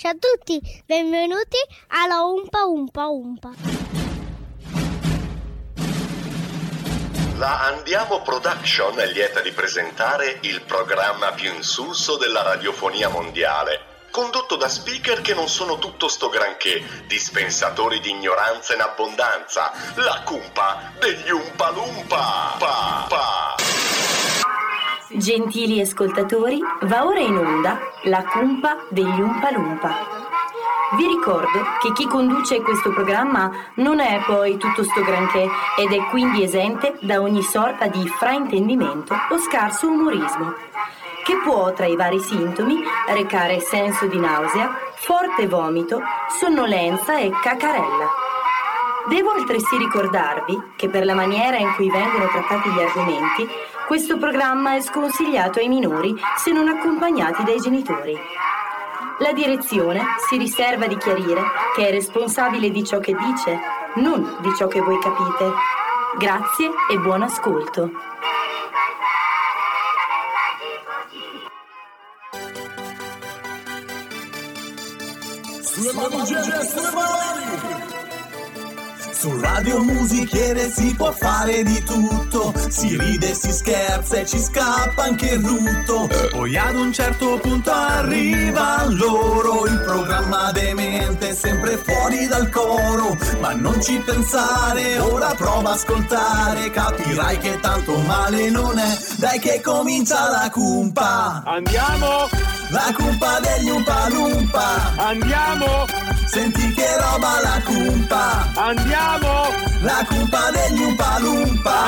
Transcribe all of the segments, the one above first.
Ciao a tutti, benvenuti alla Umpa Umpa Umpa. La Andiamo Production è lieta di presentare il programma più insulso della radiofonia mondiale, condotto da speaker che non sono tutto sto granché, dispensatori di ignoranza in abbondanza, la cumpa degli Umpalumpa. Gentili ascoltatori, va ora in onda la cumpa degli Umpalumpa. Vi ricordo che chi conduce questo programma non è poi tutto sto granché ed è quindi esente da ogni sorta di fraintendimento o scarso umorismo, che può tra i vari sintomi recare senso di nausea, forte vomito, sonnolenza e cacarella. Devo altresì ricordarvi che per la maniera in cui vengono trattati gli argomenti, questo programma è sconsigliato ai minori se non accompagnati dai genitori. La direzione si riserva di chiarire che è responsabile di ciò che dice, non di ciò che voi capite. Grazie e buon ascolto. Su Radio Musichiere si può fare di tutto, si ride, si scherza e ci scappa anche il rutto. Poi ad un certo punto arriva loro, il programma demente sempre fuori dal coro. Ma non ci pensare, ora prova a ascoltare, capirai che tanto male non è. Dai che comincia la cumpa. Andiamo! La cumpa degli Umpalumpa. Andiamo! Senti che roba la cumpa. Andiamo! La cumpa degli Umpalumpa.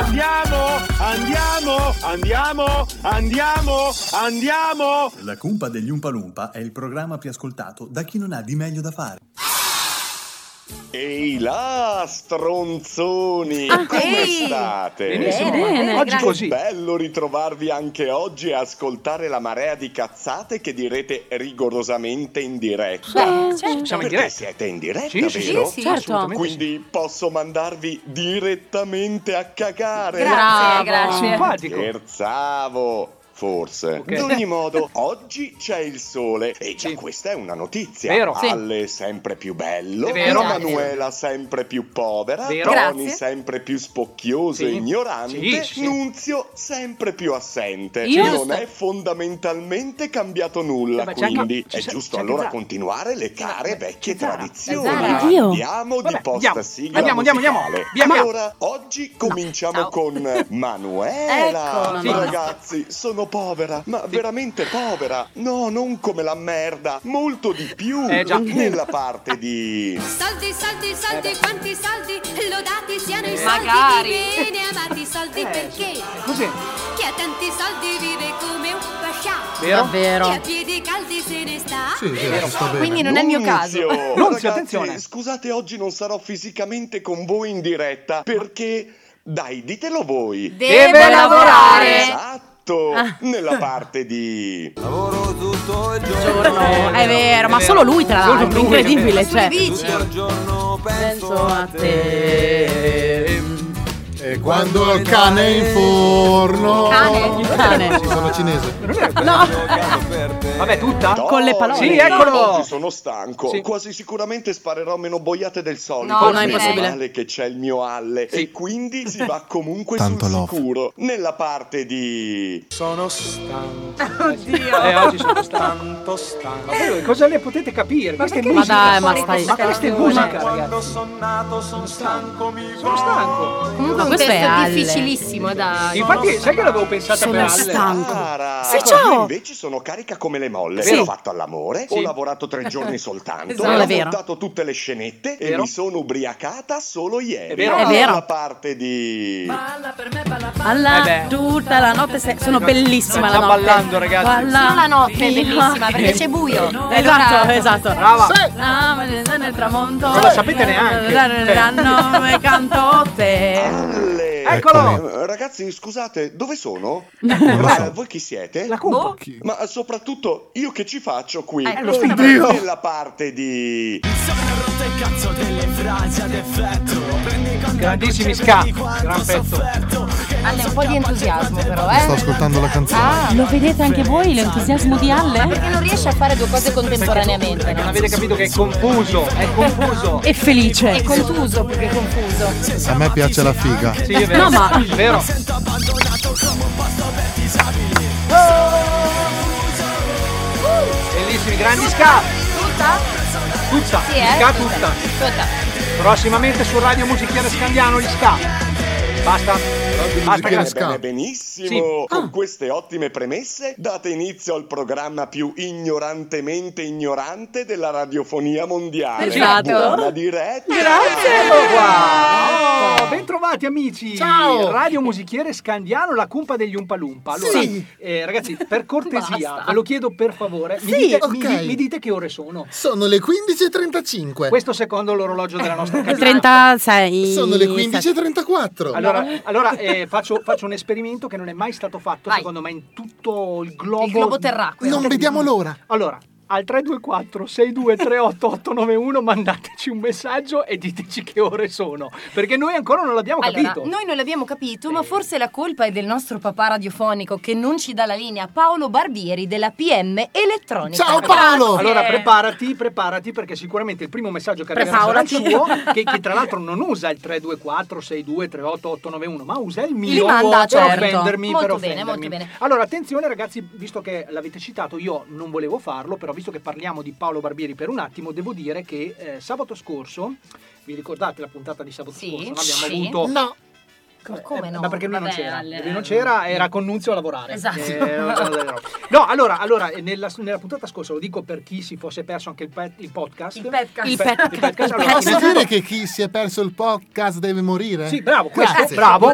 Andiamo! La cumpa degli Umpalumpa è il programma più ascoltato da chi non ha di meglio da fare. Ehi là, stronzoni, come state? Benissimo. Bene, Oggi grazie. così. Bello ritrovarvi anche oggi e ascoltare la marea di cazzate che direte rigorosamente in diretta. Certo. Siamo in Perché diretta. siete in diretta, Sì, sì, vero? sì, certo. assolutamente Quindi posso mandarvi direttamente a cagare. Grazie. Simpatico. Scherzavo. Forse. Ok. Ad ogni modo, oggi c'è il sole e già Sì. questa è una notizia. Vero. Sì. Alle sempre più bello, È vero. Emanuela sempre più povera, Vero. Tony Grazie. sempre più spocchioso Sì. e ignorante, Sì. Nunzio sempre più assente. Io? Non è fondamentalmente cambiato nulla, Beh, c'è anche- quindi c'è- è giusto c'è anche allora Zara. continuare le care vecchie Zara. tradizioni. Zara. Io? Andiamo di Vabbè, posta andiamo. sigla Andiamo. musicale. Andiamo. Allora, oggi cominciamo Ciao. con Manuela. Ecco, Ragazzi, sono povera, ma veramente povera. No, non come la merda, molto di più. Già. Nella parte di... Soldi, quanti soldi, lodati siano i soldi Magari. di bene amati soldi perché Così. chi ha tanti soldi vive come un pascià, Vero? Davvero. chi ha piedi caldi se ne sta. Sì, sta bene. Quindi non è il mio caso. Nunzio, Nunzio, ragazzi, attenzione. scusate, oggi non sarò fisicamente con voi in diretta perché... Dai, ditelo voi. Deve lavorare. Esatto, nella parte di... Lavoro tutto il Giorno. È vero, ma solo lui tra Solo l'altro, lui, incredibile, Sulle cioè. bici. Tutto il giorno Penso a te. E quando il cane è in forno. Cane? Sì, sono cinese. No. Vabbè, tutta? Con le parole. Sì, eccolo. Oggi sono stanco. Sì. Quasi sicuramente sparerò meno boiate del solito. No, no, è Meno impossibile. male che c'è il mio alle. Sì. E quindi si va comunque Tanto sul love. sicuro. Nella parte di... sono stanco. Oddio. Oggi sono stanco. Tanto stanco. Ma voi cosa ne potete capire? Questa è Ma musica. dai, ma stai. Ma questa è musica, Quando ragazzi. sono nato sono stanco, mi Sono stanco. Comunque Un questo è testo Alle. difficilissimo da... Infatti, sai che l'avevo pensata Sono per Alle? stanco. Sara. Sì, Ecco, ciao. Io invece sono carica come le molle. Sì. Ho fatto all'amore, Sì. ho lavorato 3 giorni soltanto, Esatto. ho È vero. montato tutte le scenette e Vero. mi sono ubriacata solo ieri. È vero. È vero. Nella parte di... Alla beh. tutta la notte sono bellissima la Sta notte. ballando, ragazzi. Balla- Solo la notte è fino bellissima a- perché c'è buio. Esatto, esatto. Brava. Ah, ma nel tramonto. Non la sapete neanche. No, e canto te. Alle. Eccolo. Ragazzi, scusate, dove sono? so. Voi chi siete? La cumpa. Ma soprattutto io che ci faccio qui? lo studio. Dio. Nella parte di... Grandissimi ska. Gran pezzo. Alle, un po' di entusiasmo però, Sto ascoltando la canzone. Lo vedete anche voi l'entusiasmo di Alle? Perché non riesce a fare due cose contemporaneamente. Non avete capito che è confuso, È felice. È contuso più che confuso. A me piace la figa. Sì, è vero. No, ma- È vero. Bellissimi, grandi ska. Tutta. Sì, Ska tutta. Prossimamente su Radio Musichiere Scandiano gli ska. Basta. Basta, grazie. Ska. Benissimo, Sì. con queste ottime premesse date inizio al programma più ignorantemente ignorante della radiofonia mondiale. Esatto. Buona diretta! Eccolo qua! Oh, ben trovati amici! Ciao! Radio Musichiere Scandiano, la cumpa degli Umpa Lumpa. Allora, Sì. Ragazzi, per cortesia, Basta. ve lo chiedo per favore, mi, Sì, dite, ok. mi dite che ore sono. Sono le 15:35. Questo secondo l'orologio della nostra cabina. 36. Sono le 15:34. Allora faccio un esperimento che non è mai stato fatto, Vai. secondo me, in tutto il globo. Il globo terracqueo. Non vediamo l'ora. Allora, al 324 6238 891 mandateci un messaggio e diteci che ore sono, perché noi ancora non l'abbiamo Allora, capito. noi non l'abbiamo capito, ma forse la colpa è del nostro papà radiofonico che non ci dà la linea, Paolo Barbieri della PM Elettronica. Ciao Paolo! Allora preparati perché sicuramente il primo messaggio che arriverà sarà il suo, che tra l'altro non usa il 324 6238 891, ma usa il mio Li manda, per certo. offendermi. Molto per bene, offendermi. molto bene. Allora attenzione ragazzi, visto che l'avete citato, io non volevo farlo, però visto che parliamo di Paolo Barbieri per un attimo, devo dire che sabato scorso, vi ricordate la puntata di sabato Sì, scorso? No? sì. Abbiamo avuto... No. Come no? Ma perché lui non Vabbè, c'era? Ale- Lui non c'era, era con Nunzio a lavorare. Esatto. No, allora nella puntata scorsa, lo dico per chi si fosse perso anche il podcast. Il podcast. Il podcast, allora, Posso innanzitutto- dire che chi si è perso il podcast deve morire? Sì, bravo, questo, Grazie. bravo.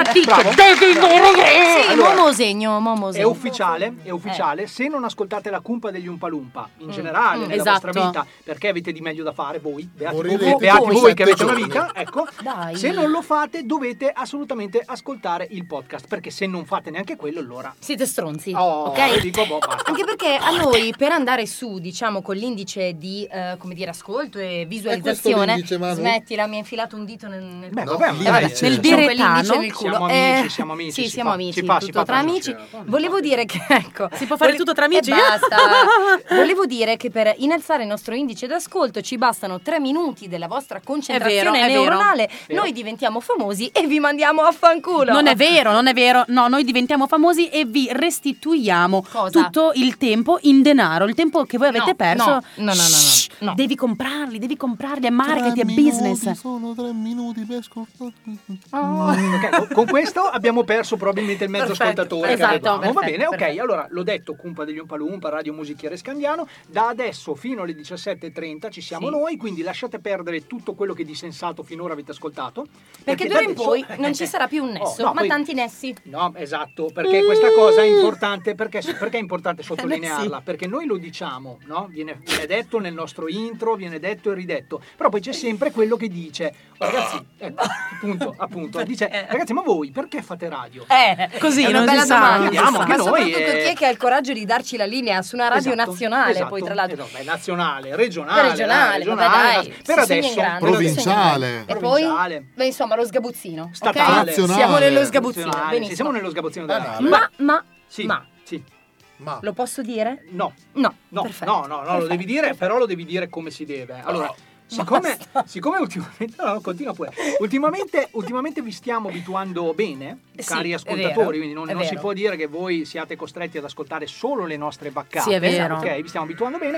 Sì, Allora, Momo È ufficiale, se non ascoltate la cumpa degli Umpa Lumpa in generale nella esatto. vostra vita, perché avete di meglio da fare voi, beati Morirete voi, beati voi voi che 7 avete una giorni. vita, ecco. Dai. Se non lo fate dovete assolutamente ascoltare il podcast, perché se non fate neanche quello allora... Siete stronzi, Oh, ok? dico, boh, basta. Anche perché a noi per andare su, diciamo, con l'indice di come dire, ascolto e visualizzazione, l'indice, Manu? smettila, mi hai infilato un dito nel Beh, No, vabbè, lì dai, dice- nel Diciamo direttano. quell'indice nel culo. Siamo amici, Sì, si siamo fa, amici, si fa, tutto tra amici. facile. Volevo dire che ecco, Si può fare tutto tra amici? E basta. Volevo dire che per innalzare il nostro indice d'ascolto ci bastano 3 minuti della vostra concentrazione È vero. neuronale. Vero. Noi diventiamo famosi e vi mandiamo a fanculo. Non è vero. No, noi diventiamo famosi e vi restituiamo Cosa? tutto il tempo in denaro, il tempo che voi avete No, perso. no. Shh, No. Devi comprarli, è marketing, è business. Sono 3 minuti per ascoltare. Ok, con questo abbiamo perso probabilmente il mezzo Perfetto, ascoltatore esatto, che avevamo. Va perfetto, bene, ok, perfetto. allora l'ho detto, cumpa degli Umpa Lumpa, Radio Musichiere Scandiano, da adesso fino alle 17:30 ci siamo Sì. noi, quindi lasciate perdere tutto quello che di sensato finora avete ascoltato. Perché da d'ora in adesso- poi non ci sarà più un nesso, Oh, no, ma poi- tanti nessi. No, esatto, perché questa cosa è importante, perché è importante sottolinearla? sì. Perché noi lo diciamo, no? Viene detto nel nostro intro, viene detto e ridetto, però poi c'è sempre quello che dice, oh, ragazzi, appunto, dice, ragazzi, ma voi perché fate radio? Così, è una non bella si sa. domanda. Vediamo Ma anche noi, soprattutto chi è che ha il coraggio di darci la linea su una radio Esatto, nazionale, esatto, poi tra l'altro. nazionale, regionale, Regionale, vabbè, dai, per si sogna in adesso grande, Provinciale. E poi, Provinciale. beh, insomma, lo sgabuzzino. Statale. ok? Nazionale. Siamo nello sgabuzzino, Nazionale, sì, benissimo. siamo nello sgabuzzino della Banale. radio. Sì, ma, sì. Ma lo posso dire? No. No, No, perfetto. no, lo devi dire, però lo devi dire come si deve. Allora, siccome ultimamente, no, continua pure. Ultimamente vi stiamo abituando bene, Sì, cari è ascoltatori, vero, quindi non è si vero. può dire che voi siate costretti ad ascoltare solo le nostre baccate. Sì, è vero. Ok, vi stiamo abituando bene.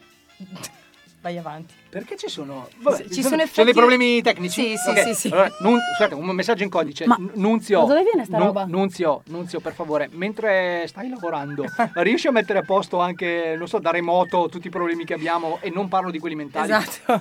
Vai avanti. Perché ci sono? Vabbè, Ci sono dei effetti- problemi tecnici? Sì, Ok, sì. Allora, scusate, un messaggio in codice. Ma Nunzio, da dove viene sta roba? Nunzio, per favore, mentre stai lavorando, riesci a mettere a posto anche, non so, da remoto tutti i problemi che abbiamo, e non parlo di quelli mentali. Esatto.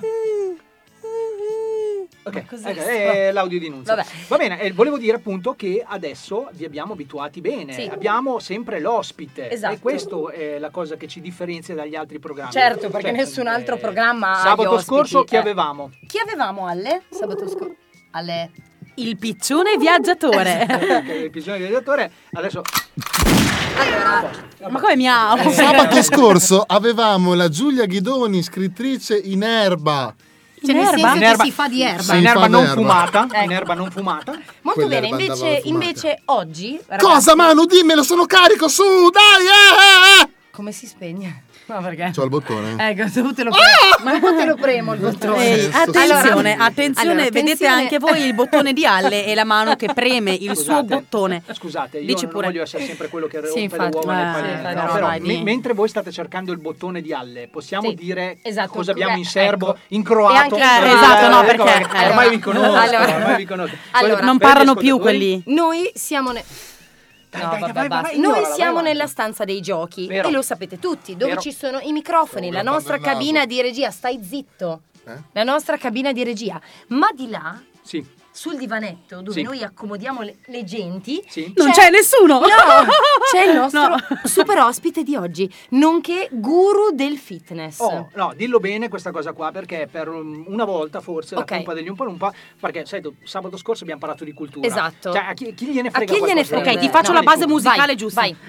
Ok, cos'è ecco, sto? è l'audio di Nunzio. Vabbè. Va bene, volevo dire appunto che adesso vi abbiamo abituati bene. Sì. Abbiamo sempre l'ospite. Esatto. E questo è la cosa che ci differenzia dagli altri programmi. Certo, perché nessun altro programma ha gli Sabato ospiti, scorso chi avevamo? Chi avevamo, Alle? Sabato scorso? Alle. Il piccione viaggiatore. Il pigione del direttore. Adesso Allora, Ma come miau? sabato scorso avevamo la Giulia Ghidoni, scrittrice in erba. cioè nel erba? senso In che erba- si fa di erba. Sì. in erba fa non d'erba. fumata. Ecco. In erba non fumata. Molto Quelle bene, bandava la fumata. invece oggi... Ragazzi, Cosa, Manu? Dimmelo, sono carico, su, dai! come si spegne? No, perché? C'ho il bottone. Ecco, tu te lo premo. Ma te lo premo il bottone. Ehi, attenzione, attenzione, vedete attenzione. anche voi il bottone di Alle e la mano che preme il suo bottone. Scusate, io Dici non pure. voglio essere sempre quello che rompe le infatti. uova nel Sì, paniere. infatti, No, no, però, vai, di. mentre voi state cercando il bottone di Alle, possiamo Sì, dire esatto, cosa abbiamo in ecco. serbo, in croato? E anche- esatto, no, Ecco, perché- ormai vi conosco, allora- ormai vi conosco. allora, Non Per gli parlano più ascoltatori, quelli. Noi siamo... Dai, No, dai, vabbè, vai, basta. vai, Noi ignorala, siamo vai nella avanti. stanza dei giochi Vero. e lo sapete tutti, dove Vero. ci sono i microfoni, la nostra guardando il cabina naso. di regia. Stai zitto. Eh? La nostra cabina di regia. Ma di là, Sì. sul divanetto dove Sì. noi accomodiamo le genti, Sì. Non c'è nessuno. No, c'è il nostro No. super ospite di oggi, nonché guru del fitness. Oh, no, dillo bene questa cosa qua, perché per una volta forse Ok. la colpa degli Umpa Lumpa, perché sai, sabato scorso abbiamo parlato di cultura. Esatto. Cioè, a chi gliene A frega chi gliene qualcosa? frega? Ok, ti faccio No, la base nessuno. musicale Vai, giusta. vai.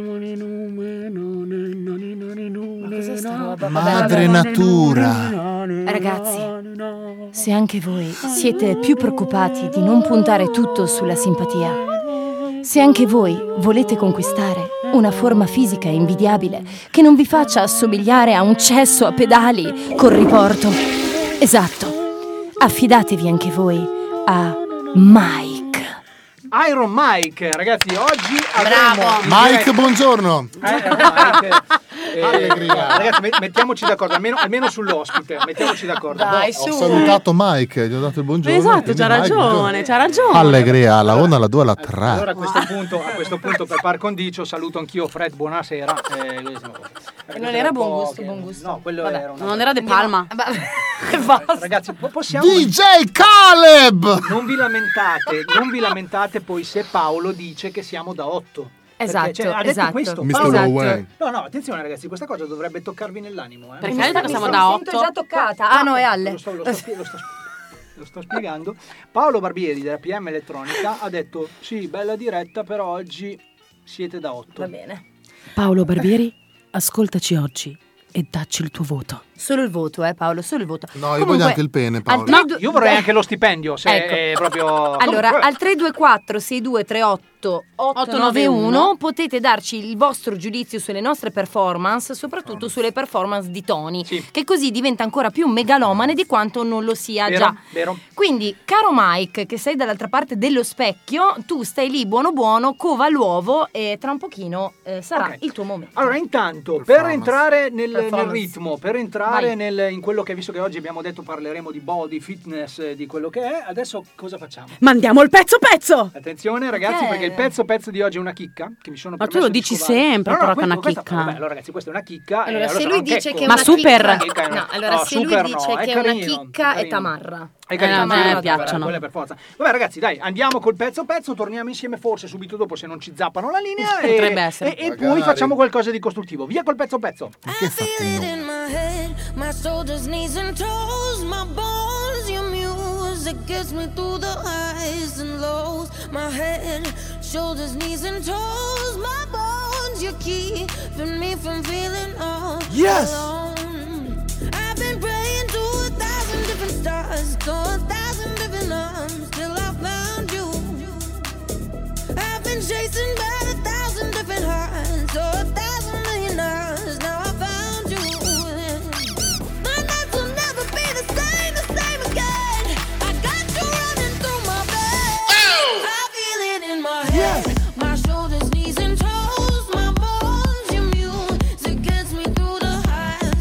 Ma cos'è sta roba? Madre natura. Ragazzi, se anche voi siete più preoccupati di non puntare tutto sulla simpatia, se anche voi volete conquistare una forma fisica invidiabile che non vi faccia assomigliare a un cesso a pedali col riporto, esatto, affidatevi anche voi a Mike. Iron Mike, ragazzi, oggi Bravo. avremo in Mike, diretta- buongiorno. Mike, Allegria. ragazzi, mettiamoci d'accordo, almeno sull'ospite, mettiamoci d'accordo. Dai, Ho salutato Mike, gli ho dato il buongiorno. Esatto, quindi c'ha Mike, ragione, buongiorno. c'ha ragione. Allegria, alla 1, alla 2, alla 3. Allora a questo punto per par condicio saluto anch'io Fred, buonasera. Non era buon gusto, buon gusto. No, quello Vabbè. era una... Non era De Palma. Basta. Ragazzi, possiamo... DJ Caleb! Non vi lamentate poi se Paolo dice che siamo da 8. Esatto, ha detto esatto. questo. Mr. Paolo- Owen. No, attenzione ragazzi, questa cosa dovrebbe toccarvi nell'animo. Perché Mi ha detto che mi siamo sono da sento 8? già toccata. Ah no, è Alle. Lo sto spiegando. Paolo Barbieri della PM Elettronica ha detto sì, bella diretta, però oggi siete da 8. Va bene. Paolo Barbieri, ascoltaci oggi e dacci il tuo voto. Solo il voto, Paolo, solo il voto. No, io voglio anche il pene, Paolo. al 3-2 Io vorrei anche lo stipendio, se Ecco. è proprio... Allora, Comunque, al 324-6238-891 potete darci il vostro giudizio sulle nostre performance, soprattutto sulle performance di Tony, Sì. che così diventa ancora più megalomane di quanto non lo sia vero, già. vero. Quindi, caro Mike, che sei dall'altra parte dello specchio, tu stai lì buono buono, cova l'uovo e tra un pochino sarà Ok. il tuo momento. Allora, intanto, per Performance. entrare nel Performance. ritmo, per entrare in quello che, visto che oggi abbiamo detto parleremo di body, fitness, di quello che è, adesso cosa facciamo? Mandiamo il pezzo pezzo! Attenzione ragazzi, Ok. perché il pezzo di oggi è una chicca che mi sono Ma tu permesso lo di dici scovare. sempre, però, che è una questa- chicca. Vabbè, allora ragazzi, questa è una chicca. Allora, se sarà lui un dice checco. che è Ma una super. chicca, No, no, allora se lui super dice no, che è una chicca è Tamarra. È carino, a me sì, piacciono. quella per forza. Vabbè ragazzi, dai, andiamo col pezzo, torniamo insieme forse subito dopo se non ci zappano la linea Potrebbe essere. e Magari. poi facciamo qualcosa di costruttivo. Via col pezzo. Che sta in my head, my shoulders, knees and toes, my bones, your music gets me through the highs and lows. My head, shoulders, knees and toes, my bones, you're keeping me from feeling all alone. I've been praying to 1,000 different stars, to 1,000 different arms, till I found you. I've been chasing by 1,000 different hearts, to 1,000 million hours, now I found you. My nights will never be the same again. I got you running through my veins. I feel it in my head, my shoulders, knees and toes, my bones, your music gets me through the highs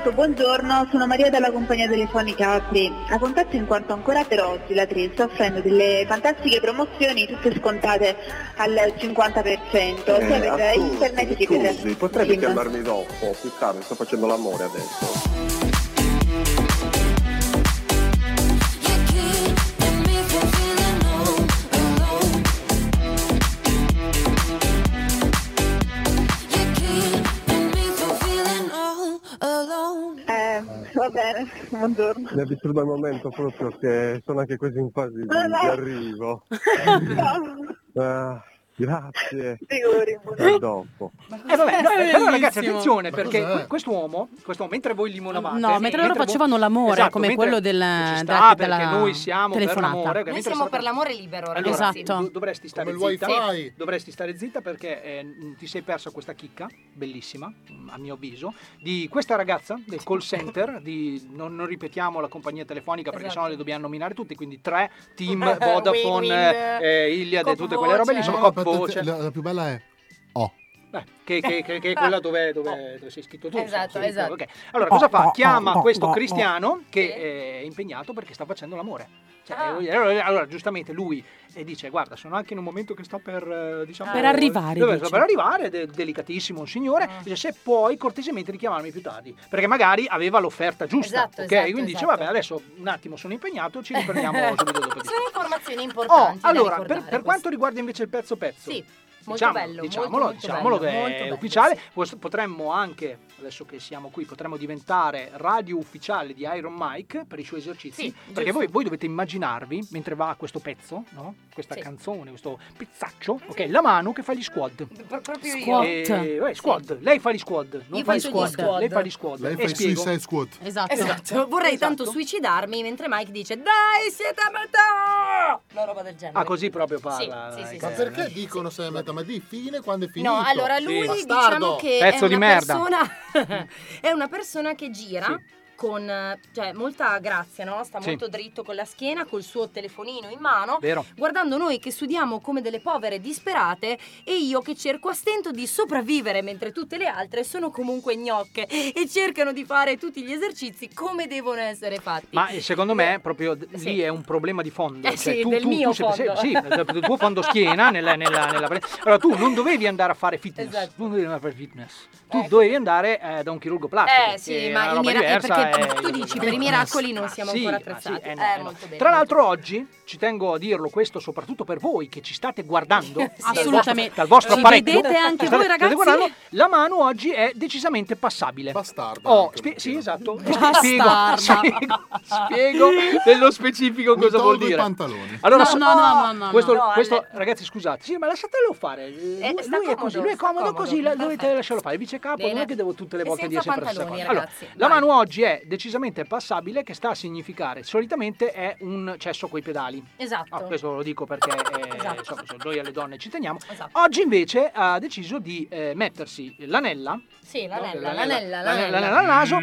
Pronto, buongiorno, sono Maria dalla compagnia telefonica Apri. La contatto in quanto ancora per oggi la TRI sta offrendo delle fantastiche promozioni tutte scontate al 50%. Se avete internet chiedete. Scusi, potrete chiamarmi dopo, più tardi, sto facendo l'amore adesso. Va bene, buongiorno. Mi disturba il momento proprio che sono anche quasi in fase di arrivo. Grazie. A dopo. Però ragazzi, attenzione, perché quest'uomo, mentre voi limonavate, no, mentre loro facevano l'amore, esatto, come quello della perché noi siamo telefonata. per l'amore. Noi siamo per l'amore libero, ragazzi. Esatto. Dovresti stare come zitta. il wifi. Dovresti stare zitta perché ti sei persa questa chicca bellissima, a mio avviso, di questa ragazza del call center. Non ripetiamo la compagnia telefonica perché sennò le dobbiamo nominare tutte. Quindi 3 Team, Vodafone, Iliad e tutte quelle robe lì. Sono voce. La più bella è che è quella dove sei scritto tu. Esatto. Okay. Allora, cosa fa? Chiama questo Cristiano che è impegnato perché sta facendo l'amore. Allora, giustamente lui dice: guarda, sono anche in un momento che sto per arrivare. Per arrivare, delicatissimo un signore. Dice: se puoi cortesemente richiamarmi più tardi, perché magari aveva l'offerta giusta. Quindi dice: vabbè, adesso un attimo sono impegnato, ci riprendiamo subito dopo. Sono informazioni importanti. Allora, per quanto riguarda invece il pezzo. Sì. Molto bello, diciamolo che è bello, ufficiale. Potremmo anche, adesso che siamo qui, potremmo diventare radio ufficiale di Iron Mike per i suoi esercizi, perché voi dovete immaginarvi, mentre va questo pezzo, no? Questa canzone, questo pezzaccio, ok, la mano che fa gli squad. Proprio io. Squad. Lei fa gli squad. Io faccio gli squad. Lei fa gli squad. Lei fa il suicide squad. Esatto. Vorrei tanto suicidarmi mentre Mike dice: dai, siete a metà! Una roba del genere. Così proprio parla. Sì. Ma perché dicono sei a metà? Ma di fine quando è finito? No, allora lui diciamo che pezzo di merda. È una persona che gira con molta grazia, no? Sta molto dritto con la schiena, col suo telefonino in mano, guardando noi che studiamo come delle povere disperate e io che cerco a stento di sopravvivere mentre tutte le altre sono comunque gnocche e cercano di fare tutti gli esercizi come devono essere fatti. Ma secondo me proprio lì è un problema di fondo. Del mio fondo. Del tuo fondo schiena allora tu non dovevi andare a fare fitness. Esatto. Tu non dovevi andare a fare fitness. Tu dovevi andare da un chirurgo plastico. Ma perché tu dici per i miracoli non siamo ancora attrezzati. Molto bene. Tra l'altro oggi ci tengo a dirlo questo soprattutto per voi che ci state guardando assolutamente dal vostro apparecchio. Vedete anche voi ragazzi? La mano oggi è decisamente passabile. Bastarda. Sì, esatto. Bastarda. Spiego nello specifico cosa vuol dire. I pantaloni. Allora, no. Questo ragazzi, scusate. Sì, ma lasciatelo fare. Lui è così, lui è comodo così, dovete lasciarlo fare. Il vice capo non è che devo tutte le volte dire sempre la stessa cosa. Allora, la mano oggi è decisamente passabile, che sta a significare solitamente è un cesso coi pedali. Esatto. Questo lo dico perché noi alle donne ci teniamo. Esatto. Oggi invece ha deciso di mettersi l'anella. Sì, l'anella al naso,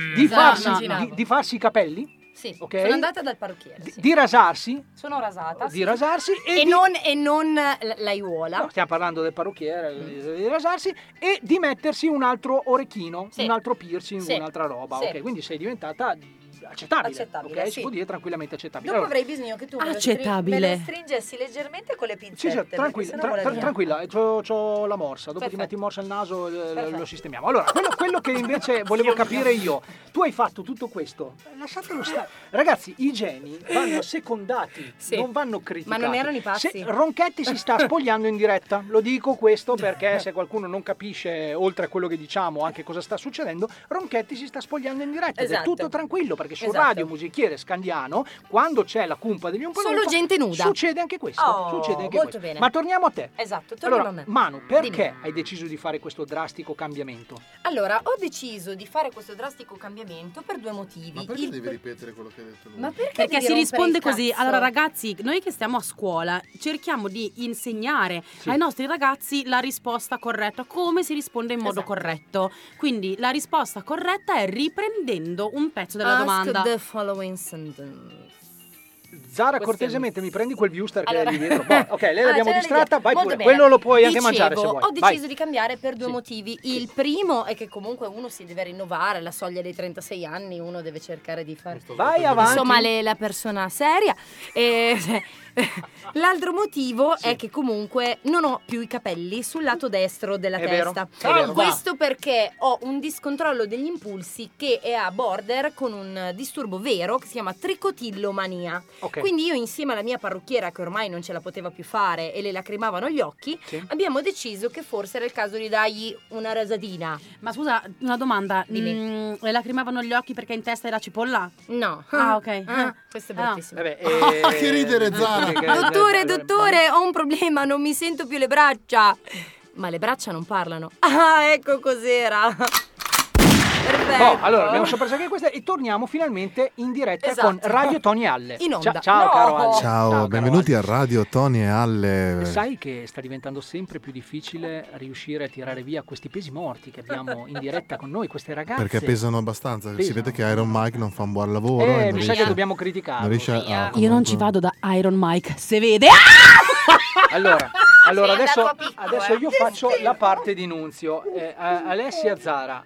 di farsi i capelli. Sì, okay. Sono andata dal parrucchiere. Di rasarsi. Sono rasata. Di rasarsi e non l'aiuola. No, stiamo parlando del parrucchiere, di rasarsi e di mettersi un altro orecchino, un altro piercing, un'altra roba. Ok, quindi sei diventata accettabile. Ok, si può dire tranquillamente accettabile. Dopo avrei bisogno che tu me lo stringessi leggermente con le pinzette. Sì, tranquilla, c'ho la morsa. Dopo ti metti in morsa il naso, lo sistemiamo. Allora, quello che invece volevo capire io, tu hai fatto tutto questo, lasciatelo stare. Ragazzi, i geni vanno secondati, non vanno criticati. Ma non erano i pazzi. Ronchetti si sta spogliando in diretta. Lo dico questo perché se qualcuno non capisce, oltre a quello che diciamo, anche cosa sta succedendo, Ronchetti si sta spogliando in diretta. Ed è tutto tranquillo, perché su Radio Musichiere Scandiano, quando c'è la cumpa degli Umpalumpa, solo gente nuda. Succede anche questo. Molto bene. Ma torniamo a te. Esatto, torniamo a me. Manu, perché hai deciso di fare questo drastico cambiamento? Allora, ho deciso di fare questo drastico cambiamento per 2 motivi. Ma perché devi ripetere quello che hai detto lui? Ma perché si risponde così. Allora ragazzi, noi che stiamo a scuola cerchiamo di insegnare ai nostri ragazzi la risposta corretta, come si risponde in modo corretto. Quindi la risposta corretta è riprendendo un pezzo della domanda. Ask the following sentence. Zara, cortesemente mi prendi quel viewster che è lì dietro. Ok, lei l'abbiamo distratta, vai Molto pure. bene. Quello lo puoi anche Dicevo, mangiare se vuoi. Ho Vai. deciso di cambiare per due motivi. Il primo è che comunque uno si deve rinnovare, alla soglia dei 36 anni uno deve cercare di fare Vai avanti. insomma la persona seria. L'altro motivo è che comunque non ho più i capelli sul lato destro della testa. È vero. Questo perché ho un discontrollo degli impulsi che è a border con un disturbo vero che si chiama tricotillomania. Ok. Quindi io insieme alla mia parrucchiera, che ormai non ce la poteva più fare e le lacrimavano gli occhi, abbiamo deciso che forse era il caso di dargli una rasatina. Ma scusa, una domanda. Le lacrimavano gli occhi perché in testa era cipolla? No. Ah, ok. Questo è bruttissimo. Che ridere, Zara. Dottore, ho un problema, non mi sento più le braccia. Ma le braccia non parlano. Ah, ecco cos'era. Perfetto. Allora abbiamo soppreso anche questa e torniamo finalmente in diretta con Radio Tony Alle. In onda. Ciao caro Alle. Ciao, benvenuti a Radio Tony e Alle. Sai che sta diventando sempre più difficile riuscire a tirare via questi pesi morti che abbiamo in diretta con noi, queste ragazze. Perché pesano abbastanza. Si vede che Iron Mike non fa un buon lavoro. Mi sa che dobbiamo criticarlo. Io non ci vado da Iron Mike, se vede. Allora adesso io faccio la parte di Nunzio. Alessia Zara.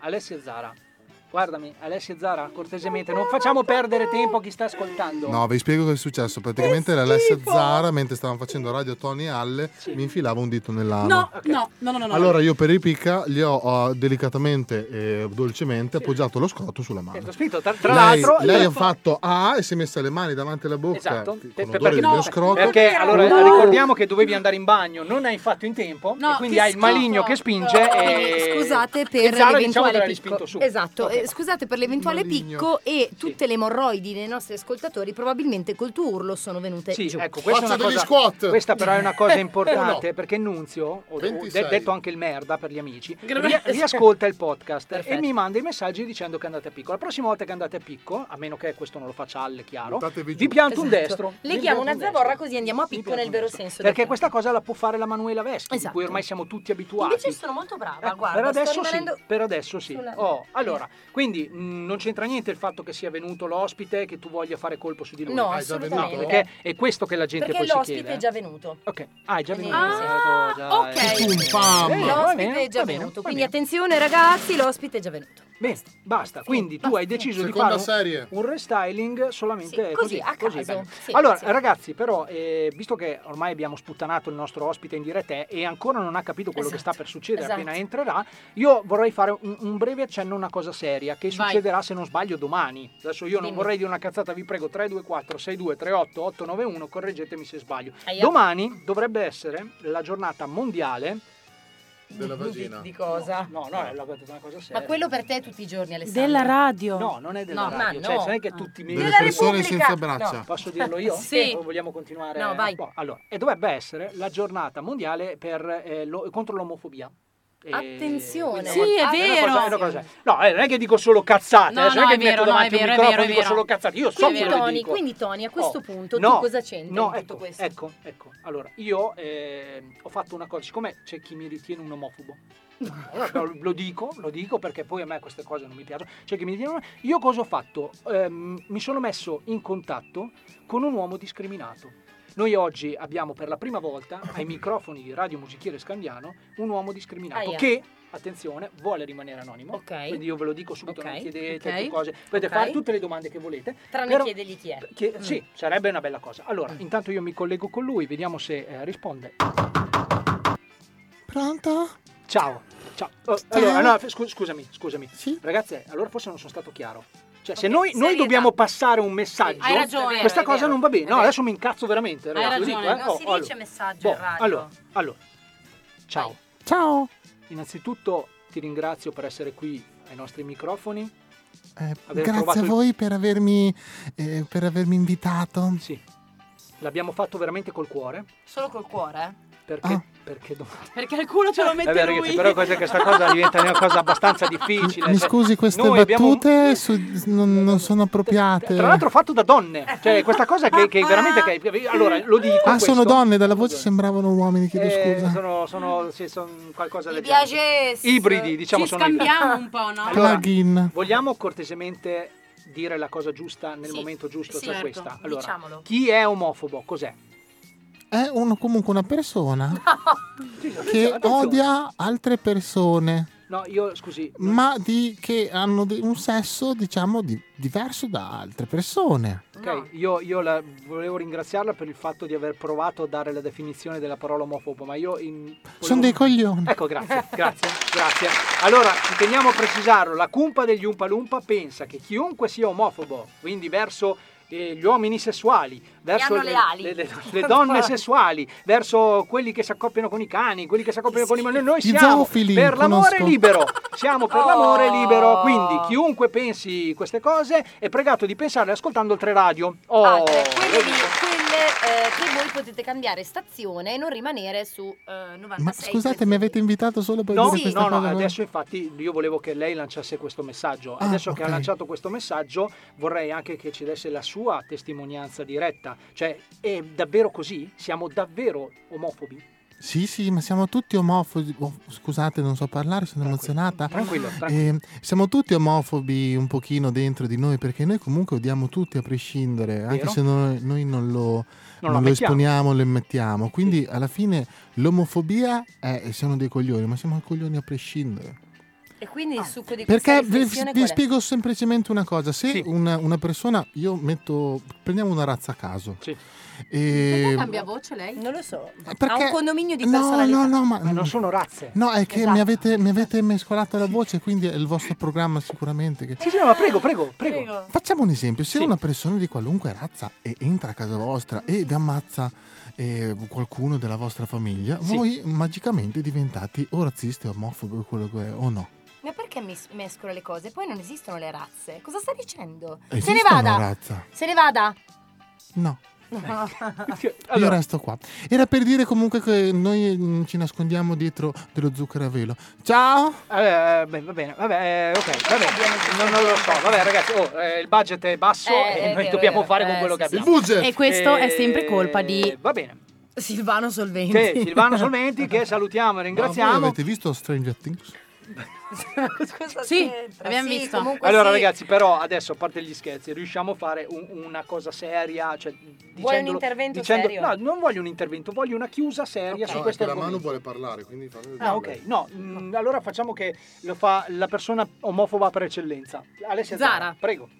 Guardami, Alessia Zara, cortesemente, non facciamo perdere tempo a chi sta ascoltando. No, vi spiego cosa è successo. Praticamente l'Alessia Zara, mentre stavamo facendo Radio Tony e Alle, mi infilava un dito nell'ano. No. Allora io per ripicca gli ho delicatamente e dolcemente appoggiato lo scroto sulla mano. Tra l'altro lei ha fatto e si è messa le mani davanti alla bocca. Esatto, con odore di mio scroto. perché allora ricordiamo che dovevi andare in bagno, non hai fatto in tempo e quindi hai il maligno che spinge e scusate per Zara, l'eventuale diciamo, picco. su. Esatto, scusate per l'eventuale picco e tutte le emorroidi dei nostri ascoltatori probabilmente col tuo urlo sono venute giù. Ecco, questa è una cosa, questa però è una cosa importante perché Nunzio, detto anche il merda per gli amici, riascolta il podcast e mi manda i messaggi dicendo che andate a picco. La prossima volta che andate a picco, a meno che questo non lo faccia Alle, chiaro, vi pianto un destro. Le chiamo una zavorra così andiamo a picco nel vero senso. Perché questa cosa la può fare la Manuela Veschi, di cui ormai siamo tutti abituati. Invece sono molto brava, guarda. Per adesso sì. Allora, quindi non c'entra niente il fatto che sia venuto l'ospite, che tu voglia fare colpo su di lui. No, assolutamente. Perché è questo che la gente perché poi si chiede. l'ospite è già venuto. Ok. È già venuto. Ok. L'ospite è già venuto. Quindi attenzione ragazzi, l'ospite è già venuto. Bene, basta. Quindi tu hai deciso di fare un restyling solamente così a caso. Allora, ragazzi, però, visto che ormai abbiamo sputtanato il nostro ospite in diretta e ancora non ha capito quello che sta per succedere appena entrerà, io vorrei fare un breve accenno a una cosa seria che succederà, se non sbaglio, domani. Adesso io non vorrei dire una cazzata, vi prego, 324 62 38 891, correggetemi se sbaglio. Domani dovrebbe essere la giornata mondiale della vagina. Di cosa? No, è una cosa seria. Ma quello per te è tutti i giorni, Alessandro. Della radio. No, non è della radio. Cioè, non è che tutti mi delle persone senza braccia. No, posso dirlo io? Sì. O vogliamo continuare? No, vai. Allora, e dovrebbe essere la giornata mondiale contro l'omofobia. Attenzione. Sì, è vero. No, non è che dico solo cazzate, non è che metto davanti un microfono e dico solo cazzate. Io so quello che dico. Quindi Tony, a questo punto tu cosa c'entri in tutto questo? Ecco. Allora, io ho fatto una cosa, siccome c'è chi mi ritiene un omofobo. Allora, lo dico perché poi a me queste cose non mi piacciono. C'è chi mi ritiene io cosa ho fatto? Mi sono messo in contatto con un uomo discriminato. Noi oggi abbiamo per la prima volta ai microfoni di Radio Musichiere Scandiano un uomo discriminato che, attenzione, vuole rimanere anonimo. Quindi io ve lo dico subito, non chiedete più cose, potete fare tutte le domande che volete. Tranne chiedergli chi è. Sì, sarebbe una bella cosa. Allora, intanto io mi collego con lui, vediamo se risponde. Pronto? Ciao. Allora, no, scusami. Sì? Ragazze, allora forse non sono stato chiaro. Cioè, se noi dobbiamo passare un messaggio, hai ragione, questa cosa non va bene. No, adesso mi incazzo veramente. Ragazzi, hai ragione, non si dice messaggio in radio. Allora, ciao. Ciao. Innanzitutto ti ringrazio per essere qui ai nostri microfoni. Grazie a voi per avermi invitato. Sì, l'abbiamo fatto veramente col cuore. Solo col cuore? Perché domani? Perché al culo ce lo mette lui. Ragazzi, però questa cosa diventa una cosa abbastanza difficile. Mi scusi, queste battute non sono appropriate. Tra l'altro fatto da donne. Cioè, questa cosa che veramente... allora, lo dico sono donne, dalla voce sembravano uomini, chiedo scusa. Sono qualcosa del genere. Ibridi, diciamo. Ci scambiamo un po', no? Allora, plugin. Vogliamo cortesemente dire la cosa giusta nel momento giusto, cioè certo, questa. Allora, diciamolo. chi è omofobo? Cos'è? È comunque una persona che odia altre persone. No, io scusi. Ma che hanno un sesso, diciamo, diverso da altre persone. Ok, io volevo ringraziarla per il fatto di aver provato a dare la definizione della parola omofobo, ma io sono dei coglioni. Ecco, grazie. Allora, teniamo a precisarlo, la cumpa degli Oompa Loompa pensa che chiunque sia omofobo, quindi verso gli uomini sessuali, verso le donne sessuali, verso quelli che si accoppiano con i cani, quelli che si accoppiano con i mani, noi siamo per l'amore libero. Siamo per l'amore libero, quindi chiunque pensi queste cose è pregato di pensarle ascoltando il 3 Radio. Quelle che voi potete cambiare stazione e non rimanere su 96. Ma scusate, mi avete invitato solo per dire questa cosa? No, adesso infatti io volevo che lei lanciasse questo messaggio. Adesso che ha lanciato questo messaggio vorrei anche che ci desse la sua testimonianza diretta. Cioè, è davvero così? Siamo davvero omofobi? Sì, ma siamo tutti omofobi. Scusate, non so parlare, sono emozionata. Tranquillo. Siamo tutti omofobi un pochino dentro di noi, perché noi comunque odiamo tutti a prescindere, anche se noi non lo esponiamo, lo immettiamo. Quindi alla fine l'omofobia sono dei coglioni, ma siamo coglioni a prescindere. E quindi il succo di perché questa vi spiego semplicemente una cosa. Se una persona, prendiamo una razza a caso. Sì. Perché cambia voce lei? Non lo so. Perché... Ha un condominio di personalità. No, ma non sono razze. No, è che mi avete mescolato la voce, quindi è il vostro programma sicuramente. Che... Sì, ma prego. Facciamo un esempio. Se una persona di qualunque razza entra a casa vostra e vi ammazza qualcuno della vostra famiglia, voi magicamente diventate o razzisti o omofobi o quello che è, o no? Ma perché mescola le cose? Poi non esistono le razze. Cosa sta dicendo? Esiste Se ne vada. una razza? Se ne vada. No. Allora. Io resto qua. Era per dire comunque che noi ci nascondiamo dietro dello zucchero a velo. Ciao. Va bene, ok, non lo so. Vabbè ragazzi, il budget è basso e noi dobbiamo fare con quello che abbiamo. Il budget. E questo è sempre colpa di va bene. Silvano Solventi. Sì, Silvano Solventi, che salutiamo e ringraziamo. Ma voi avete visto Stranger Things? Sì, abbiamo visto. Allora ragazzi, però adesso, a parte gli scherzi, riusciamo a fare una cosa seria, cioè vuoi un intervento serio? No, non voglio un intervento, voglio una chiusa seria su questo argomento. La Manu vuole parlare, quindi ok. No, allora facciamo che lo fa la persona omofoba per eccellenza. Alessia Zara, prego.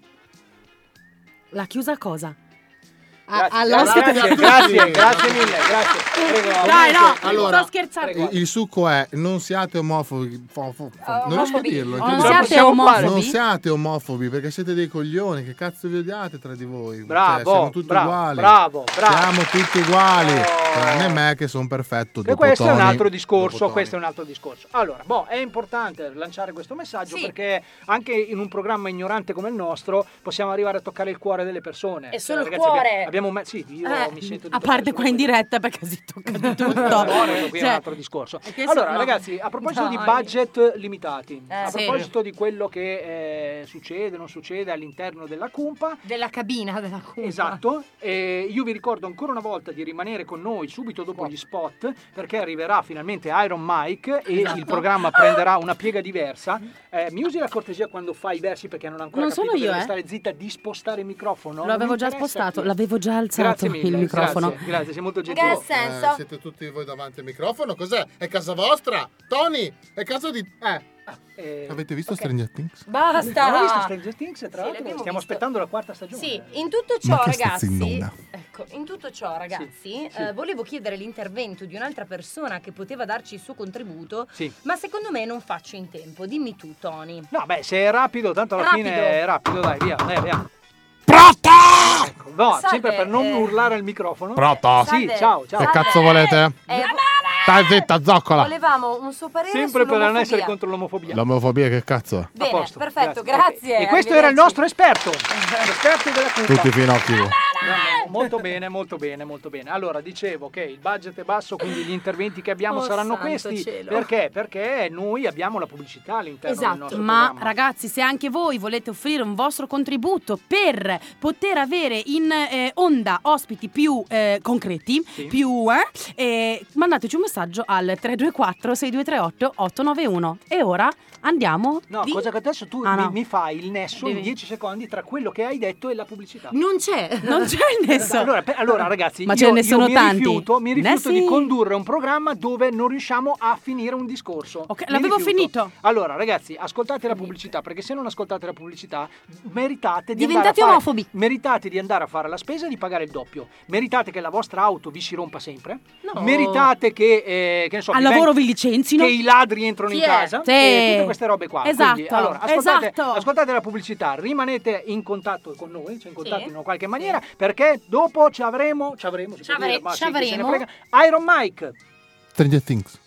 La chiusa cosa? Grazie mille, grazie. Prego, dai, no, allora, sto scherzando. Il succo è: non siate omofobi. Non riesco a dirlo. Non siate omofobi, perché siete dei coglioni. Che cazzo vi odiate tra di voi? Bravo, siamo tutti uguali. Bravo. Siamo tutti uguali. Tranne me che sono perfetto. E questo è un altro discorso. Allora, è importante lanciare questo messaggio perché anche in un programma ignorante come il nostro possiamo arrivare a toccare il cuore delle persone. E solo il ragazzi, cuore. Io mi sento a parte qua in diretta perché si tocca di tutto. Qui è un altro discorso. Allora, ragazzi, a proposito di budget limitati, a proposito di quello che succede, non succede all'interno della cumpa, della cabina della cumpa. Esatto. Io vi ricordo ancora una volta di rimanere con noi subito dopo gli spot, perché arriverà finalmente Iron Mike e il programma prenderà una piega diversa. Mi usi la cortesia quando fai i versi, perché non ho ancora capito, devo stare zitta, di spostare il microfono? Lo avevo già spostato, l'avevo già alzato il microfono. Grazie, sei molto gentile. Che senso? Siete tutti voi davanti al microfono? Cos'è? È casa vostra? Tony, è casa di... Avete visto Stranger Things? Basta! Abbiamo visto Stranger Things, tra l'altro stiamo aspettando la 4ª stagione. Sì, in tutto ciò ragazzi, volevo chiedere l'intervento di un'altra persona che poteva darci il suo contributo, ma secondo me non faccio in tempo. Dimmi tu, Tony. No, se è rapido, tanto alla fine è rapido, dai, via. Pronto! Ecco, sempre per non urlare al microfono. Pronto? Sì, ciao. Che cazzo volete? Stai zitta, zoccola. Volevamo un suo parere sempre per non essere sull'omofobia. contro l'omofobia. L'omofobia che cazzo è? Bene, perfetto, grazie. E questo era il nostro esperto, l'esperto della cumpa. Tutti finocchi. Molto bene. Allora, dicevo che il budget è basso, quindi gli interventi che abbiamo saranno questi. Cielo. Perché? Perché noi abbiamo la pubblicità all'interno del nostro ma programma. ragazzi, se anche voi volete offrire un vostro contributo per poter avere in onda ospiti più concreti, mandateci un messaggio al 324 6238 891. E ora andiamo. No, cosa che adesso tu mi fai il nesso in 10 secondi tra quello che hai detto e la pubblicità. Non c'è il nesso. Allora ragazzi, ma ce ne sono tanti. Mi rifiuto di condurre un programma dove non riusciamo a finire un discorso. Ok, l'avevo finito. Allora ragazzi, ascoltate la pubblicità, perché se non ascoltate la pubblicità meritate di diventate omofobi. Meritate di andare a fare la spesa e di pagare il doppio. Meritate che la vostra auto vi si rompa sempre. No. Meritate che ne so, al lavoro vi licenzino, che i ladri entrano in casa, e tutte queste robe qua. Esatto. Quindi, allora, ascoltate la pubblicità, rimanete in contatto con noi, in contatto in una qualche maniera, perché dopo ci avremo Iron Mike, Stranger Things.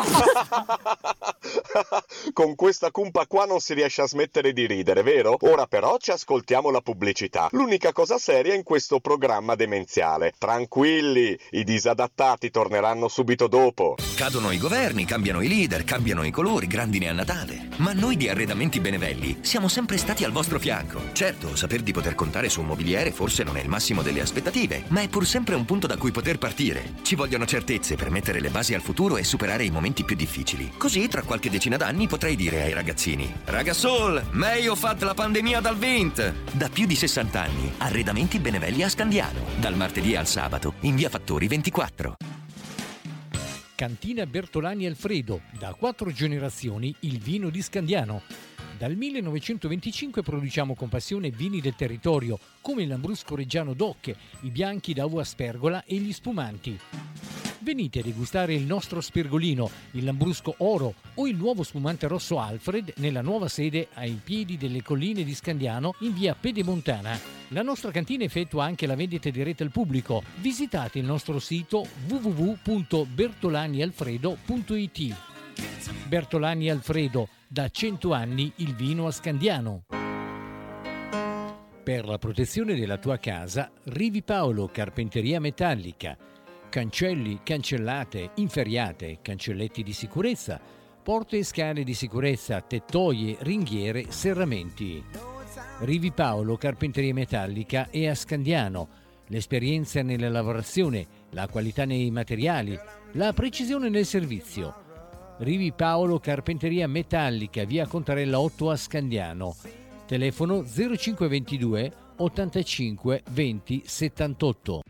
Con questa cumpa qua non si riesce a smettere di ridere, vero? Ora però ci ascoltiamo la pubblicità. L'unica cosa seria in questo programma demenziale. Tranquilli, i disadattati torneranno subito dopo. Cadono i governi, cambiano i leader, cambiano i colori, grandine a Natale. Ma noi di Arredamenti Benevelli siamo sempre stati al vostro fianco. Certo, saper di poter contare su un mobiliere forse non è il massimo delle aspettative, ma è pur sempre un punto da cui poter partire. Ci vogliono certezze per mettere le basi al futuro e superare i momenti più difficili. Così tra qualche decina d'anni potrei dire ai ragazzini: Ragazzol, meglio fate la pandemia dal 20. Da più di 60 anni, Arredamenti Benevelli a Scandiano. Dal martedì al sabato, in via Fattori 24. Cantina Bertolani Alfredo, da 4 generazioni il vino di Scandiano. Dal 1925 produciamo con passione vini del territorio, come il Lambrusco Reggiano DOC, i bianchi d'Avo Aspergola e gli spumanti. Venite a degustare il nostro spergolino, il Lambrusco Oro o il nuovo spumante rosso Alfred nella nuova sede ai piedi delle colline di Scandiano in via Pedemontana. La nostra cantina effettua anche la vendita diretta al pubblico. Visitate il nostro sito www.bertolanialfredo.it. Bertolani Alfredo, da 100 anni il vino a Scandiano. Per la protezione della tua casa, Rivi Paolo Carpenteria Metallica. Cancelli, cancellate, inferriate, cancelletti di sicurezza, porte e scale di sicurezza, tettoie, ringhiere, serramenti. Rivi Paolo Carpenteria Metallica è a Scandiano. L'esperienza nella lavorazione, la qualità nei materiali, la precisione nel servizio. Rivi Paolo Carpenteria Metallica, via Contarella 8 a Scandiano. Telefono 0522 85 20 78.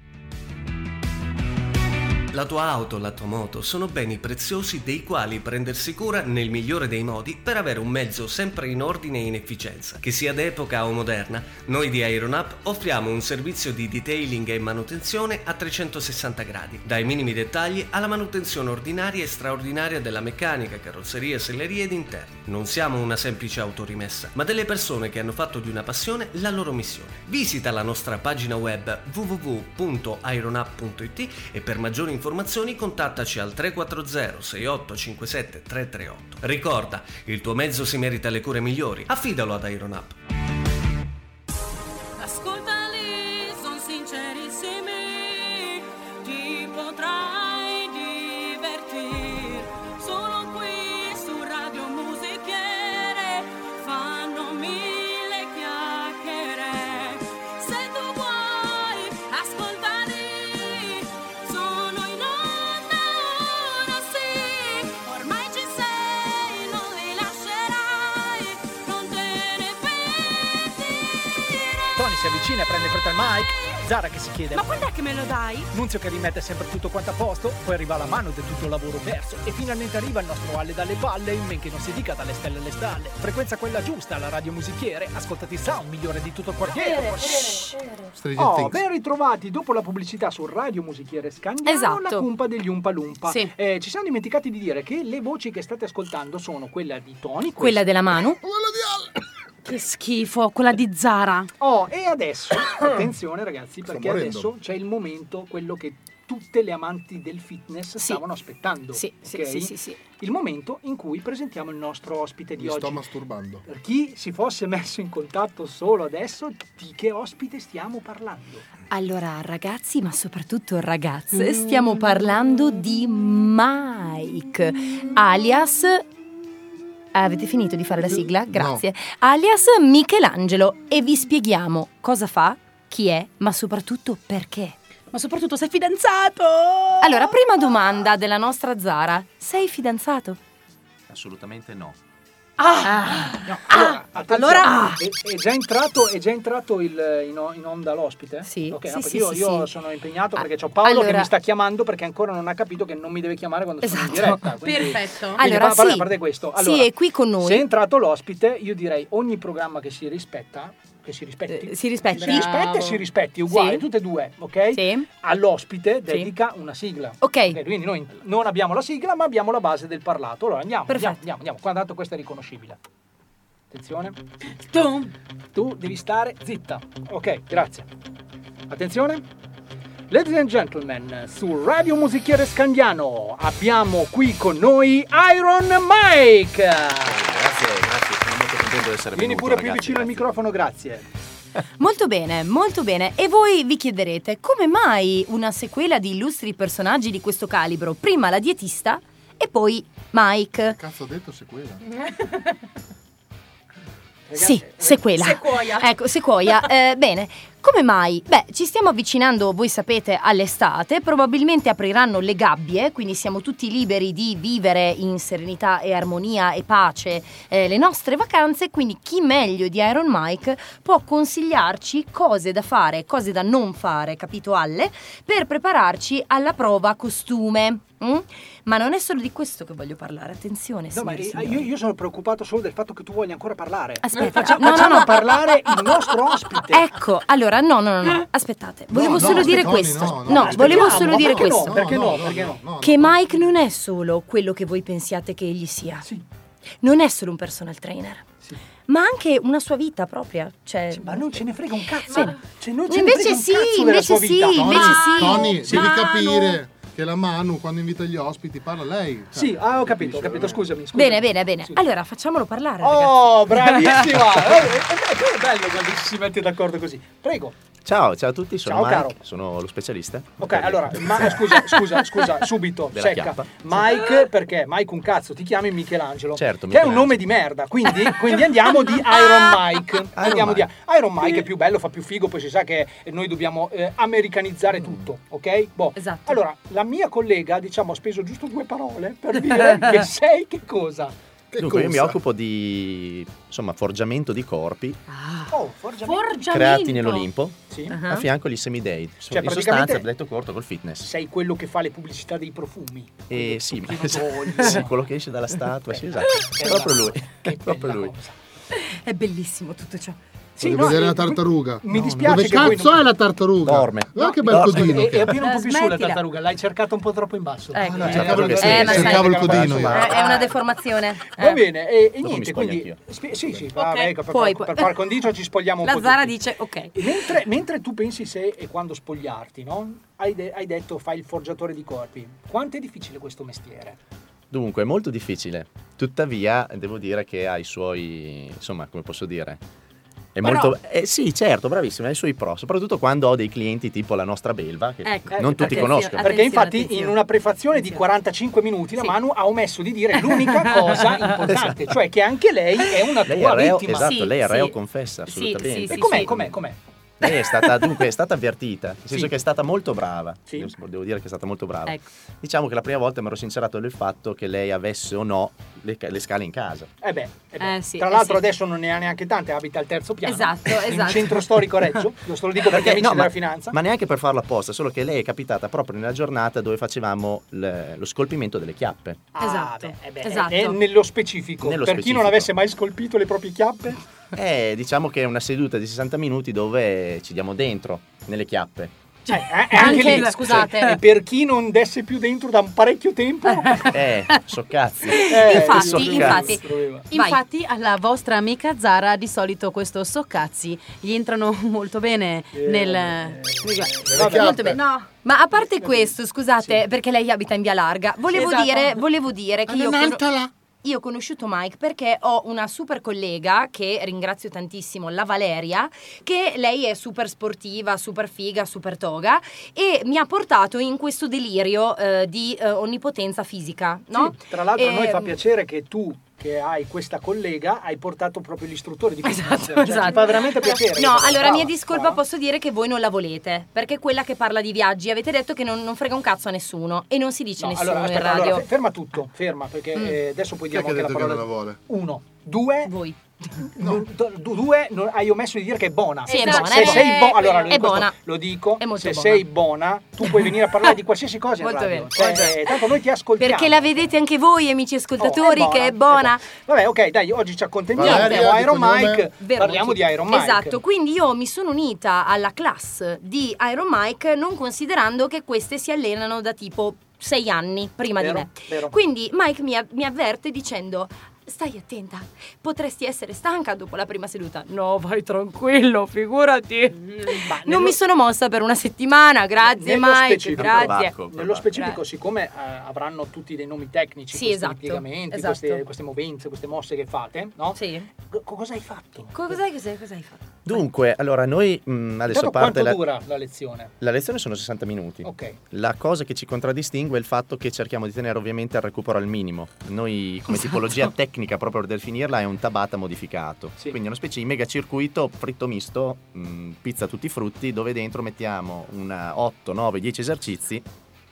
La tua auto, la tua moto sono beni preziosi dei quali prendersi cura nel migliore dei modi per avere un mezzo sempre in ordine e in efficienza. Che sia d'epoca o moderna, noi di Ironup offriamo un servizio di detailing e manutenzione a 360 gradi, dai minimi dettagli alla manutenzione ordinaria e straordinaria della meccanica, carrozzeria, sellerie ed interni. Non siamo una semplice autorimessa, ma delle persone che hanno fatto di una passione la loro missione. Visita la nostra pagina web www.ironup.it e per maggiori informazioni contattaci al 340 6857 338. Ricorda, il tuo mezzo si merita le cure migliori. Affidalo ad Ironup. Ascoltali, son sincerissimi, ti potrai divertire. Sono qui su Radio Musichiere, fanno 1000 chiacchiere. Se tu vuoi ascoltali, sono in onda ora sì. Ormai ci sei, non li lascerai, non te ne pentirai. Tony si avvicina e prende fretta il mic. Zara che si chiede: ma quando è che me lo dai? Nunzio che rimette sempre tutto quanto a posto. Poi arriva la mano del tutto il lavoro perso. E finalmente arriva il nostro Alle dalle palle, in men che non si dica dalle stelle alle stalle. Frequenza quella giusta, la radio musichiere. Ascoltati sound migliore di tutto il quartiere. Ben ritrovati dopo la pubblicità su Radio Musichiere Scandiano. Esatto. La cumpa degli Umpa Lumpa. Sì. Ci siamo dimenticati di dire che le voci che state ascoltando sono quella di Tony, Quella della Manu. Che schifo, quella di Zara. Oh, e adesso attenzione ragazzi, perché adesso c'è il momento, quello che tutte le amanti del fitness stavano aspettando. Sì. Il momento in cui presentiamo il nostro ospite di oggi. Mi sto masturbando. Per chi si fosse messo in contatto solo adesso, di che ospite stiamo parlando? Allora, ragazzi, ma soprattutto ragazze, stiamo parlando di Mike, alias... Avete finito di fare la sigla? Grazie. No. Alias Michelangelo. E vi spieghiamo cosa fa, chi è, ma soprattutto perché. Ma soprattutto sei fidanzato! Allora, prima domanda della nostra Zara. Sei fidanzato? Assolutamente no. Allora, è già entrato in onda l'ospite? Sì. Okay, sì, io sono impegnato perché c'ho Paolo che mi sta chiamando perché ancora non ha capito che non mi deve chiamare quando sono in diretta. Perfetto. Allora, a parte questo, sì, è qui con noi. Se è entrato l'ospite, io direi ogni programma che si rispetta, che si rispetti, si rispetti e si rispetti uguale, tutte e due, ok? Sì. All'ospite dedica una sigla. Ok. Quindi noi non abbiamo la sigla, ma abbiamo la base del parlato. Allora andiamo. Qua tanto questo è riconoscibile. Attenzione. Tu devi stare zitta. Ok, grazie. Attenzione. Ladies and gentlemen, su Radio Musichiere Scandiano abbiamo qui con noi Iron Mike. Grazie, sono molto contento di essere Vieni venuto, pure ragazzi, più vicino al microfono, grazie. Molto bene, molto bene. E voi vi chiederete come mai una sequela di illustri personaggi di questo calibro? Prima la dietista e poi Mike. Che cazzo ho detto sequela? Sì, sequela. Ecco, sequoia. Bene, come mai? Beh, ci stiamo avvicinando, voi sapete, all'estate. Probabilmente apriranno le gabbie, quindi siamo tutti liberi di vivere in serenità e armonia e pace le nostre vacanze. Quindi chi meglio di Iron Mike può consigliarci cose da fare, cose da non fare, capito Alle? Per prepararci alla prova costume. Ma non è solo di questo che voglio parlare, attenzione. No, ma io sono preoccupato solo del fatto che tu voglia ancora parlare. Aspetta, facciamo parlare il nostro ospite. Ecco, allora, no, aspettate. Volevo solo dire questo. Volevo solo dire questo. Perché no? Che Mike non è solo quello che voi pensiate che egli sia. Sì. Non è solo un personal trainer. Sì. Ma anche una sua vita propria. Cioè... Sì, ma non ce ne frega un cazzo. Sì. Invece sì. Tony, devi capire che la Manu quando invita gli ospiti parla lei. Sì, ho capito, scusami. Bene. Sì. Allora facciamolo parlare. Oh, bravissima. È bello quando ci si mette d'accordo così. Prego. Ciao a tutti, sono Mike, caro. sono lo specialista. Ok, allora, scusa, subito, della secca. chiappa. Mike, perché Mike un cazzo, ti chiami Michelangelo. Certo, che è un nome di merda, quindi andiamo di Iron Mike. Iron Mike è più bello, fa più figo, poi si sa che noi dobbiamo americanizzare tutto, ok? Esatto. Allora, la mia collega, ha speso giusto 2 parole per dire che sei che cosa? Dunque, io mi occupo di forgiamento di corpi forgiamento creati nell'Olimpo, sì. a fianco gli semidei. Cioè, in sostanza, detto corto, col fitness. Sei quello che fa le pubblicità dei profumi. Sì, quello che esce dalla statua, sì, esatto. È proprio lui. È bellissimo tutto ciò. Voglio vedere la tartaruga. Mi dispiace. Dove cazzo è la tartaruga? Dorme. Che bel codino. È appena un po' più su la tartaruga. L'hai cercata un po' troppo in basso. Cercavo il codino. È una deformazione. Va bene. E Dopo niente, quindi sì. Per far condicio ci spogliamo un po'. La Zara dice ok. Mentre tu pensi se e quando spogliarti, no? Hai detto fai il forgiatore di corpi. Quanto è difficile questo mestiere? Dunque, è molto difficile. Tuttavia, devo dire che ha i suoi, come posso dire, è molto sì, certo, bravissimo, ha i suoi pro, soprattutto quando ho dei clienti tipo la nostra Belva che non tutti conoscono. Perché infatti in una prefazione di 45 minuti la Manu ha omesso di dire l'unica cosa importante, cioè che anche lei è una tua vittima. Esatto, lei è reo confessa, assolutamente. E com'è? Lei è stata avvertita, nel senso che è stata molto brava. Sì. Devo dire che è stata molto brava. Ecco. Diciamo che la prima volta mi ero sincerato del fatto che lei avesse o no le scale in casa. Tra l'altro adesso non ne ha neanche tante, abita al 3° piano. Esatto. In un centro storico Reggio. Lo sto dico perché amici della finanza. Ma neanche per farlo apposta, solo che lei è capitata proprio nella giornata dove facevamo lo scolpimento delle chiappe. Esatto. E nello specifico. Chi non avesse mai scolpito le proprie chiappe? Diciamo che è una seduta di 60 minuti dove ci diamo dentro nelle chiappe. anche lì, scusate. Per chi non desse più dentro da un parecchio tempo. So cazzi. Infatti alla vostra amica Zara di solito questo soccazzi gli entrano molto bene molto bene. No. Ma a parte questo, scusate, perché lei abita in Via Larga, volevo dire che io ho conosciuto Mike perché ho una super collega che ringrazio tantissimo, la Valeria, che lei è super sportiva, super figa, super toga e mi ha portato in questo delirio di onnipotenza fisica, no? Sì, tra l'altro a noi fa piacere che tu, che hai questa collega, hai portato proprio l'istruttore di fitness. Ci fa veramente piacere. No, allora mia discolpa, posso dire che voi non la volete, perché è quella che parla di viaggi, avete detto che non frega un cazzo a nessuno e non si dice nessuno in radio. Allora, ferma tutto, perché adesso poi diamo anche la parola. Che non la vuole? 1, 2. Voi. Hai omesso di dire che è buona. Sì, è buona. Se sei allora è buona. Lo dico, se buona. sei buona, tu puoi venire a parlare di qualsiasi cosa in radio. Tanto noi ti ascoltiamo. Perché la vedete anche voi, amici ascoltatori, che è buona. Vabbè, ok, dai, oggi ci accontentiamo. Iron Mike, parliamo di Iron Mike. Esatto, quindi io mi sono unita alla class di Iron Mike, non considerando che queste si allenano da tipo 6 anni prima di me. Quindi Mike mi avverte dicendo: stai attenta, potresti essere stanca dopo la prima seduta. No, vai tranquillo, figurati. Non mi sono mossa per una settimana, grazie Mike, grazie. Nello specifico, siccome avranno tutti dei nomi tecnici, questi piegamenti, queste movenze, queste mosse che fate, no? Sì. Cosa hai fatto? Cosa hai fatto? Dunque, allora noi adesso a parte quanto dura la lezione? La lezione sono 60 minuti. Ok. La cosa che ci contraddistingue è il fatto che cerchiamo di tenere ovviamente il recupero al minimo. Noi come tipologia tecnica, proprio per definirla, è un Tabata modificato. Sì. Quindi una specie di mega circuito fritto misto, pizza tutti i frutti, dove dentro mettiamo una 8, 9, 10 esercizi,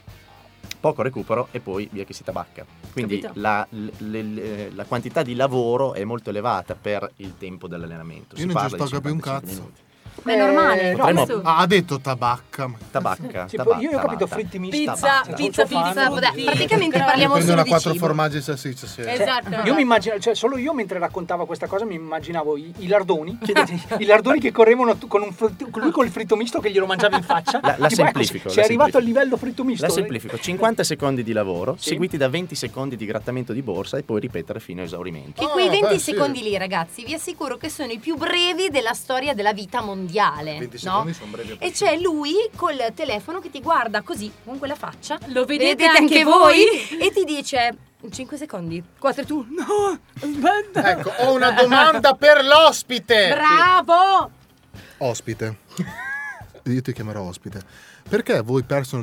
poco recupero e poi via che si tabacca. Quindi la quantità di lavoro è molto elevata per il tempo dell'allenamento. Io non ci sto capendo un cazzo. Minuti. Ma è normale. Ha detto tabacca. Tabacca. Io ho capito fritti misti. Pizza. Praticamente parliamo solo di 4 cibo. formaggi e salsiccia. Sì. Esatto. Io mi immagino, cioè solo io mentre raccontavo questa cosa mi immaginavo i lardoni, i lardoni che correvano con lui col fritto misto che glielo mangiava in faccia. La semplifico. Sei arrivato al livello fritto misto. La semplifico. 50 secondi di lavoro, seguiti da 20 secondi di grattamento di borsa e poi ripetere fino a esaurimento. E quei 20 secondi lì, ragazzi, vi assicuro che sono i più brevi della storia della vita mondiale. 20 secondi sono brevi. E c'è lui col telefono che ti guarda così, con quella faccia. Lo vedete anche voi? E ti dice: 5 secondi. 4 tu. No, aspetta. Ecco, ho una domanda per l'ospite. Bravo! Ospite. Io ti chiamerò ospite. Perché voi personal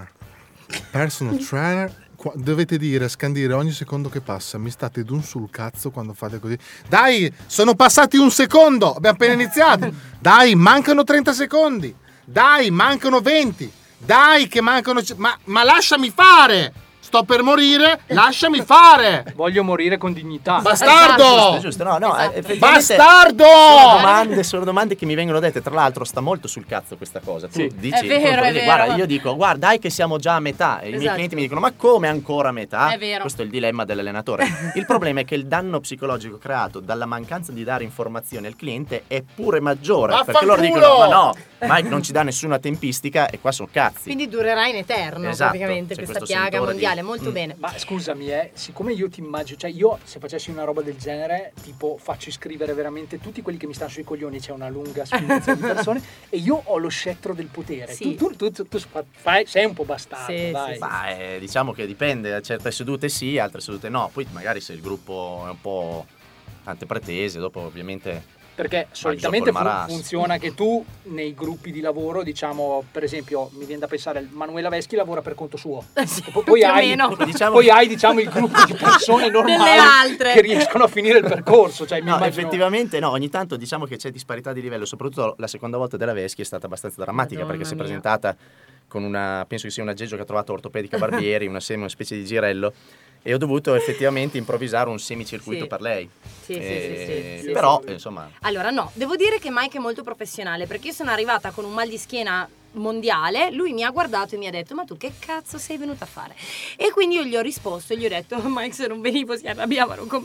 trainer dovete scandire ogni secondo che passa: mi state d'un sul cazzo quando fate così. Dai, sono passati un secondo, abbiamo appena iniziato. Dai, mancano 30 secondi. Dai, mancano 20. Dai, che mancano. Ma lasciami fare! Sto per morire, lasciami fare! Voglio morire con dignità. Bastardo! Giusto. No, bastardo! Sono domande che mi vengono dette. Tra l'altro sta molto sul cazzo questa cosa. Tu dici, è vero. Guarda, io dico, guarda, dai che siamo già a metà. E i miei clienti mi dicono, ma come ancora a metà? È vero. Questo è il dilemma dell'allenatore. Il problema è che il danno psicologico creato dalla mancanza di dare informazioni al cliente è pure maggiore. Perché loro dicono, ma no, Mike non ci dà nessuna tempistica e qua sono cazzi. Quindi durerà in eterno, praticamente, questa piaga mondiale. Molto bene. Ma scusami, siccome io ti immagino, cioè io se facessi una roba del genere, tipo faccio iscrivere veramente tutti quelli che mi stanno sui coglioni, c'è una lunga sfilza di persone e io ho lo scettro del potere. Sì. Tu sei un po' bastardo, dai. Sì. Ma diciamo che dipende, a certe sedute sì, altre sedute no. Poi magari se il gruppo è un po' tante pretese, dopo ovviamente. Perché solitamente funziona che tu nei gruppi di lavoro, diciamo, per esempio, mi viene da pensare, Manuela Veschi lavora per conto suo. Poi hai il gruppo di persone normali che riescono a finire il percorso. Cioè, effettivamente no, ogni tanto diciamo che c'è disparità di livello, soprattutto la seconda volta della Veschi è stata abbastanza drammatica perché si è presentata con penso che sia un aggeggio che ha trovato ortopedica Barbieri, una specie di girello. E ho dovuto effettivamente improvvisare un semicircuito per lei. Sì, però insomma. Allora no, devo dire che Mike è molto professionale, perché io sono arrivata con un mal di schiena mondiale, lui mi ha guardato e mi ha detto: ma tu che cazzo sei venuta a fare? E quindi io gli ho risposto e gli ho detto: Mike, se non venivo si arrabbiavano con me.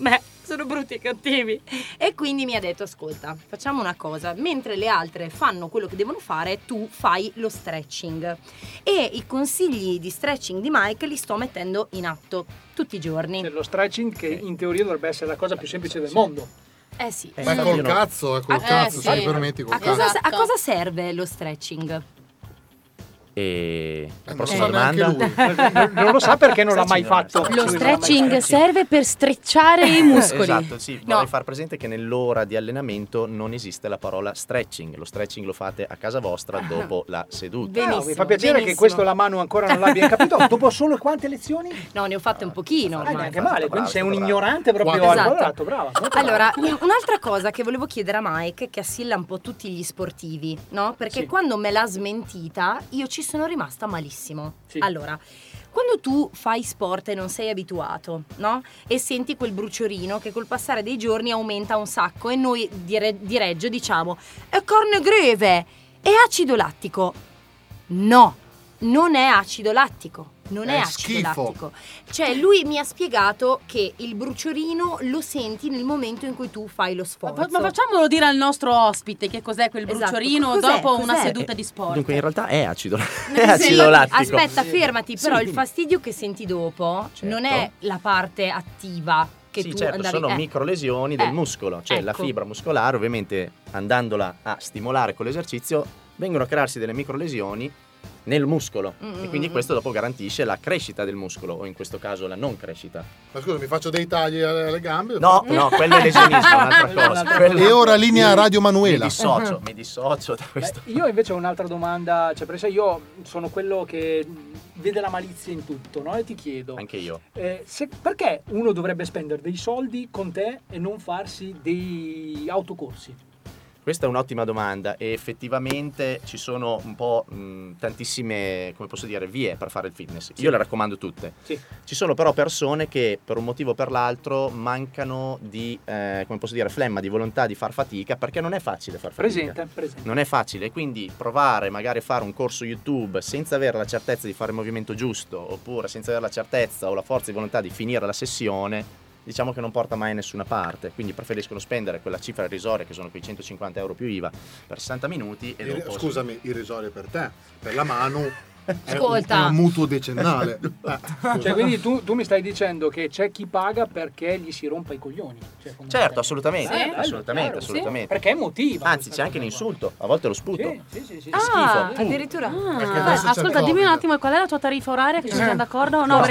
sono brutti e cattivi. E quindi mi ha detto: ascolta, facciamo una cosa, mentre le altre fanno quello che devono fare, tu fai lo stretching. E i consigli di stretching di Mike li sto mettendo in atto tutti i giorni. Lo stretching che in teoria dovrebbe essere la cosa più semplice del mondo. Sì. Ma col cazzo, se mi permetti, col cazzo. A cosa serve lo stretching? E la non prossima lo sa domanda. Non lo sa perché non l'ha mai fatto. Lo stretching serve per strecciare i muscoli. Esatto, sì. Vorrei far presente che nell'ora di allenamento non esiste la parola stretching. Lo stretching lo fate a casa vostra dopo la seduta. Mi fa piacere che questo la Manu ancora non l'abbia capito. Dopo solo quante lezioni? No, ne ho fatte un pochino. Neanche male, quindi sei un ignorante proprio Esatto. al quadrato, brava. Allora, un'altra cosa che volevo chiedere a Mike, che assilla un po' tutti gli sportivi, no? Perché quando me l'ha smentita, io ci sono rimasta malissimo. Allora, quando tu fai sport e non sei abituato, no? E senti quel bruciorino che col passare dei giorni aumenta un sacco, e noi di Reggio diciamo: è carne greve, è acido lattico. No, non è acido lattico. Non è acido lattico. Cioè, lui mi ha spiegato che il bruciorino lo senti nel momento in cui tu fai lo sforzo. Ma facciamolo dire al nostro ospite che cos'è quel bruciorino dopo una seduta di sport. Dunque in realtà è acido lattico. Aspetta, fermati, però il fastidio che senti dopo non è la parte attiva che tu andavi... sono microlesioni del muscolo, cioè la fibra muscolare, ovviamente andandola a stimolare con l'esercizio vengono a crearsi delle microlesioni nel muscolo e quindi questo dopo garantisce la crescita del muscolo, o in questo caso la non crescita. Ma scusa, mi faccio dei tagli alle gambe? No, quello è lesionismo, è un'altra cosa. E ora linea Radio Manuela. Mi dissocio da questo. Io invece ho un'altra domanda, cioè per esempio io sono quello che vede la malizia in tutto, no? E ti chiedo, anche io, perché uno dovrebbe spendere dei soldi con te e non farsi dei autocorsi? Questa è un'ottima domanda e effettivamente ci sono un po' tantissime, come posso dire, vie per fare il fitness. Io le raccomando tutte. Ci sono però persone che per un motivo o per l'altro mancano di, come posso dire, flemma, di volontà di far fatica, perché non è facile far fatica. Presente. Non è facile, quindi provare magari a fare un corso YouTube senza avere la certezza di fare il movimento giusto, oppure senza avere la certezza o la forza di volontà di finire la sessione, diciamo che non porta mai a nessuna parte, quindi preferiscono spendere quella cifra irrisoria che sono quei 150 euro più IVA per 60 minuti e dopo... Scusami, irrisoria per te, per la Manu Ascolta. È un mutuo decennale. Cioè, quindi tu mi stai dicendo che c'è chi paga perché gli si rompa i coglioni. Cioè, certo, assolutamente, bello, assolutamente. Sì, perché è motiva. Anzi, c'è anche l'insulto, a volte lo sputo. Sì. Schifo. Addirittura. Ascolta, dimmi un attimo qual è la tua tariffa oraria, che ci siamo d'accordo? No,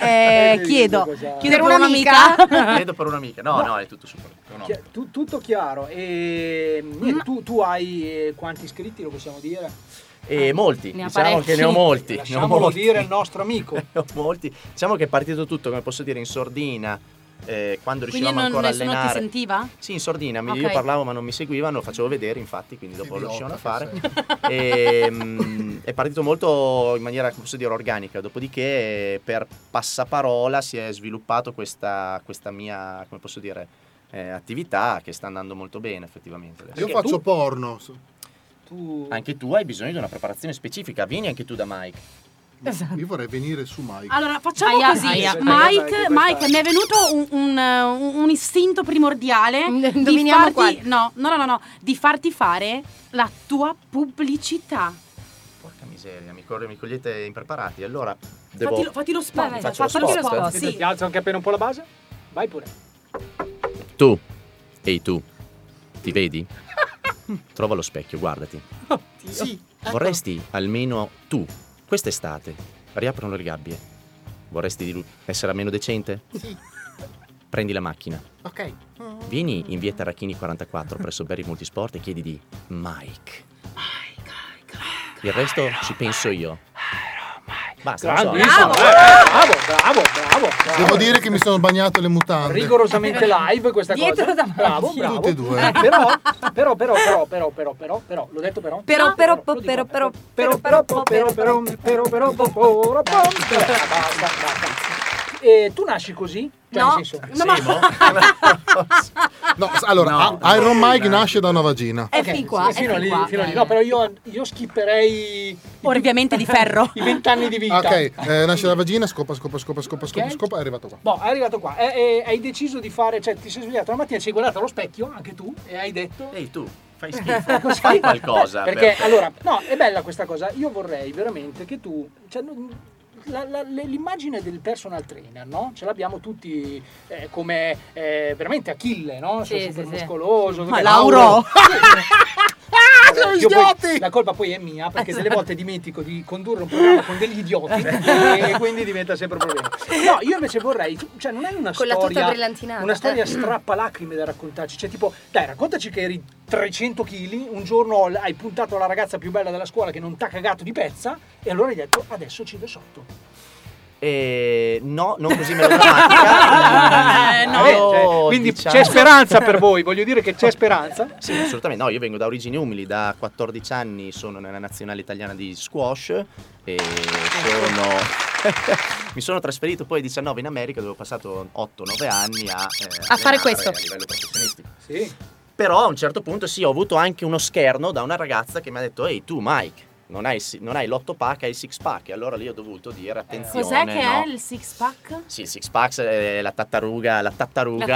chiedo per un'amica. Chiedo per un'amica. No, è tutto super. Tutto chiaro. E tu hai quanti iscritti, lo possiamo dire? Molti, diciamo che ne ho molti. Lasciamolo dire il nostro amico. Ne ho molti. Diciamo che è partito tutto, come posso dire, in sordina. Quando riuscivamo ancora a allenare. Quindi nessuno ti sentiva? Sì, in sordina, io parlavo ma non mi seguivano, lo facevo vedere infatti, quindi dopo lo riuscivano a fare. È partito molto in maniera, come posso dire, organica, dopodiché per passaparola si è sviluppato questa mia, come posso dire, attività che sta andando molto bene effettivamente. Io faccio porno. Anche tu hai bisogno di una preparazione specifica, vieni anche tu da Mike. Esatto. Io vorrei venire su Mike. Allora facciamo così. Mike, mi è venuto un istinto primordiale di farti fare la tua pubblicità. Porca miseria, mi cogliete impreparati. Allora fatti lo spot. Faccio lo spot. Sì. Ti alzo anche appena un po' la base? Vai pure. Tu, ehi tu, ti vedi? Trova lo specchio, guardati. Oddio. Sì, ecco. Vorresti almeno tu, quest'estate, riaprono le gabbie. Vorresti essere almeno decente? Sì. Prendi la macchina. Ok. Vieni in via Tarrachini 44 presso Berry Multisport e chiedi di Mike. Il resto ci penso io. Basta, bravo. Devo dire che mi sono bagnato le mutande. Rigorosamente live questa dietro cosa. Bravo. Tutte e due. Però, l'ho detto però. tu nasci così? Cioè, No. nel senso, No, allora, Iron Mike nasce da una vagina. È fin qua, fino è fin lì, qua. fino lì. No, però io skipperei Ovviamente di ferro. i 20 anni di vita. Ok, nasce dalla vagina, scopa, è arrivato qua. Boh, è arrivato qua. Hai deciso di fare, cioè ti sei svegliato la mattina, ci hai guardato allo specchio, anche tu, e hai detto... Ehi tu, fai schifo, fai qualcosa. Perché allora, no, è bella questa cosa. Io vorrei veramente che tu... Cioè, l'immagine del personal trainer, no? Ce l'abbiamo tutti come veramente Achille, no? Sì, super sì, muscoloso. Ma Lauro! La colpa poi è mia, perché delle volte dimentico di condurre un programma con degli idioti e quindi diventa sempre un problema. No, io invece vorrei, cioè non è una Con la tuta storia, brillantinata. una storia strappalacrime da raccontarci, cioè tipo, dai, raccontaci che eri 300 kg, un giorno hai puntato alla ragazza più bella della scuola che non t'ha cagato di pezza e allora hai detto adesso ci do sotto. No, non così melodrammatica. No. Quindi c'è speranza per voi, voglio dire che c'è speranza. Sì, assolutamente. No, io vengo da origini umili, da 14 anni sono nella nazionale italiana di squash e mi sono trasferito poi a 19 in America, dove ho passato 8-9 anni a fare questo a livello professionistico. Sì. Però a un certo punto sì, ho avuto anche uno scherno da una ragazza che mi ha detto: ehi tu Mike, non hai l'8 pack, hai il 6 pack. E allora lì ho dovuto dire attenzione. Cos'è che no? è il six pack? Sì, il 6 pack è la tattaruga. La tattaruga.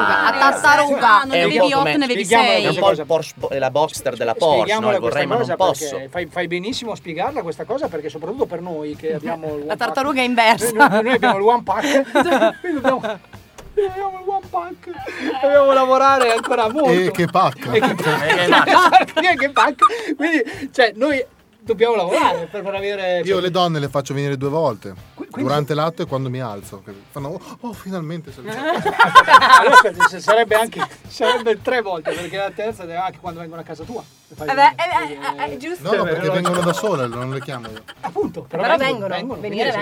Non è ne un po' bevi 8, come- ne bevi spieghiamola 6. È un po' il Porsche, la Boxster della Porsche, no? Spieghiamola Il vorrei ma non questa cosa, posso. perché fai benissimo a spiegarla questa cosa, perché soprattutto per noi che abbiamo il one La pack. tartaruga è inversa. Noi abbiamo il one pack. Noi dobbiamo abbiamo il one pack. Dobbiamo lavorare ancora molto. E che pack. Che pack. Quindi, cioè, noi dobbiamo lavorare per avere... Io le donne le faccio venire 2 volte. Durante l'atto e quando mi alzo. Che fanno, oh finalmente sono Allora, aspetta, sarebbe 3 volte, perché la terza è anche quando vengono a casa tua. Giusto. No, perché vengono da sole, non le chiamo io. Appunto, Però vengono.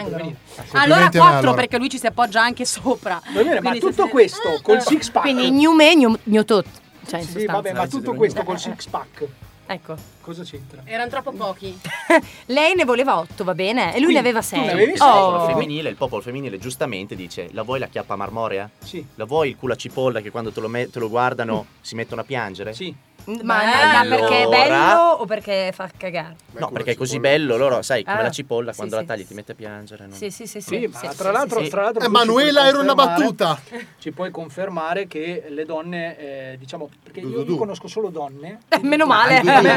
Allora Complimenti a me, 4 allora. perché lui ci si appoggia anche sopra. Va bene, ma tutto questo col six pack. Quindi new me, new tot. Cioè, in Sì, sostanza. vabbè, ma tutto questo col six pack. Ecco. Cosa c'entra? Erano troppo pochi. Lei ne voleva 8, va bene? E lui ne aveva 6. Il popolo femminile giustamente dice: la vuoi la chiappa marmorea? Sì. La vuoi il culo a cipolla che quando te lo guardano si mettono a piangere? Sì. Ma perché è bello o perché fa cagare? No, perché è così bello, loro sai, come Ah, la cipolla, sì, quando sì. la tagli ti mette a piangere. No? Sì, ma tra l'altro Emanuela, era una battuta. Ci puoi confermare che le donne, diciamo, perché io conosco solo donne. Meno male.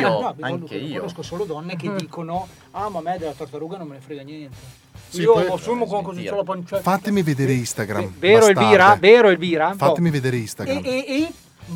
Anche io. Conosco solo donne che dicono: ah, ma a me della tartaruga non me ne frega niente. Sì, Io poi- assumo con così solo pancetta. Fatemi vedere Instagram. Vero bastarde. Elvira? Fatemi vedere Instagram. E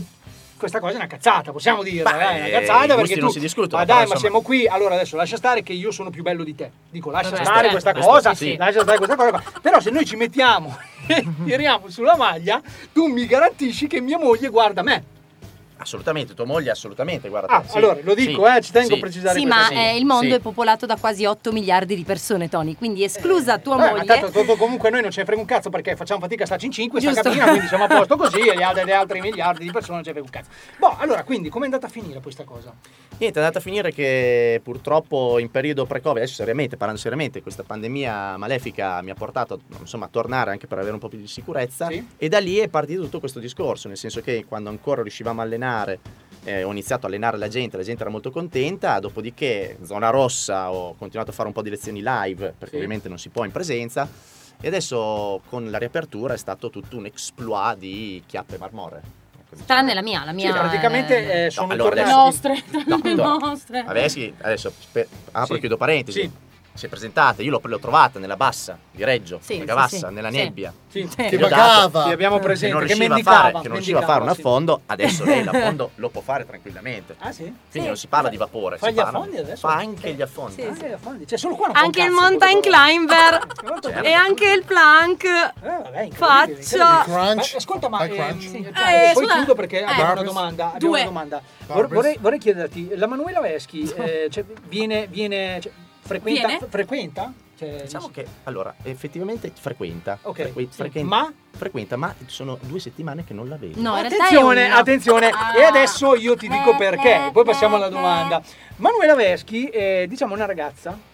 questa cosa è una cazzata, possiamo dire, è una i cazzata perché gusti tu non si discutono, ma però, dai, ma insomma. siamo qui, allora adesso lascia stare che io sono più bello di te. Dico, lascia Vabbè, stare questa questo cosa, sì. lascia stare questa cosa. Però se noi ci mettiamo e tiriamo sulla maglia, tu mi garantisci che mia moglie guarda me. Assolutamente, tua moglie assolutamente, guarda. Ah, allora, lo dico, ci tengo a precisare Sì, questa ma cosa. il mondo Sì. è popolato da quasi 8 miliardi di persone, Tony, quindi esclusa tua Ma moglie. tanto comunque noi non ce ne frega un cazzo perché facciamo fatica a starci in 5 sta Giusto. cabina, quindi siamo a posto così e gli altri miliardi di persone non ce ne frega un cazzo. Boh, allora, quindi com'è andata a finire questa cosa? Niente, è andata a finire che purtroppo in periodo pre-Covid, adesso parlando seriamente, questa pandemia malefica mi ha portato insomma a tornare anche per avere un po' più di sicurezza, e da lì è partito tutto questo discorso, nel senso che quando ancora riuscivamo a allenare, ho iniziato a allenare la gente era molto contenta, dopodiché zona rossa ho continuato a fare un po' di lezioni live, perché ovviamente non si può in presenza, e adesso con la riapertura è stato tutto un exploit di chiappe marmoree. Tranne la mia. Sì, praticamente sono allora tornati. nostre. Vabbè, sì, adesso apro e Sì. chiudo parentesi. Sì. Si è presentata, io l'ho trovata nella bassa di Reggio, Sì, nella sì, Gavassa, sì. nella Sì. nebbia. Sì. Che Gli ho dato- vagava. Sì, abbiamo che presente non che riusciva mendicava. a fare un sì. affondo, adesso lei l'affondo lo può fare tranquillamente. Ah sì? Quindi non si parla di vapore, Fa si gli parla- affondi adesso? fa anche gli affondi. Anche gli affondi. Cioè, solo qua non Anche fa il un cazzo, mountain quello- climber Certo. e anche il plank. Vabbè, incredibile, Faccio. incredibile. Crunch. Ma, ascolta, ma Fai crunch. poi scusa. chiudo perché abbiamo una Barbers. domanda. Abbiamo Due. una domanda. Barbers. Vorrei chiederti, la Manuela Veschi cioè, viene cioè, frequenta? Cioè, Diciamo che allora effettivamente frequenta. Ok, Frequenta, ma sono 2 settimane che non la vedo. No, in realtà è una. Attenzione, e adesso io ti dico perché, poi passiamo alla domanda. Manuela Veschi è, diciamo, una ragazza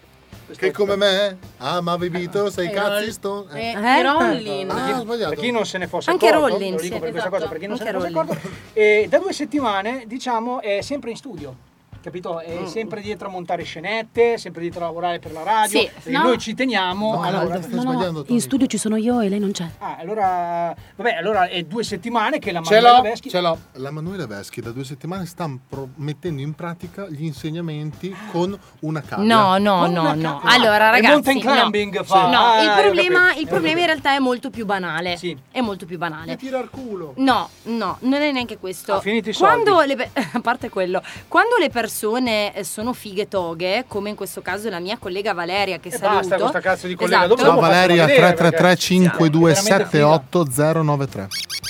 Che come me ama Vivito, sei cazzi sto. Rollin. Ho sbagliato. Per chi non se ne fosse Anche accorto, Rollin, lo dico sì, per questa esatto. cosa, per chi non se ne Anche fosse accorto, da 2 settimane, diciamo, è sempre in studio. Capito? È sempre dietro a montare scenette, sempre dietro a lavorare per la radio. Sì, perché noi ci teniamo. In studio ci sono io e lei non c'è. Allora è 2 settimane che la Ce Manuela l'ho, Veschi. ce l'ho. La Manuela Veschi da 2 settimane sta mettendo in pratica gli insegnamenti con una cavia. No. Allora, ragazzi, mountain climbing fa. No, il problema in realtà è molto più banale. Sì. È molto più banale. Ti tira il culo. No, non è neanche questo. Ha finito i soldi. A parte quello, quando le persone sono fighe toghe, come in questo caso la mia collega Valeria, che saluto. Basta questa cazzo di collega. Esatto. Ciao Valeria, vedere, 333 5278 093.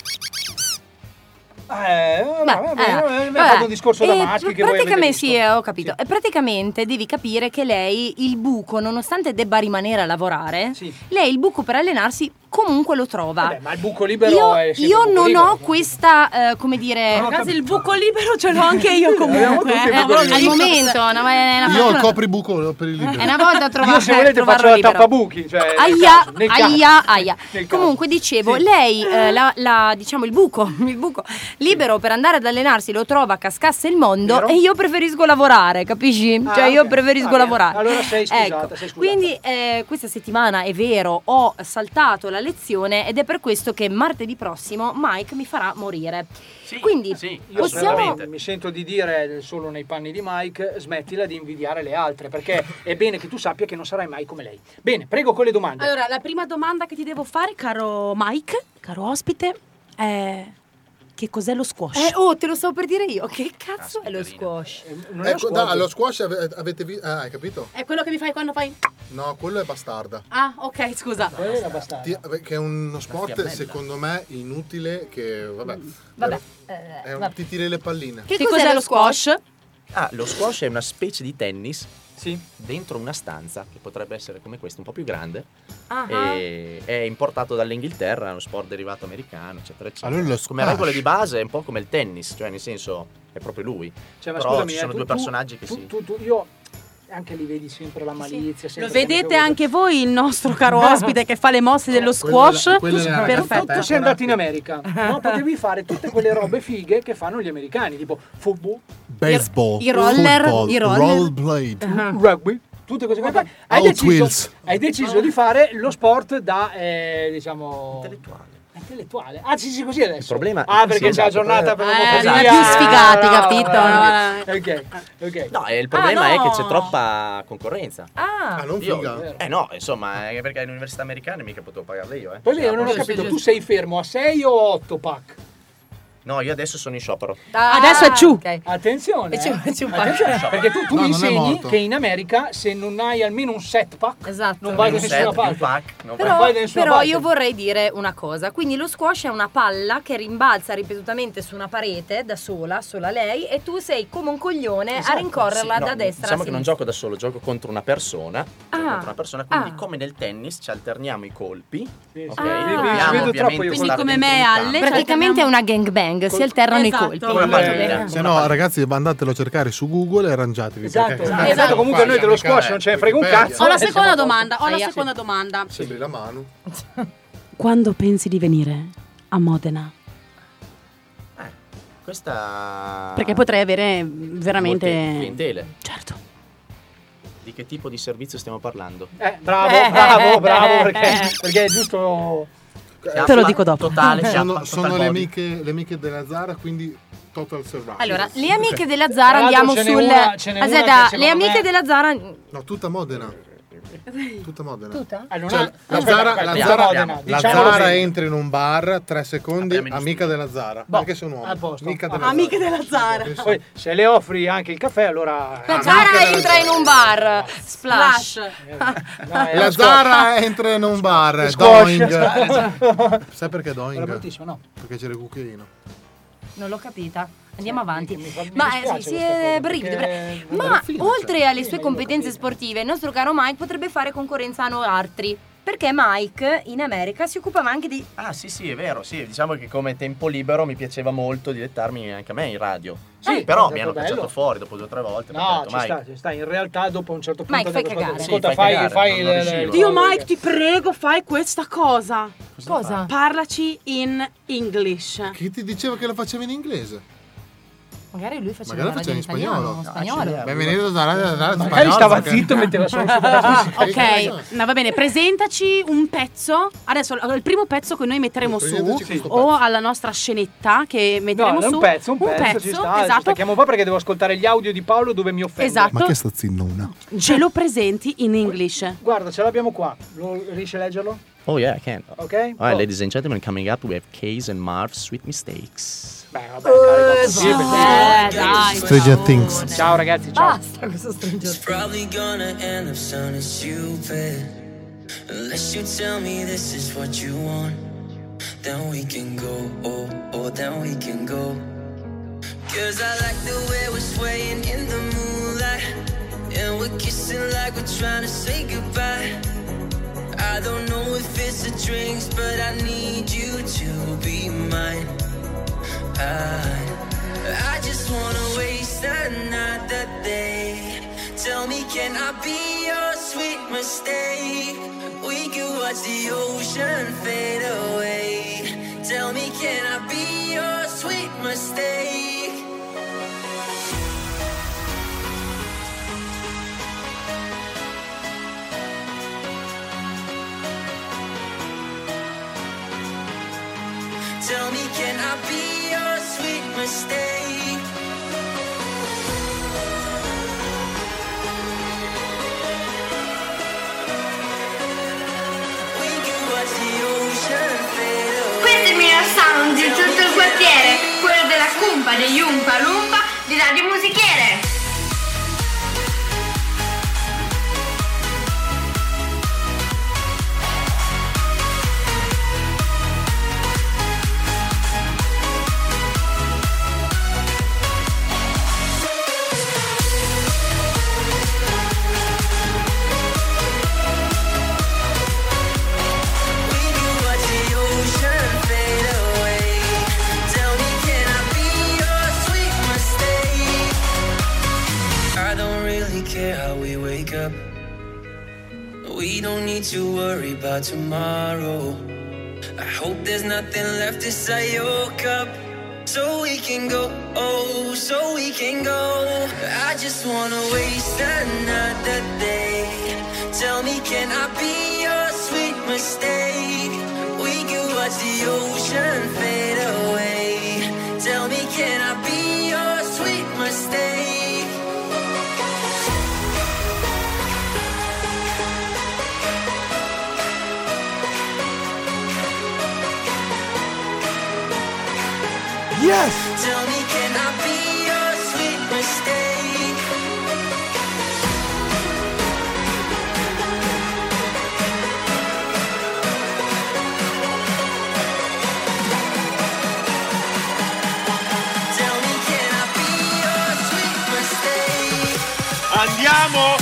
Fatto un discorso da maschi che voi avete praticamente visto. sì, ho capito. E praticamente devi capire che lei il buco, nonostante debba rimanere a lavorare, lei il buco per allenarsi comunque lo trova. Ma il buco libero è sempre io buco non libero. ho questa come dire, Ragazzi, il buco libero ce l'ho anche io comunque. Al momento, Io ho il copribuco per il libero. è una volta Io se volete faccio la tappabuchi, cioè aia. Comunque dicevo, lei diciamo il buco libero per andare ad allenarsi lo trova cascasse il mondo. Vero? E io preferisco lavorare, capisci? Io preferisco lavorare. Allora sei scusata, Ecco, sei scusata. quindi questa settimana è vero, ho saltato la lezione ed è per questo che martedì prossimo Mike mi farà morire. Quindi Io possiamo mi sento di dire solo nei panni di Mike, smettila di invidiare le altre, perché è bene che tu sappia che non sarai mai come lei. Bene, prego con le domande. Allora, la prima domanda che ti devo fare, caro Mike, caro ospite, è che cos'è lo squash? Te lo stavo per dire io. Che cazzo è lo squash? Non è Ecco, lo squash avete visto? Hai capito? È quello che mi fai quando fai? No, quello è bastarda. Ah, ok, scusa. Che è uno sport secondo me inutile, che vabbè. Ti tiri le palline. Che cos'è lo squash? Lo squash è una specie di tennis Sì. dentro una stanza che potrebbe essere come questa, un po' più grande. Ah. E è importato dall'Inghilterra, è uno sport derivato americano, eccetera, eccetera. Allora lo come squash. regole di base è un po' come il tennis, cioè nel senso è proprio lui. Cioè, ma Però scusami, ci sono due personaggi che io anche lì vedi sempre la malizia. Lo vedete anche voi il nostro caro ospite che fa le mosse dello squash? Perfetto. Tu sei andato in America, no? Potevi fare tutte quelle robe fighe che fanno gli americani, tipo football, baseball, i roller, rollerblade, rugby, tutte queste cose. Hai deciso di fare lo sport da diciamo intellettuale. Ah, sì, così adesso. Il problema perché c'è la giornata per la più sfigati, capito? Ok. No, il problema è che c'è troppa concorrenza. Non figa. No, insomma, perché in università americane mica potevo pagarle io, Poi io non ho capito, tu sei fermo a 6 o 8 pack? No, io adesso sono in sciopero. Adesso è ciu. Okay. Attenzione, Attenzione, perché tu mi non è insegni morto. che in America se non hai almeno un set pack non vai da un nessuna set, parte. un pack, non Però, vai. da nessuna Però parte. io vorrei dire una cosa. Quindi lo squash è una palla che rimbalza ripetutamente su una parete da sola lei, e tu sei come un coglione a rincorrerla da destra Diciamo a che non sinistra. gioco da solo, gioco contro una persona. Quindi come nel tennis ci alterniamo i colpi. Sì, Ok, sì. dobbiamo Vedo troppo ovviamente io. Quindi stare come dentro me un Alle, campo. praticamente è una gangbang, si alternano i colpi. Se no, ragazzi, andatelo a cercare su Google e arrangiatevi. Esatto, comunque noi dello squash non ce ne frega un cazzo. Ho la seconda domanda. Sembri la mano. Quando pensi di venire a Modena? Questa Perché potrei avere veramente molte clientele. Certo. Di che tipo di servizio stiamo parlando? Bravo, perché è giusto. Te lo dico dopo. Sono le amiche della Zara, quindi total survival. Allora, le amiche della Zara andiamo ce n'è sul una che Aspetta, secondo le amiche me- della Zara No, tutta Modena. Tutta Modena. Tutta? Cioè, la Zara entra in un bar, 3 secondi, amica della Zara. Anche se è un uomo. Amiche della Zara. Poi se le offri anche il caffè, allora. La Zara entra in un bar. Splash. La Zara entra in un bar. Squash. Doing. Sai perché Era Doing? bruttissimo, no? Perché c'era il cucchiaino. Non l'ho capita. Andiamo avanti. mi Ma dispiace sì, questa cosa, brividi. perché- Ma fine, oltre cioè. alle sue competenze sportive, il nostro caro Mike potrebbe fare concorrenza a noi altri. Perché Mike in America si occupava anche di... Ah sì, è vero, sì. Diciamo che come tempo libero mi piaceva molto dilettarmi anche a me in radio. Sì, però mi hanno cacciato fuori dopo 2 o 3 volte. No, ci sta. In realtà dopo un certo punto... Mike, fai cagare. Ascolta, fai Dio Mike, ti prego, fai questa cosa. Cosa? Parlaci in English. Chi ti diceva che lo faceva in inglese? Magari lui faceva in spagnolo. Benvenuto da Radio Magari stava zitto e metteva solo su ok, no, va bene, presentaci un pezzo. Adesso il primo pezzo che noi metteremo su o alla nostra scenetta che metteremo su. Un pezzo ci sta. Esatto. Stacchiamo un po' perché devo ascoltare gli audio di Paolo dove mi offende. Esatto. Ma che sto zinno Ce lo presenti in English. Guarda, ce l'abbiamo qua. Riesci a leggerlo? Oh yeah, I can. Ok. All right, ladies and gentlemen, coming up we have Case and Marv's Sweet Mistakes. Beh, vabbè, dai. Stranger Things. Ciao ragazzi, ciao. Basta questo Stranger Things. Probably gonna end up sounding stupid unless you tell me this is what you want. Then we can go, oh, then we can go. 'Cause I like the way we're swaying in the moonlight, and we're kissing like we're trying to say goodbye. I don't know if it's the drinks, but I need you to be mine. I just wanna waste another day. Tell me, can I be your sweet mistake? We could watch the ocean fade away. Tell me, can I be your sweet mistake? Tell me, can I be your sweet mistake? We can watch the ocean fade away. Questo è il miglior sound di tutto il quartiere, quello della cumpa degli Umpa Lumpa di Radio Musichiere. We don't need to worry about tomorrow. I hope there's nothing left inside your cup, so we can go, oh, so we can go. I just wanna waste another day. Tell me, can I be your sweet mistake? We could watch the ocean fade away. Tell me, can I be your sweet mistake? Yes! Tell me, can I be your sweet mistake? Tell me, can I be your sweet mistake? Andiamo!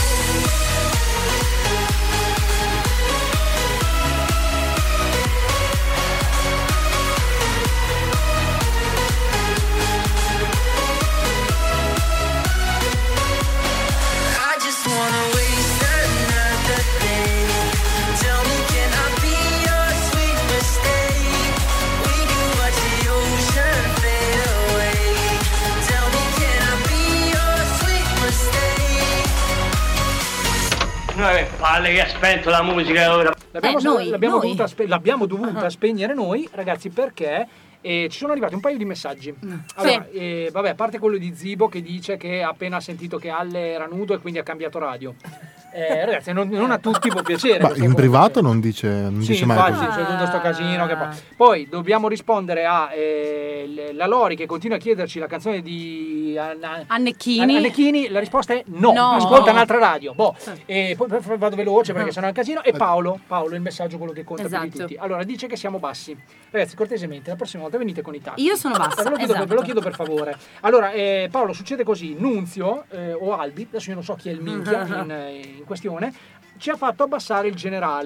Palle che ha spento la musica ora. L'abbiamo dovuta spegnere noi, ragazzi, perché ci sono arrivati un paio di messaggi. Allora, vabbè, a parte quello di Zibo che dice che ha appena sentito che Alle era nudo e quindi ha cambiato radio. Ragazzi, non a tutti può piacere. Ma in privato non dice mai così. C'è tutto sto casino che poi dobbiamo rispondere a la Lori che continua a chiederci la canzone di Annecchini. La risposta è no. Ascolta un'altra radio. E poi vado veloce perché sennò è un casino. E Paolo, il messaggio, quello che conta più di tutti. Allora, dice che siamo bassi. Ragazzi, cortesemente, la prossima volta venite con i tacchi. Io sono bassa. Ve lo chiedo per favore. Allora, Paolo, succede così. Nunzio o Albi, adesso io non so chi è il minchia in questione, ci ha fatto abbassare il generale.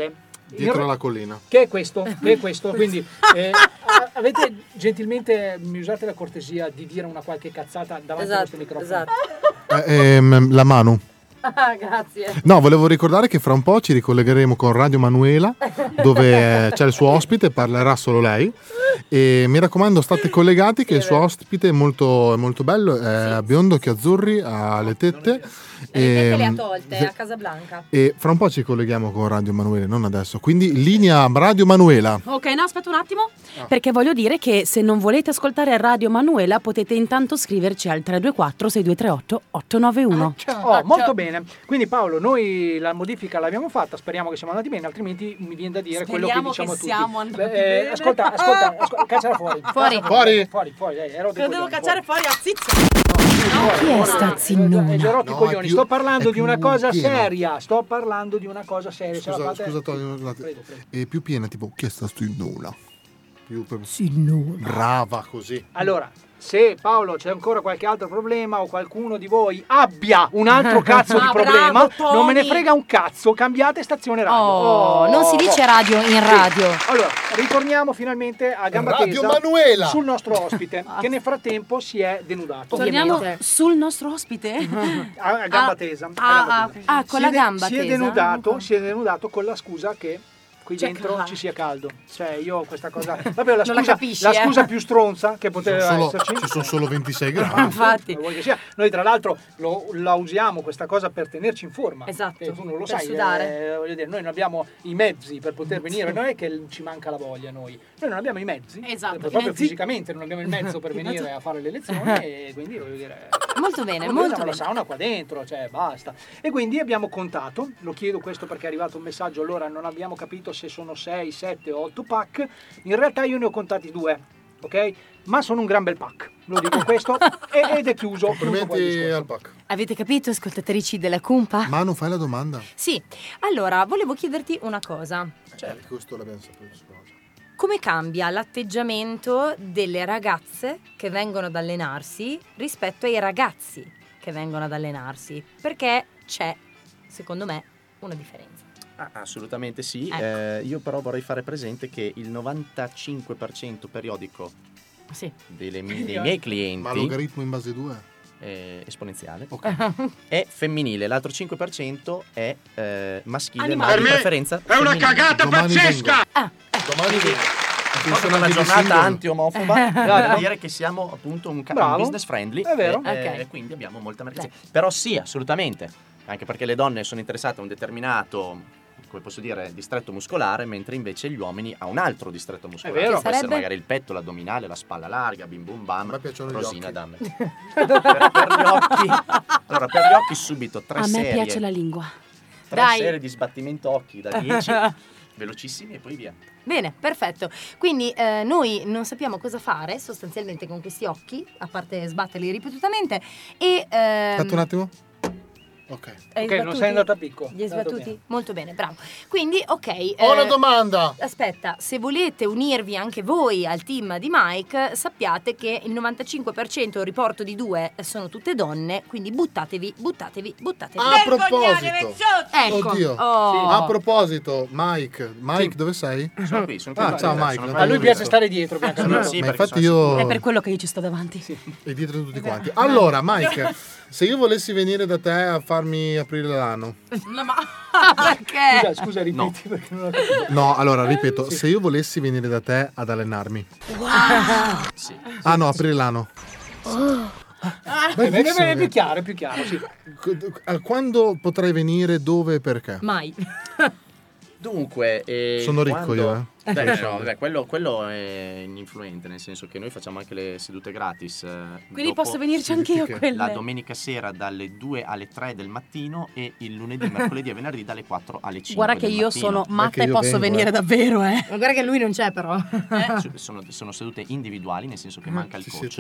Dietro la collina. Che è questo, quindi avete gentilmente, mi usate la cortesia di dire una qualche cazzata davanti a questo microfono. Esatto. La Manu. Grazie. No, volevo ricordare che fra un po' ci ricollegheremo con Radio Manuela, dove c'è il suo ospite, parlerà solo lei. E mi raccomando, state collegati che il suo ospite è molto bello, è biondo, occhi azzurri, ha le tette. Le ha tolte a Casablanca. E fra un po' ci colleghiamo con Radio Manuela, non adesso. Quindi linea Radio Manuela. Ok, no, aspetta un attimo, perché voglio dire che se non volete ascoltare Radio Manuela potete intanto scriverci al 324 6238 891. Molto bene. Quindi Paolo, noi la modifica l'abbiamo fatta, speriamo che siamo andati bene, altrimenti mi viene da dire quello che diciamo tutti. Siamo andati bene. Ascolta, cacciala fuori. Fuori. Lo devo cacciare fuori a zizzo. Chi è sta zinnona? Rotti coglioni. Sto parlando di una cosa seria. Scusa, Tony, è più piena, tipo, chi è sta zinnona? Zinnona. Brava, così. Allora, se Paolo c'è ancora qualche altro problema o qualcuno di voi abbia un altro cazzo di problema, bravo, non me ne frega un cazzo, cambiate stazione radio. Non si dice radio in radio. Allora, ritorniamo finalmente a gamba Radio tesa Manuela. sul nostro ospite, che nel frattempo si è denudato. Torniamo sul nostro ospite? A gamba tesa. Con la gamba tesa. Si è denudato con la scusa che qui dentro ci sia caldo. Cioè, io questa cosa. Vabbè, la scusa più stronza che poteva esserci. Ci sono solo 26 gradi. Infatti. Noi, tra l'altro, la usiamo questa cosa per tenerci in forma. Esatto. Tu non lo per sai. sudare. Voglio dire, noi non abbiamo i mezzi per poter venire. Non è che ci manca la voglia, noi non abbiamo i mezzi. Esatto. Proprio fisicamente non abbiamo il mezzo per venire a fare le lezioni. E quindi voglio dire. Molto bene, molto bene. la sauna qua dentro, cioè basta. E quindi abbiamo contato, lo chiedo questo perché è arrivato un messaggio, allora non abbiamo capito se sono 6, 7 o 8 pack. In realtà io ne ho contati 2, ok? Ma sono un gran bel pack, lo dico questo, ed è chiuso. Complimenti al pack. Avete capito, ascoltatrici della Cumpa? Manu, fai la domanda. Sì, allora volevo chiederti una cosa. Questo l'abbiamo saputo. Come cambia l'atteggiamento delle ragazze che vengono ad allenarsi rispetto ai ragazzi che vengono ad allenarsi? Perché c'è, secondo me, una differenza. Assolutamente sì. Ecco. Io però vorrei fare presente che il 95% periodico dei miei clienti... Ma logaritmo in base 2? Esponenziale. Okay. È femminile, l'altro 5% è maschile, ma Per di me preferenza è una cagata pazzesca! Domani Sono una giornata anti-omofoba, devo dire che siamo appunto un business friendly. È vero. E quindi abbiamo molta mercanzia. Però sì, assolutamente, anche perché le donne sono interessate a un determinato, come posso dire, distretto muscolare, mentre invece gli uomini a un altro distretto muscolare. È vero. Può essere magari il petto, l'addominale, la spalla larga, bim bum bam. A me piacciono Rosina gli damme. per gli occhi. Allora, per gli occhi subito 3 serie. A me piace la lingua. 3 serie di sbattimento occhi da 10, velocissimi e poi via. Bene, perfetto. Quindi noi non sappiamo cosa fare sostanzialmente con questi occhi, a parte sbatterli ripetutamente. Aspetta un attimo. Ok, non sei andato a picco. Li hai sbattuti? Molto bene, bravo. Quindi, ok. Ho una domanda. Aspetta, se volete unirvi anche voi al team di Mike, sappiate che il 95% riporto di 2 sono tutte donne, quindi buttatevi. A proposito. Ecco. Oddio. Oh. A proposito, Mike, dove sei? Sono qui. Ciao Mike. A lui piace stare dietro, ma infatti io... È per quello che io ci sto davanti. E dietro tutti quanti. Allora, Mike, se io volessi venire da te a farmi aprire l'ano. Ma perché? Scusa, ripeti perché non ho capito. No, allora, ripeto, se io volessi venire da te ad allenarmi. Wow. Aprire l'ano. È più chiaro, sì. Quando potrei venire, dove e perché? Mai. Dunque, sono ricco io, quello è influente, nel senso che noi facciamo anche le sedute gratis. Quindi posso venirci anche io a quelle? La domenica sera dalle 2 alle 3 del mattino e il lunedì, mercoledì e venerdì dalle 4 alle 5 Guarda che io mattino. sono matta e posso venire davvero, Ma guarda che lui non c'è però. Sono sedute individuali, nel senso che manca il coach.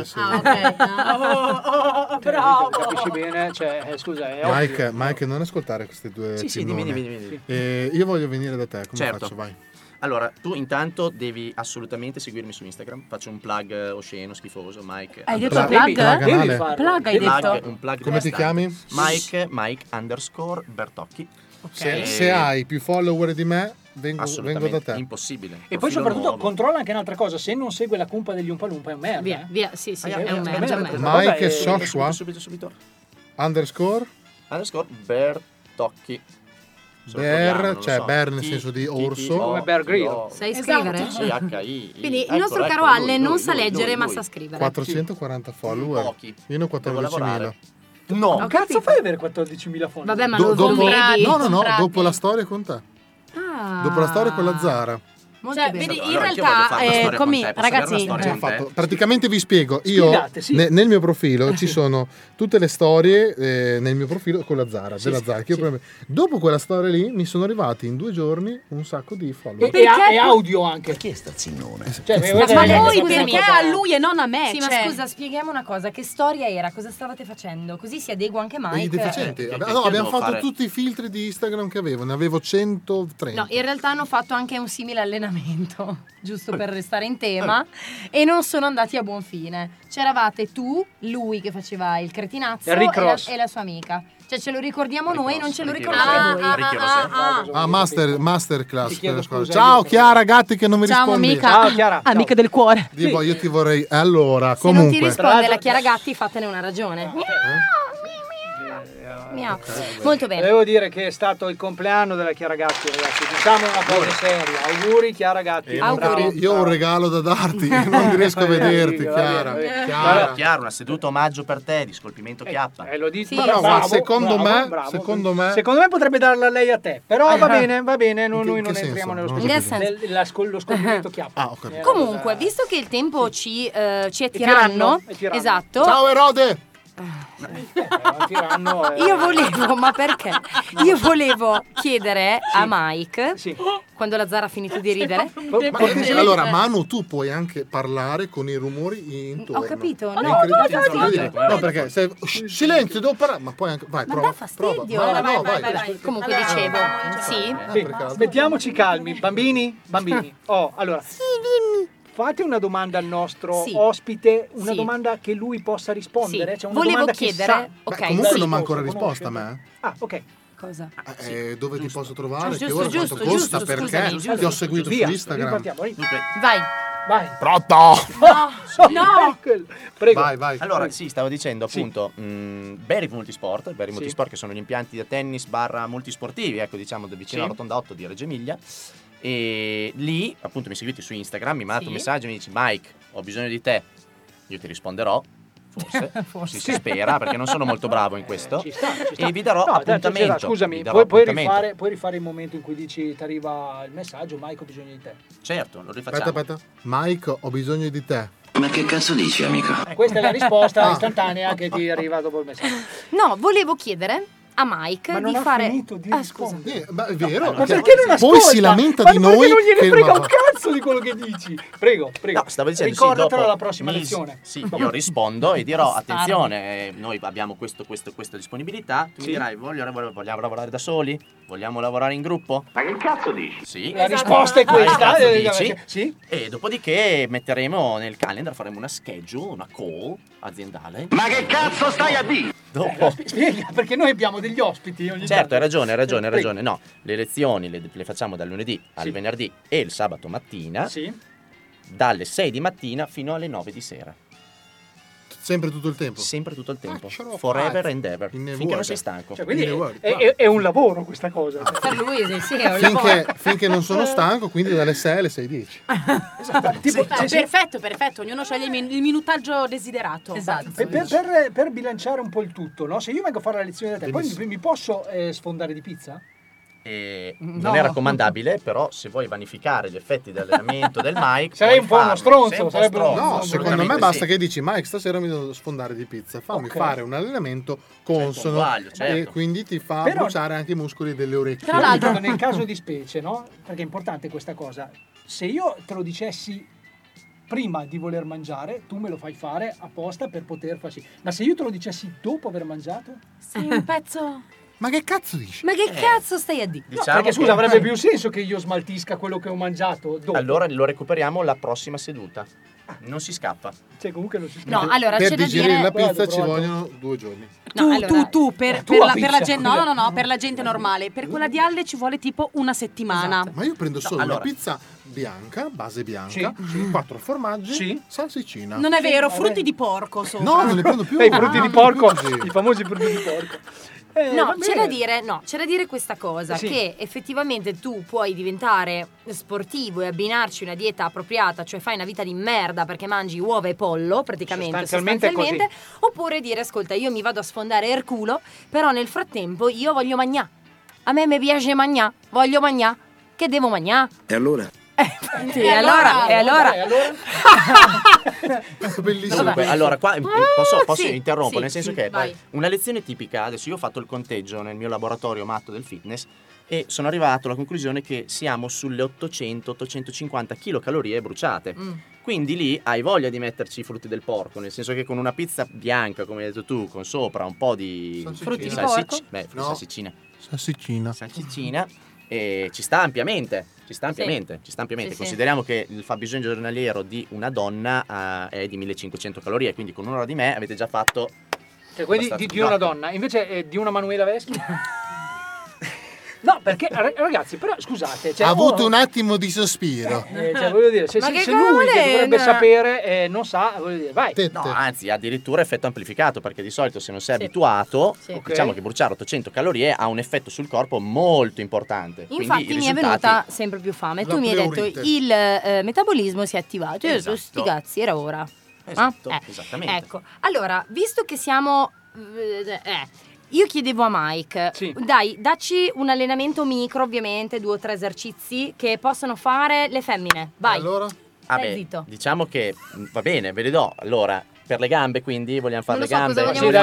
Ok. Bravo. Capisci bene? Cioè, scusa, è Mike, non ascoltare queste due Sì, dimmi. Io voglio venire da te, come Certo. faccio? Vai. Allora, tu intanto devi assolutamente seguirmi su Instagram. Faccio un plug osceno, schifoso, Mike. Hai detto plug? Plug hai detto? Un plug come ti chiami? Mike _Bertocchi. Se hai più follower di me, vengo da te. Impossibile. E poi soprattutto controlla anche un'altra cosa, se non segue la cumpa degli Umpa Lumpa è un merda. Via, sì, è un merda. Mike e Joshua. Subito. Underscore Bertocchi. Bear, cioè Bear nel senso di orso. Come Bear Grylls. Sai scrivere? C-H-I. Quindi il nostro caro Alle non sa leggere ma sa scrivere. 440 follower. Io ne ho 14.000. No, che cazzo fai avere 14.000 follower? Vabbè, ma lo vedi. No, dopo la storia con te. Dopo la storia con la Zara. Cioè, vedi, in realtà, come ragazzi, praticamente vi spiego. Io nel mio profilo ci sono tutte le storie nel mio profilo con la Zara, della Zara. Che io dopo quella storia lì mi sono arrivati in 2 giorni un sacco di follower. E audio anche. Chi è sta zinnone? Ma voi perché a lui e non a me? Sì, ma scusa, spieghiamo una cosa. Che storia era? Cosa stavate facendo? Così si adegua anche Mike. I deficienti. No, abbiamo fatto tutti i filtri di Instagram che avevo. Ne avevo 130. No, in realtà hanno fatto anche un simile allenamento, giusto per restare in tema, e non sono andati a buon fine. C'eravate tu, lui che faceva il cretinazzo e la sua amica. Cioè ce lo ricordiamo noi, non ce lo ricordate voi. Masterclass. Ciao Chiara, gatti che non mi rispondi. Amica. Ciao Chiara. Amica del cuore. Io ti vorrei. Allora, se comunque. non ti risponde la Chiara Gatti, fatene una ragione. Miau. Molto bene. Devo dire che è stato il compleanno della Chiara Gatti, ragazzi. Diciamo una cosa seria. Auguri Chiara Gatti. Io ho un regalo da darti, non riesco a vederti, Chiara. Chiara, una seduta omaggio per te di scolpimento chiappa. Lo dici? Ma secondo me potrebbe darla lei a te. Però va bene, noi non entriamo nello scolpimento chiappa. Comunque, visto che il tempo ci è tiranno, esatto. Ciao Erode! Io volevo, ma perché? Io volevo chiedere a Mike, quando la Zara ha finito di ridere. Allora, Manu, tu puoi anche parlare con i rumori intorno. Ho capito. No, perché silenzio, devo parlare. Ma poi anche. Vai, prova. Dà fastidio. Vai. Comunque dicevo, sì. Mettiamoci calmi, bambini. Allora. Sì, dimmi. Fate una domanda al nostro ospite, una domanda che lui possa rispondere. Cioè una volevo domanda chiedere. Comunque non mi ha ancora risposta a me. Ok. Cosa? Dove ti posso trovare? Giusto, che ora quanto costa? Perché ti ho seguito su Instagram. Vai. Pronto? No. Prego. Vai. Allora, stavo dicendo appunto Berry Multisport che sono gli impianti da tennis / multisportivi, ecco, diciamo vicino alla Rotonda 8 di Reggio Emilia. E lì appunto mi seguite su Instagram, mi mandate un messaggio e mi dici: Mike, ho bisogno di te. Io ti risponderò, forse. Si spera, perché non sono molto bravo in questo. Ci sta. E vi darò appuntamento. Scusami, puoi rifare il momento in cui dici ti arriva il messaggio: Mike, ho bisogno di te. Certo, lo rifacciamo. Aspetta. Mike, ho bisogno di te. Ma che cazzo dici, amico? Questa è la risposta istantanea che ti arriva dopo il messaggio. No, volevo chiedere a Mike di fare. Scusa. Ma è vero. Ma perché non ascolta? Poi si lamenta di noi. Perché non gliene frega un cazzo di quello che dici? Prego. No, stavo dicendo, ricordatelo alla prossima lezione. Sì, io rispondo e dirò: attenzione, noi abbiamo questa disponibilità. Tu mi dirai: vogliamo lavorare da soli? Vogliamo lavorare in gruppo? Ma che cazzo dici? Sì. La risposta è questa. Sì. E dopodiché metteremo nel calendar, faremo una schedule, una call aziendale. Ma che cazzo stai a dire? Spiega, perché noi abbiamo degli ospiti ogni certo, hai ragione. No, le lezioni le facciamo dal lunedì al venerdì e il sabato mattina, dalle 6 di mattina fino alle 9 di sera. Sempre tutto il tempo? Sempre tutto il tempo. Forever and ever. Finché non sei stanco. Cioè, quindi è un lavoro questa cosa. Per lui sì, è un lavoro. Finché non sono stanco, quindi dalle 6 alle 6:10. Perfetto. Ognuno sceglie il minutaggio desiderato. Esatto. Per bilanciare un po' il tutto, no? Se io vengo a fare la lezione da te, poi mi posso sfondare di pizza? Non è raccomandabile, però se vuoi vanificare gli effetti dell'allenamento del Mike sarei un po' uno stronzo. No, secondo me basta che dici: Mike, stasera mi devo sfondare di pizza, fammi fare un allenamento consono, e quindi ti fa bruciare anche i muscoli delle orecchie. Tra l'altro nel caso di specie, no? Perché è importante questa cosa, se io te lo dicessi prima di voler mangiare, tu me lo fai fare apposta per poter farsi. Ma se io te lo dicessi dopo aver mangiato? Sei un pezzo. Ma che cazzo dici? Ma che cazzo stai a dire? Diciamo perché scusa, avrebbe più senso che io smaltisca quello che ho mangiato dopo. Allora lo recuperiamo la prossima seduta. Non si scappa. Cioè, comunque non si scappa. No, allora per c'è da digerire dire... la pizza ci vogliono 2 giorni. Per la gente, no, per la gente normale. Per quella di Alde ci vuole tipo una settimana. Esatto. Ma io prendo solo una pizza bianca, base bianca, 4 formaggi, salsicina. Non è vero, frutti di porco sopra. No, non li prendo più. I frutti di porco, i famosi frutti di porco. C'è da dire questa cosa, che effettivamente tu puoi diventare sportivo e abbinarci una dieta appropriata, cioè fai una vita di merda perché mangi uova e pollo praticamente, sostanzialmente, oppure dire ascolta, io mi vado a sfondare il culo, però nel frattempo io voglio magnà. A me mi piace magnà, voglio magnà, che devo magnà? E allora? E allora? Bellissimo. Allora, qua posso interrompere, nel senso che una lezione tipica, adesso io ho fatto il conteggio nel mio laboratorio matto del fitness e sono arrivato alla conclusione che siamo sulle 800-850 kcal bruciate. Quindi lì hai voglia di metterci i frutti del porco, nel senso che con una pizza bianca, come hai detto tu, con sopra un po' di frutti di porco? Salsiccina. E ci sta ampiamente. Consideriamo che il fabbisogno giornaliero di una donna è di 1500 calorie, quindi con un'ora di me avete già fatto. Quindi di una donna, invece di una Manuela Veschi. No, perché ragazzi, però scusate, ha avuto un attimo di sospiro. Voglio dire, se lui che dovrebbe sapere non sa, voglio dire, vai. No, anzi, addirittura effetto amplificato, perché di solito se non sei abituato, diciamo che bruciare 800 calorie ha un effetto sul corpo molto importante. Infatti mi è venuta sempre più fame. Tu mi hai detto il metabolismo si è attivato. Io ho detto sti cazzi, era ora. Esattamente. Ecco, allora, visto che siamo io chiedevo a Mike, dai, dacci un allenamento micro, ovviamente, 2 o 3 esercizi che possono fare le femmine. Vai. Allora? Zitto. Diciamo che va bene, ve le do. Allora, per le gambe, quindi vogliamo fare le gambe.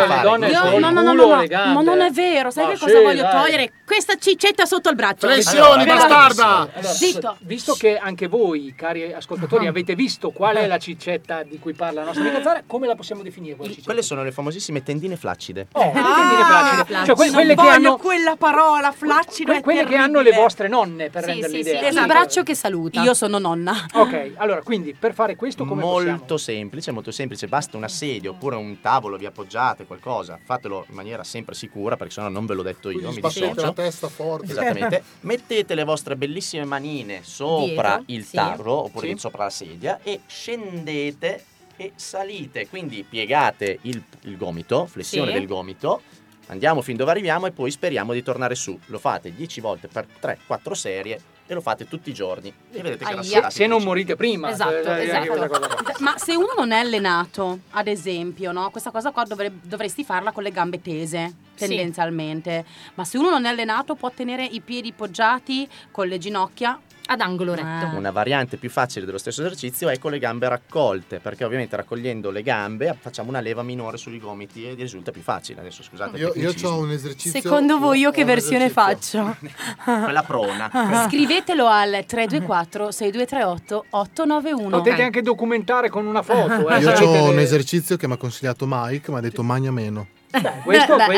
Ma non è vero, sai che cosa voglio togliere? Questa ciccetta sotto il braccio. Pressioni, bastarda! Zitto. Visto che anche voi, cari ascoltatori, avete visto qual è la ciccetta di cui parla la nostra amica Zara, come la possiamo definire? Quelle sono le famosissime tendine flaccide. Le tendine flaccide. Cioè quelle che hanno quella parola flaccido. Quelle che hanno le vostre nonne, per rendere l'idea. Il braccio che saluta. Io sono nonna. Ok, allora quindi per fare questo come molto semplice, basta una sedia oppure un tavolo, vi appoggiate qualcosa, fatelo in maniera sempre sicura perché sennò non ve l'ho detto io, mi dissocio. La testa forte. Esattamente. Mettete le vostre bellissime manine sopra il tavolo oppure sopra la sedia e scendete e salite, quindi piegate il gomito, flessione del gomito, andiamo fin dove arriviamo e poi speriamo di tornare su. Lo fate 10 volte per 3-4 serie e lo fate tutti i giorni e vedete che se non morite prima. Esatto. Ma se uno non è allenato, ad esempio, no? Questa cosa qua dovresti farla con le gambe tese tendenzialmente. Ma se uno non è allenato può tenere i piedi poggiati con le ginocchia ad angolo retto. Una variante più facile dello stesso esercizio è con le gambe raccolte, perché ovviamente raccogliendo le gambe facciamo una leva minore sui gomiti e risulta più facile. Adesso scusate, io ho un esercizio. Secondo voi io che versione faccio? Quella prona. Scrivetelo al 324 6238 891. Potete anche documentare con una foto. Io ho un esercizio che mi ha consigliato Mike, mi ha detto magna meno. Questo è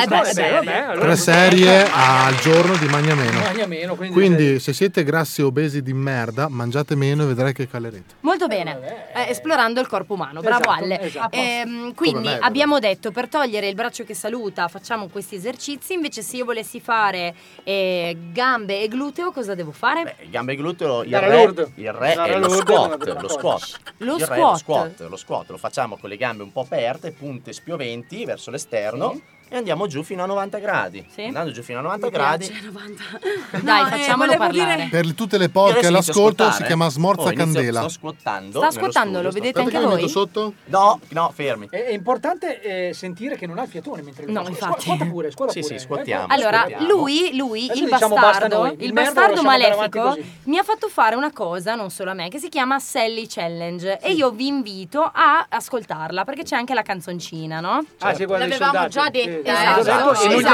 3 serie al giorno di magna meno. Quindi se siete grassi e obesi di merda, mangiate meno e vedrai che calerete. Molto bene, esplorando il corpo umano. Bravo Alle. Quindi abbiamo detto, per togliere il braccio che saluta facciamo questi esercizi. Invece se io volessi fare gambe e gluteo, cosa devo fare? Gambe e gluteo, il re è lo squat. Lo squat lo facciamo con le gambe un po' aperte, punte spioventi verso l'esterno e andiamo giù fino a 90 gradi. Andando giù fino a 90 gradi. Dai, facciamolo parlare. Per tutte le porche all'ascolto si chiama smorza candela. Sto squattando. Sta squattando, lo vedete anche voi? Sotto? No, fermi. È importante sentire che non ha il fiatone mentre no, infatti. Squatta pure. Sì, squattiamo. Allora, lui il bastardo malefico mi ha fatto fare una cosa, non solo a me, che si chiama Sally Challenge e io vi invito a ascoltarla perché c'è anche la canzoncina, no? L'avevamo già detto. Esatto.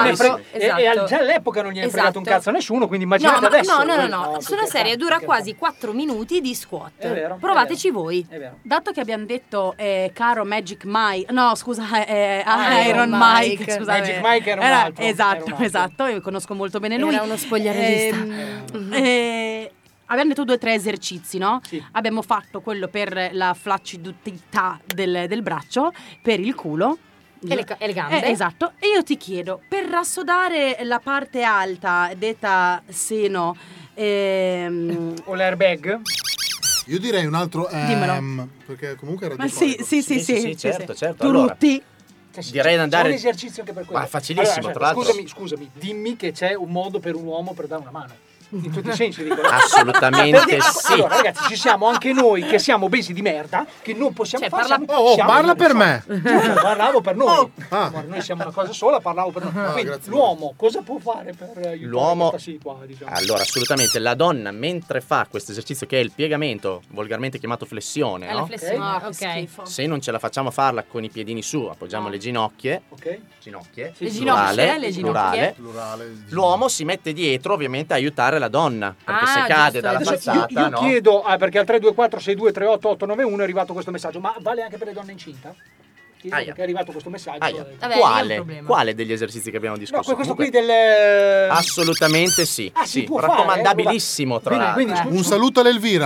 E già all'epoca non gli è fregato un cazzo a nessuno, quindi immaginate adesso. No. Sulla serie dura quasi 4 minuti di squat. Provateci voi. Dato che abbiamo detto caro Magic Mike, no scusa, Iron Mike. Scusate. Magic Mike era un altro. Esatto, io conosco molto bene lui. Era uno spogliarellista. abbiamo detto 2 o 3 esercizi, no? Sì. Abbiamo fatto quello per la flaccidità del braccio, per il culo e le gambe. Esatto. E io ti chiedo, per rassodare la parte alta, detta seno, o l'airbag? Io direi un altro Dimmelo. perché comunque era sì, certo. Tu allora, direi di andare. C'è un esercizio anche per quello. Ma facilissimo, allora, tra l'altro. Scusami, dimmi che c'è un modo per un uomo per dare una mano. In tutti i sensi dico. Assolutamente sì. Allora ragazzi, ci siamo anche noi che siamo obesi di merda, che non possiamo fare. Parla per me. Parlavo per noi. Noi siamo una cosa sola, parlavo per noi. Quindi l'uomo cosa può fare per aiutare l'uomo? Questa situazione, diciamo? Allora, assolutamente la donna mentre fa questo esercizio che è il piegamento, volgarmente chiamato flessione, è no? la flessione, ok. Se non ce la facciamo farla con i piedini su, appoggiamo le ginocchie. Ok. Ginocchie. Le ginocchie. Plurale. L'uomo si mette dietro, ovviamente a aiutare la donna, perché se cade dalla falsata, io chiedo, perché al 324 62 38 891 è arrivato questo messaggio, ma vale anche per le donne incinte? Perché è arrivato questo messaggio. Quale degli esercizi che abbiamo discusso? No, questo qui del... Assolutamente sì. Raccomandabilissimo, tra l'altro. Un saluto all'Elvira.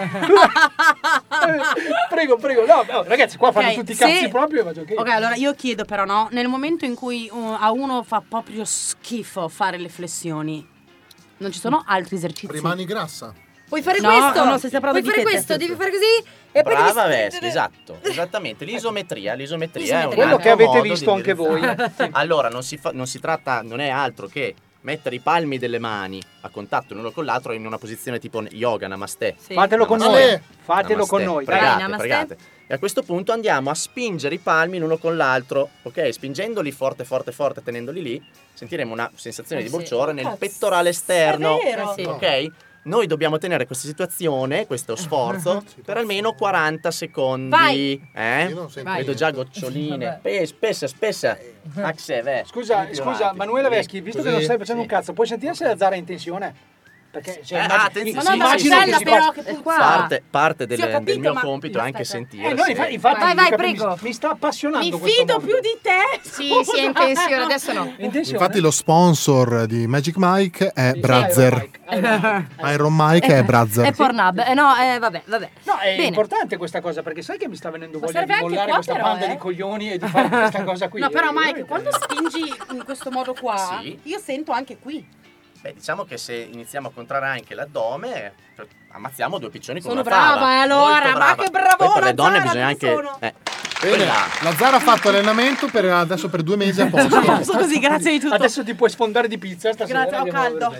Prego. No, ragazzi, qua fanno tutti i cazzi proprio. Ok, allora io chiedo però, no, nel momento in cui a uno fa proprio schifo fare le flessioni, non ci sono altri esercizi? Rimani grassa. Puoi fare questo? No, stai puoi fare questo, devi fare così e poi brava Veschi, esatto, esattamente. L'isometria è un quello che avete visto anche voi. Allora, non si tratta, non è altro che mettere i palmi delle mani a contatto l'uno con l'altro in una posizione tipo yoga, namaste. Sì. Fatelo con noi. Fatelo con noi. Pregate. E a questo punto andiamo a spingere i palmi l'uno con l'altro, ok? Spingendoli forte, tenendoli lì, sentiremo una sensazione di bruciore nel pettorale esterno. È vero. Ok? Noi dobbiamo tenere questa situazione, questo sforzo, per almeno 40 secondi. Vai. Vedo già goccioline. Spessa. Scusa, Manuela Veschi, visto che non stai facendo un cazzo, puoi sentire se la Zara è in tensione? Perché immagino che si parte del mio compito è anche sentire. Vai, prego. Mi sta appassionando. Mi fido più di te. Sì, è in tensione, adesso no. Infatti lo sponsor di Magic Mike è Brazzer. Iron Mike è Brazzer. È Pornhub. Vabbè. No, è importante questa cosa, perché sai che mi sta venendo voglia di mollare questa banda di coglioni e di fare questa cosa qui. No, però Mike, quando spingi in questo modo qua, io sento anche qui. Beh, diciamo che se iniziamo a contrarre anche l'addome, ammazziamo 2 piccioni con una fava. Brava, allora, ma che bravona. Poi per le donne bisogna anche... Bene, la Zara ha fatto allenamento adesso per 2 mesi a posto. Così, grazie di tutto. Adesso ti puoi sfondare di pizza stasera. Grazie, ho caldo.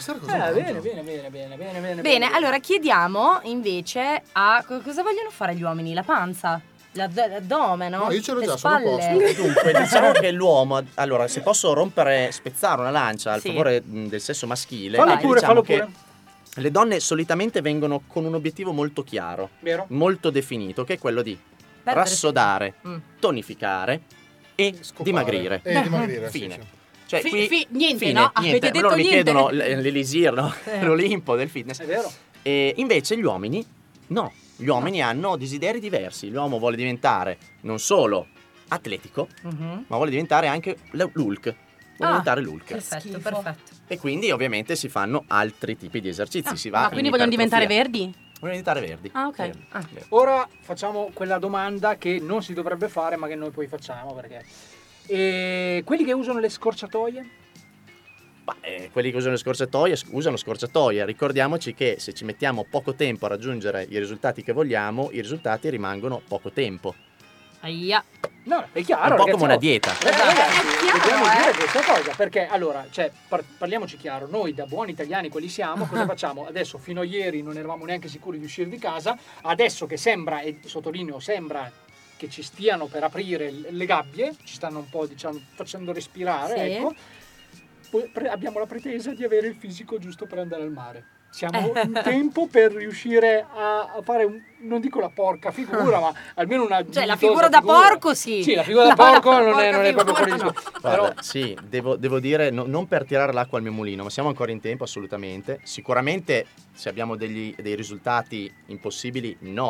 Bene, allora chiediamo invece cosa vogliono fare gli uomini? La panza? L'addome, no? No, io ce l'ho già, sono a posto. Dunque, diciamo che l'uomo, allora, se posso spezzare una lancia al favore del sesso maschile, fallo pure. Le donne solitamente vengono con un obiettivo molto chiaro, molto definito, che è quello di rassodare, tonificare e dimagrire. Fine. Cioè, niente, fine, no? Niente. Avete detto loro mi niente. chiedono l'elisir, no? L'Olimpo del fitness. È vero. E invece gli uomini no. Gli uomini hanno desideri diversi. L'uomo vuole diventare non solo atletico, ma vuole diventare anche l'Hulk. Perfetto. E quindi ovviamente si fanno altri tipi di esercizi. Ma quindi vogliono diventare verdi? Vogliono diventare verdi. Ok. Ora facciamo quella domanda che non si dovrebbe fare, ma che noi poi facciamo, perché quelli che usano le scorciatoie? Quelli che usano scorciatoie. Ricordiamoci che se ci mettiamo poco tempo a raggiungere i risultati che vogliamo, i risultati rimangono poco tempo. Aia. No, è chiaro. È un po' come una dieta. Dobbiamo dire questa cosa, perché allora, parliamoci chiaro, noi da buoni italiani quelli siamo, cosa facciamo? Adesso fino a ieri non eravamo neanche sicuri di uscire di casa, adesso che sembra, e sottolineo sembra, che ci stiano per aprire le gabbie, ci stanno un po' facendo respirare, ecco. Abbiamo la pretesa di avere il fisico giusto per andare al mare. Siamo in tempo per riuscire a fare non dico la porca figura, ma almeno una la figura da porco, sì. Sì, la figura da porco non è proprio fuori di Però sì, devo dire, non per tirare l'acqua al mio mulino, ma siamo ancora in tempo, assolutamente. Sicuramente se abbiamo dei risultati impossibili, no.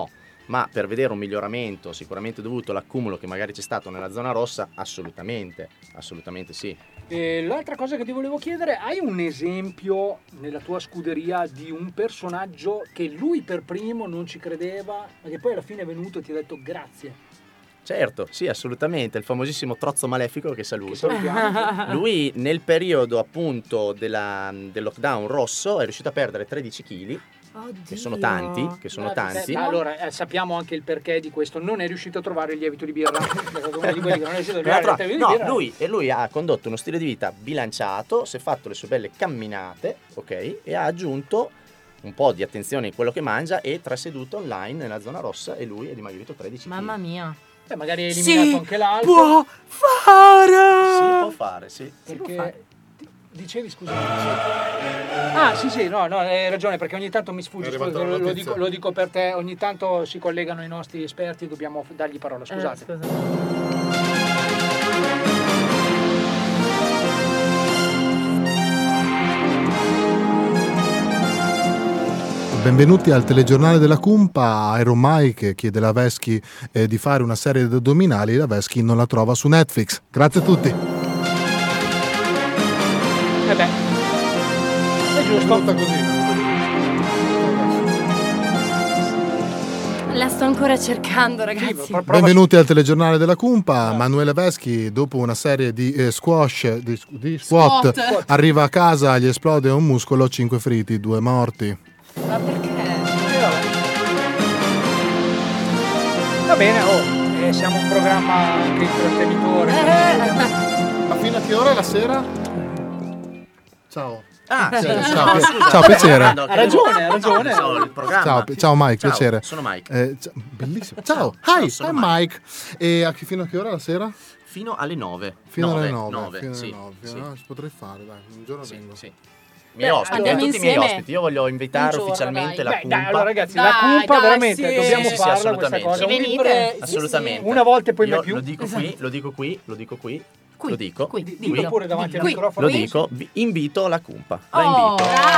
ma per vedere un miglioramento sicuramente dovuto all'accumulo che magari c'è stato nella zona rossa, assolutamente sì. L'altra cosa che ti volevo chiedere, hai un esempio nella tua scuderia di un personaggio che lui per primo non ci credeva, ma che poi alla fine è venuto e ti ha detto grazie? Certo, sì, assolutamente, il famosissimo Trozzo Malefico che saluto. Lui nel periodo appunto del lockdown rosso è riuscito a perdere 13 kg. Che sono tanti. Allora sappiamo anche il perché di questo. Non è riuscito a trovare il lievito di birra. Uno di quelli che non è riuscito a trovare il lievito di birra. Lui ha condotto uno stile di vita bilanciato, si è fatto le sue belle camminate, ok, e ha aggiunto un po' di attenzione in quello che mangia e 3 sedute online nella zona rossa e lui è dimagrito 13 kg. Mamma mia. Magari hai eliminato anche l'altro. Può fare, sì. Perché dicevi, scusa. Ah, sì, no, hai ragione, perché ogni tanto mi sfugge, lo dico per te, ogni tanto si collegano i nostri esperti, dobbiamo dargli parola, scusate. Benvenuti al telegiornale della Cumpa. Iron Mike chiede alla Veschi di fare una serie di addominali, la Veschi non la trova su Netflix. Grazie a tutti. È giusto. Così. La sto ancora cercando, ragazzi. Benvenuti al telegiornale della Cumpa. Manuela Veschi, dopo una serie di squat, arriva a casa, gli esplode un muscolo, 5 feriti, 2 morti. Ma perché? Va bene, siamo un programma anche intrattenitore. Ma fino a che ora è la sera? Ciao. Ciao, piacere. Ha ragione. Il programma. Ciao Mike, piacere. Sono Mike. Bellissimo. Ciao. Hi, I'm Mike. E fino a che ora la sera? Fino alle 9. Fino alle 9. Sì. Ci potrei fare, dai, un giorno vengo. Sì. Tutti i miei ospiti, io voglio invitare ufficialmente la Cumpa. Allora ragazzi, la Cumpa veramente dobbiamo farla questa cosa. Venite. Assolutamente. Una volta e poi mai più. Lo dico qui. Dillo pure davanti al microfono. Lo dico, invito la Cumpa. Bravo.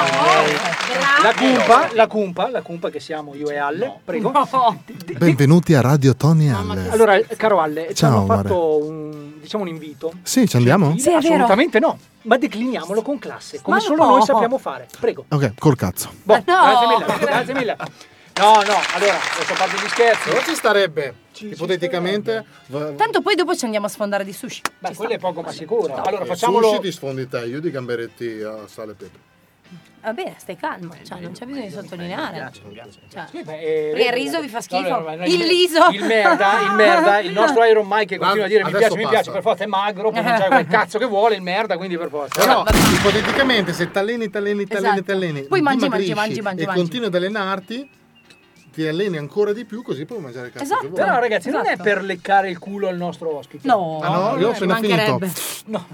La Cumpa che siamo io e Alle. Prego. Benvenuti a Radio Tony Alle. Allora, caro Alle, ci hanno Amore. fatto un invito. Sì, ci andiamo? Sì, è vero. Assolutamente no. Ma decliniamolo con classe, come solo noi sappiamo fare. Prego. Ok, col cazzo. Grazie mille. No, allora, adesso a parte gli scherzi. Non ci starebbe, ipoteticamente. Tanto poi dopo ci andiamo a sfondare di sushi. Beh, quello è poco ma sicuro. Allora Il facciamolo. sushi ti sfondi te, io di gamberetti a sale e pepe. Va bene, stai calmo, non c'è bisogno di sottolineare. Mi piace. Perché il riso vi fa schifo. No, il merda, il nostro Iron Mike che continua a dire mi piace, per forza è magro, può mangiare quel cazzo che vuole, il merda, quindi per forza. Però ipoteticamente se t'alleni, poi mangi e continui ad allenarti, ti alleni ancora di più, così puoi mangiare il cazzo che vuoi. Però ragazzi, non è per leccare il culo al nostro ospite. No, io ho appena finito. No.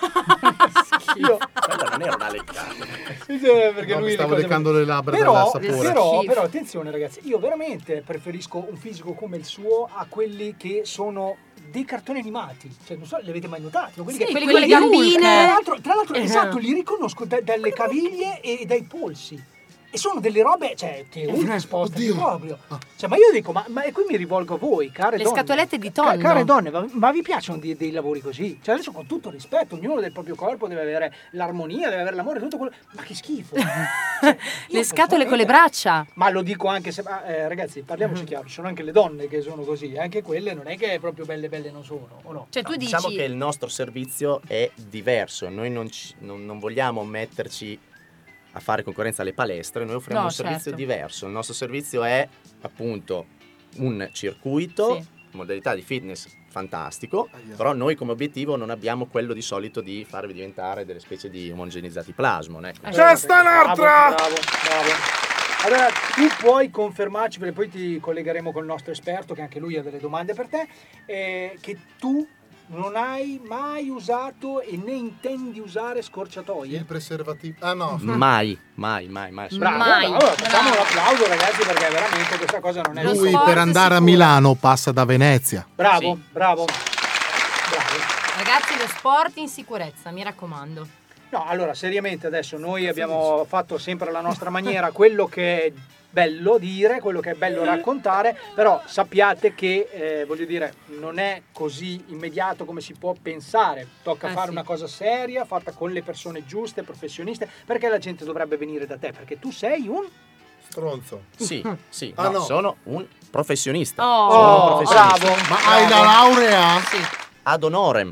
Quello non era una leccata. Perché lui stavo leccando le labbra dal sapore. Però attenzione ragazzi, io veramente preferisco un fisico come il suo a quelli che sono dei cartoni animati, cioè non so, li avete mai notati? Quelli con le gambine. Tra l'altro esatto, li riconosco dalle caviglie e dai polsi. E sono delle robe, cioè, che esposte proprio. Cioè, ma io dico, ma e qui mi rivolgo a voi, care donne. Le scatolette di tonno. Care donne, ma vi piacciono dei lavori così? Cioè, adesso con tutto rispetto, ognuno del proprio corpo deve avere l'armonia, deve avere l'amore, tutto quello. Ma che schifo! Cioè, le scatole con le braccia. Ma lo dico anche se, ragazzi, parliamoci chiaro, ci sono anche le donne che sono così, anche quelle non è che proprio belle non sono, o no? Cioè, tu dici... Diciamo che il nostro servizio è diverso, noi non vogliamo metterci a fare concorrenza alle palestre, noi offriamo un servizio diverso. Il nostro servizio è appunto un circuito, modalità di fitness fantastico, però noi come obiettivo non abbiamo quello di solito di farvi diventare delle specie di omogenizzati plasmon. C'è sta un'altra! Bravo. Allora, tu puoi confermarci, perché poi ti collegheremo col nostro esperto che anche lui ha delle domande per te, che tu non hai mai usato e ne intendi usare scorciatoie? Il preservativo? Ah no. Mai. Bravo. Facciamo un applauso ragazzi, perché veramente questa cosa non è... Lui per andare a Milano passa da Venezia. Bravo. Ragazzi, lo sport in sicurezza, mi raccomando. No, allora, seriamente adesso noi abbiamo fatto sempre alla nostra maniera quello che è bello dire, quello che è bello raccontare, però sappiate che, voglio dire, non è così immediato come si può pensare. Tocca fare una cosa seria, fatta con le persone giuste, professioniste, perché la gente dovrebbe venire da te, perché tu sei un... stronzo. Sì, Ah, no. sono un professionista. Oh, Sono un professionista. bravo. Ma hai la laurea? Sì. Ad honorem.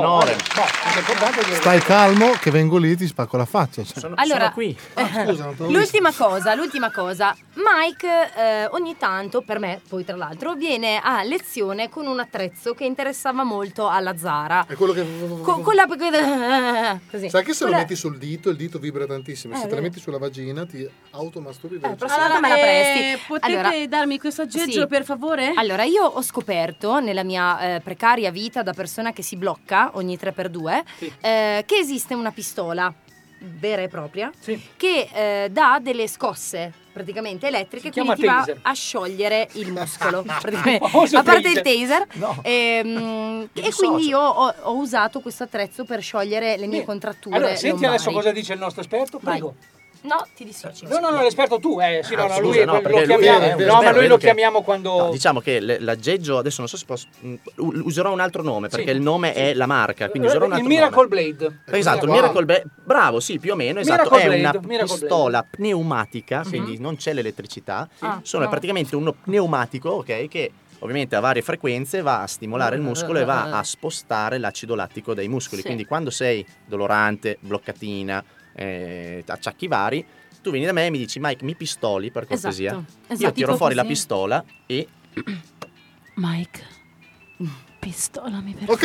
Stai calmo che vengo lì e ti spacco la faccia. Allora, sono qui. Scusa, non te l'ho l'ultima cosa. Mike ogni tanto, per me, poi tra l'altro, viene a lezione con un attrezzo che interessava molto alla Zara. È quello che... Con la... Così. Sai che se lo metti sul dito, il dito vibra tantissimo. Se te la metti sulla vagina ti automasturbi. Allora, me la presti. Potete darmi questo aggeggio, per favore? Allora, io ho scoperto nella mia precaria vita da persona che si blocca ogni 3x2 che esiste una pistola vera e propria che dà delle scosse praticamente elettriche, quindi ti va a sciogliere il muscolo praticamente. A parte il taser, e quindi io ho usato questo attrezzo per sciogliere le mie contratture. Allora, senti lombari. adesso cosa dice il nostro esperto, prego. No, ti dissoci. No, l'esperto tu, sì, no, Scusa, lui no, lo perché chiamiamo. lui è No, ma noi lo che- chiamiamo quando... No, diciamo che l'aggeggio, adesso non so se posso... userò un altro nome, perché il nome è la marca, quindi userò un altro il Miracle nome. Blade. Esatto, il Miracle Blade, bravo, sì, più o meno, esatto, Miracle è Blade, una Miracle pistola pneumatica, quindi non c'è l'elettricità, è praticamente uno pneumatico, ok, che ovviamente a varie frequenze va a stimolare il muscolo e va a spostare l'acido lattico dai muscoli, quindi quando sei dolorante, bloccatina, acciacchi vari, tu vieni da me e mi dici: Mike, mi pistoli per cortesia. Io tiro fuori la pistola e... Mike, pistolami per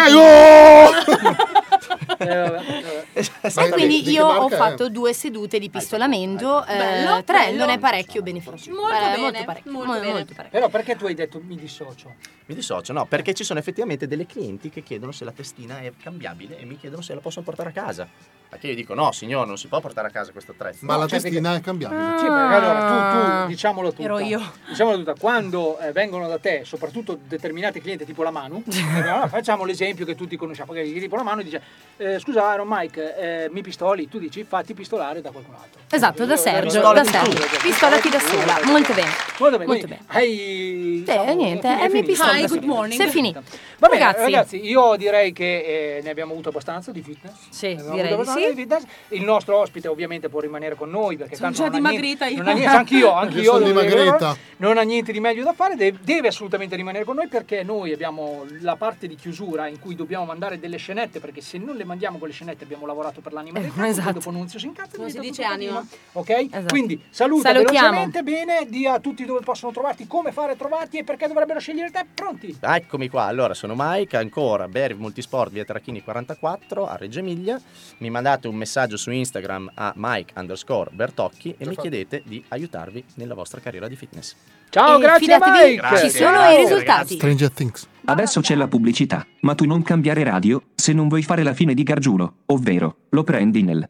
E quindi io ho fatto 2 sedute di pistolamento, 3 non è parecchio beneficio. Molto parecchio. Però perché tu hai detto mi dissocio? Mi dissocio, no, perché ci sono effettivamente delle clienti che chiedono se la testina è cambiabile e mi chiedono se la possono portare a casa. Perché io dico: no signor, non si può portare a casa questo attrezzo. Ma la testina è cambiabile. Sì, perché allora tu diciamolo tutta. Ero io. Diciamolo tutta, quando vengono da te, soprattutto determinati clienti tipo la Manu, facciamo l'esempio che tutti conosciamo, perché tipo la Manu dice: scusa Iron Mike, mi pistoli? Tu dici: fatti pistolare da qualcun altro. Esatto, da Sergio. Pistolati da sola. Molto bene. Hai... niente, mi pistola. Good morning. Si è finito. Va bene, ragazzi, io direi che ne abbiamo avuto abbastanza di fitness. Sì, direi di sì. Il nostro ospite ovviamente può rimanere con noi perché sono tanto già dimagrita io. Anch'io sono dimagrita. Non ha niente di meglio da fare, deve assolutamente rimanere con noi perché noi abbiamo la parte di chiusura in cui dobbiamo mandare delle scenette, perché se non le mandiamo quelle scenette abbiamo lavorato per l'anima del campo, esatto. dopo Nunzio si incazza, non si dice anima. Ok? Esatto. Quindi saluta Salutiamo. velocemente, bene, di a tutti dove possono trovarti, come fare a trovarti e perché dovrebbero scegliere te. Pronti? Eccomi qua, allora sono Mike, ancora Berry Multisport, via Trachini 44 a Reggio Emilia. Mi mandate un messaggio su Instagram a Mike_Bertocchi e mi chiedete di aiutarvi nella vostra carriera di fitness. Ciao, grazie Mike. Grazie. Ci sono i risultati. Stranger Things. Adesso c'è la pubblicità, ma tu non cambiare radio se non vuoi fare la fine di Gargiulo, ovvero lo prendi nel...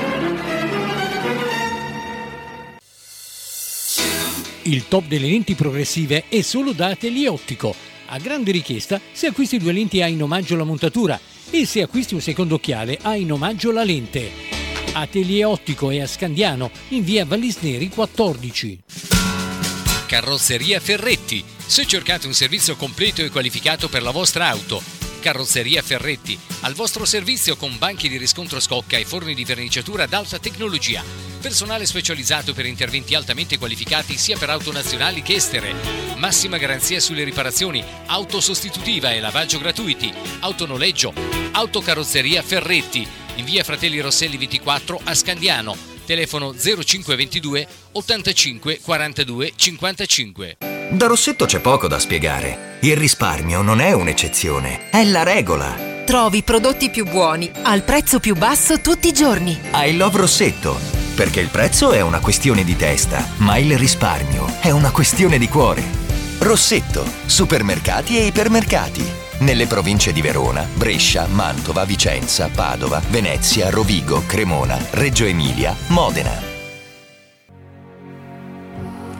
Il top delle lenti progressive è solo da Atelier Ottico. A grande richiesta, se acquisti 2 lenti hai in omaggio la montatura e se acquisti un secondo occhiale hai in omaggio la lente. Atelier Ottico è a Scandiano, in via Vallisneri 14. Carrozzeria Ferretti. Se cercate un servizio completo e qualificato per la vostra auto, Carrozzeria Ferretti, al vostro servizio con banchi di riscontro scocca e forni di verniciatura ad alta tecnologia. Personale specializzato per interventi altamente qualificati sia per auto nazionali che estere. Massima garanzia sulle riparazioni, auto sostitutiva e lavaggio gratuiti, autonoleggio. Autocarrozzeria Ferretti, in via Fratelli Rosselli 24 a Scandiano. Telefono 0522 85 42 55. Da Rossetto c'è poco da spiegare. Il risparmio non è un'eccezione, è la regola. Trovi i prodotti più buoni, al prezzo più basso tutti i giorni. I love Rossetto, perché il prezzo è una questione di testa, ma il risparmio è una questione di cuore. Rossetto, supermercati e ipermercati. Nelle province di Verona, Brescia, Mantova, Vicenza, Padova, Venezia, Rovigo, Cremona, Reggio Emilia, Modena.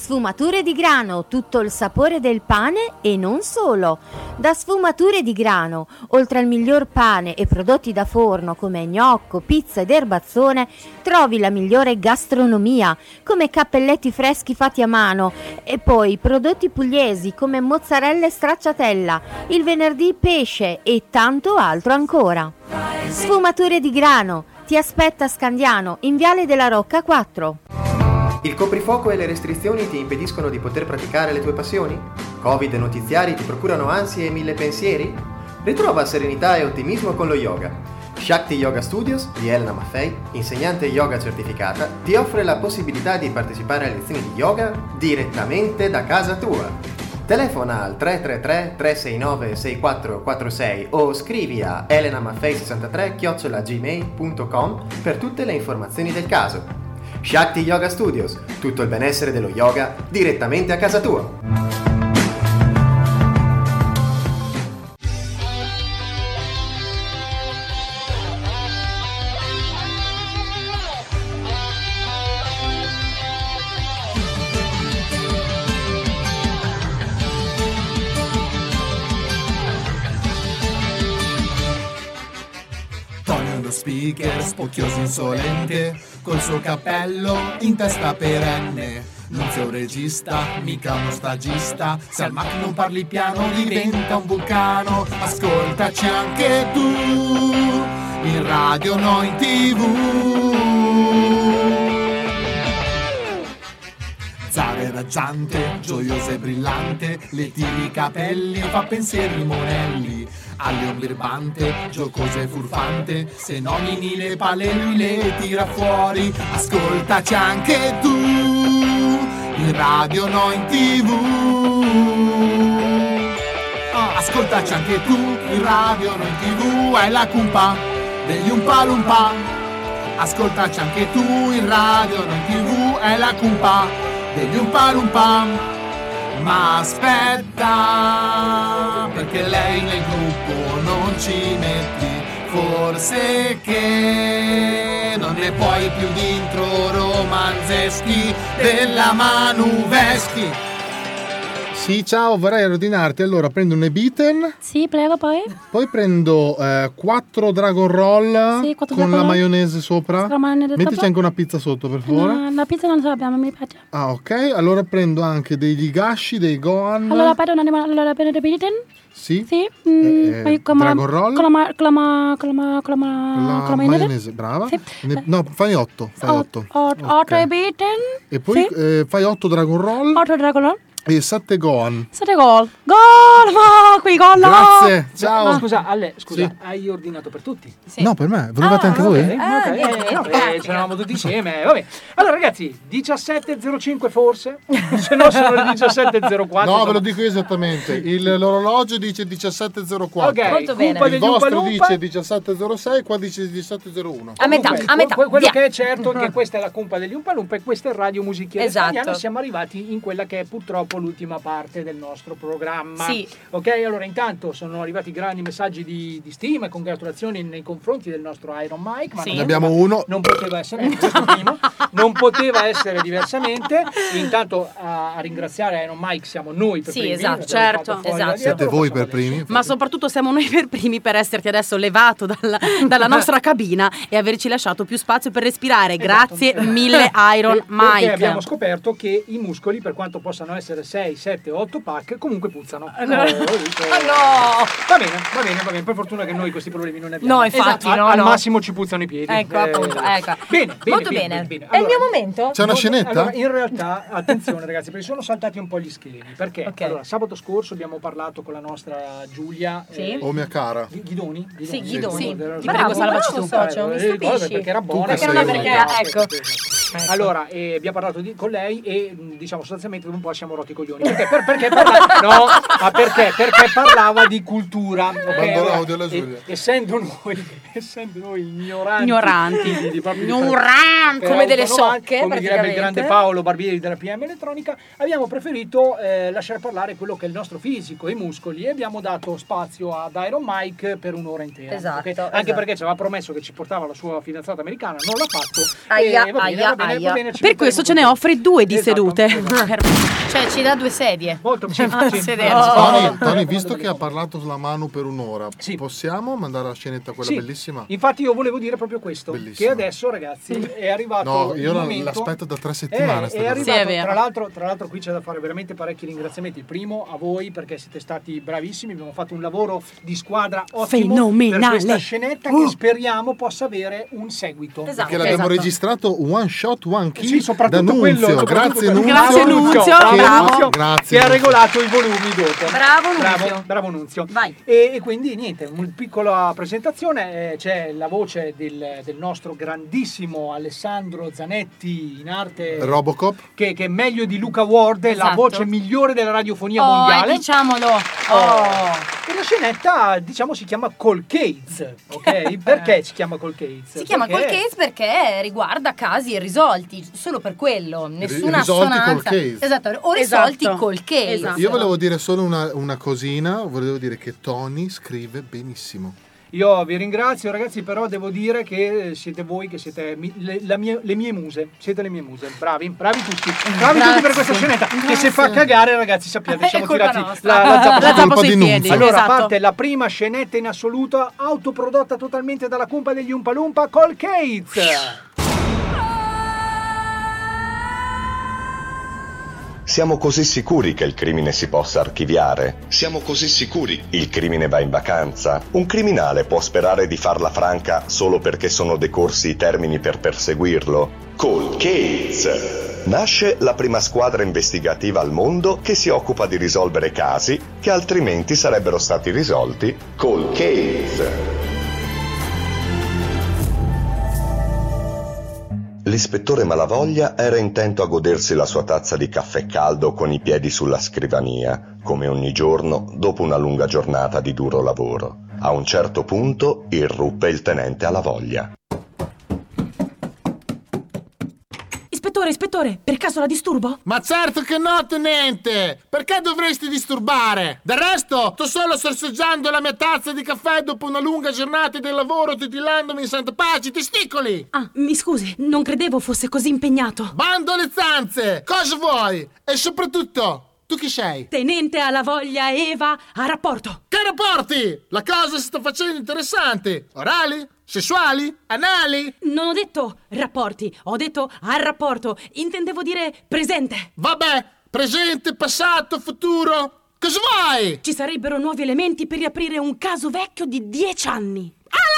Sfumature di grano, tutto il sapore del pane e non solo. Da Sfumature di grano, oltre al miglior pane e prodotti da forno come gnocco, pizza ed erbazzone, trovi la migliore gastronomia come cappelletti freschi fatti a mano e poi prodotti pugliesi come mozzarella e stracciatella, il venerdì pesce e tanto altro ancora. Sfumature di grano, ti aspetta a Scandiano, in Viale della Rocca 4. Il coprifuoco e le restrizioni ti impediscono di poter praticare le tue passioni? Covid e notiziari ti procurano ansie e mille pensieri? Ritrova serenità e ottimismo con lo yoga. Shakti Yoga Studios di Elena Maffei, insegnante yoga certificata, ti offre la possibilità di partecipare a lezioni di yoga direttamente da casa tua. Telefona al 333-369-6446 o scrivi a elenamaffei63@gmail.com per tutte le informazioni del caso. Shakti Yoga Studios, tutto il benessere dello yoga direttamente a casa tua. Speaker spocchioso insolente, col suo cappello in testa perenne. Non sei un regista, mica uno stagista, se al Mac non parli piano diventa un vulcano. Ascoltaci anche tu, in radio, no in TV. Zare raggiante, gioiosa e brillante, le tiri i capelli, fa pensieri monelli. Allion birbante, giocosa e furfante, se nomini le palle lui le tira fuori. Ascoltaci anche tu, in radio, no in TV. Ascoltaci anche tu, in radio, no in TV. È la cumpa degli Umpa Lumpa. Ascoltaci anche tu, in radio, no in TV. È la cumpa degli Umpa Lumpa. Ma aspetta, perché lei nel gruppo non ci metti, forse che non ne puoi più di intro romanzeschi della Manuveschi. Sì, ciao, vorrei ordinarti. Allora, prendo un Ebiten. Sì, prego, poi. Poi prendo 4 Dragon Roll, sì, 4 con Dragon la Roll. maionese sopra. Mettici anche una pizza sotto, per favore. No, la pizza non ce l'abbiamo, mi piace. Ah, ok. Allora prendo anche degli Higashi, dei Gohan. Allora prendo un Ebiten. Sì. Sì. Dragon Roll. Con la maionese, brava. Sì. No, fai 8. Fai 8. 8 Ebiten. E poi sì. Fai 8 Dragon Roll. 8 Dragon Roll. E 7 Gohan. 7 gol. Gol! Ma qui gol! Grazie, ciao. Ma scusa, Ale, Sì. hai ordinato per tutti? Sì. No, per me. Volevate anche voi? C'eravamo tutti insieme. Vabbè. Allora, ragazzi, 17.05 forse? Se no sono le 17.04. No, ve lo dico io esattamente. L'orologio dice 17.04. Ok, molto bene. Il vostro dice 17.06, qua dice 17.01. A metà. Quello via. che è certo è che questa è la cumpa degli Umpa Lumpa e questa è Radio Musichiera Esatto. Italiana. Siamo arrivati in quella che è purtroppo l'ultima parte del nostro programma. Sì. Ok, allora intanto sono arrivati grandi messaggi di stima e congratulazioni nei confronti del nostro Iron Mike, ma Ne abbiamo uno. non poteva essere questo primo, non poteva essere diversamente. Intanto a ringraziare Iron Mike siamo noi per primi. Esatto, certo, esatto. Siete voi per primi. Ma soprattutto siamo noi per primi per esserti adesso levato dalla nostra cabina e averci lasciato più spazio per respirare. Grazie mille Iron Mike. Perché abbiamo scoperto che i muscoli, per quanto possano essere 6, 7, 8 pack, comunque puzzano. No. Va bene, per fortuna che noi questi problemi non ne abbiamo. No, infatti, Esatto, no, al no. massimo ci puzzano i piedi. Ecco, appunto, ecco. Bene, Molto bene. bene. È il mio momento? C'è una scenetta? Allora, in realtà, attenzione ragazzi, perché sono saltati un po' gli schemi. Perché? Allora, sabato scorso abbiamo parlato con la nostra Giulia. Sì. Oh mia cara. Ghidoni? Sì, Ghidoni. Sì. Ti prego, salvaci tu. Socio, mi stupisci. Perché era buona. Perché non è perché, ecco. Allora, abbiamo parlato con lei e diciamo sostanzialmente un po' siamo rotti i coglioni. Perché parlava di cultura. Okay? Allora, essendo noi ignoranti. Come delle socche. Come direbbe il grande Paolo Barbieri della PM Elettronica, abbiamo preferito lasciare parlare quello che è il nostro fisico, i muscoli, e abbiamo dato spazio ad Iron Mike per un'ora intera. Esatto, okay? Anche perché ci aveva promesso che ci portava la sua fidanzata americana, non l'ha fatto. Aia. bene, per questo ce ne offre 2 di sedute. Cioè ci dà 2 sedie. Molto Tony, visto che ha parlato sulla Manu per un'ora, possiamo mandare la scenetta quella bellissima? Infatti io volevo dire proprio questo, che adesso ragazzi è arrivato No, io il momento, l'aspetto da 3 settimane. È arrivato, tra l'altro qui c'è da fare veramente parecchi ringraziamenti. Il primo a voi perché siete stati bravissimi, abbiamo fatto un lavoro di squadra ottimo fenomenale per questa scenetta che speriamo possa avere un seguito. Perché l'abbiamo registrato one shot, one key, sì, soprattutto da Nunzio. quello, Grazie Nunzio, grazie, che ha regolato i volumi dopo. Bravo Nunzio. Vai. E quindi niente, una piccola presentazione, c'è la voce del nostro grandissimo Alessandro Zanetti in arte Robocop, che è meglio di Luca Ward, è la voce migliore della radiofonia Oh, mondiale. diciamolo. E la scenetta, diciamo, si chiama Cold Case, ok? Perché si chiama Cold Case? Si chiama Cold Case perché riguarda casi irrisolti, solo per quello, nessuna assonanza. Esatto, o risolti Cold Case. Esatto. Io volevo dire solo una cosina, volevo dire che Tony scrive benissimo. Io vi ringrazio ragazzi, però devo dire che siete voi che siete le mie muse, siete le mie muse, bravi tutti, tutti per questa scenetta, che se fa cagare ragazzi sappiate, siamo tirati la zappa sui piedi. Allora parte la prima scenetta in assoluto, autoprodotta totalmente dalla cumpa degli Oompa Loompa, Cold Case. Siamo così sicuri che il crimine si possa archiviare? Siamo così sicuri il crimine va in vacanza? Un criminale può sperare di farla franca solo perché sono decorsi i termini per perseguirlo? Cold Case! Nasce la prima squadra investigativa al mondo che si occupa di risolvere casi che altrimenti sarebbero stati risolti. Cold Case! L'ispettore Malavoglia era intento a godersi la sua tazza di caffè caldo con i piedi sulla scrivania, come ogni giorno dopo una lunga giornata di duro lavoro. A un certo punto irruppe il tenente Malavoglia. Ispettore, per caso la disturbo? Ma certo che no, tenente! Perché dovresti disturbare? Del resto, sto solo sorseggiando la mia tazza di caffè dopo una lunga giornata di lavoro, titillandomi in santa pace, testicoli! Ah, mi scusi, non credevo fosse così impegnato. Bando alle zanze! Cosa vuoi? E soprattutto, tu chi sei? Tenente Malavoglia Eva a rapporto. Che rapporti? La cosa si sta facendo interessante. Orali? Sessuali? Anali? Non ho detto rapporti, ho detto a rapporto. Intendevo dire presente. Vabbè, presente, passato, futuro. Cosa vuoi? Ci sarebbero nuovi elementi per riaprire un caso vecchio di 10 anni.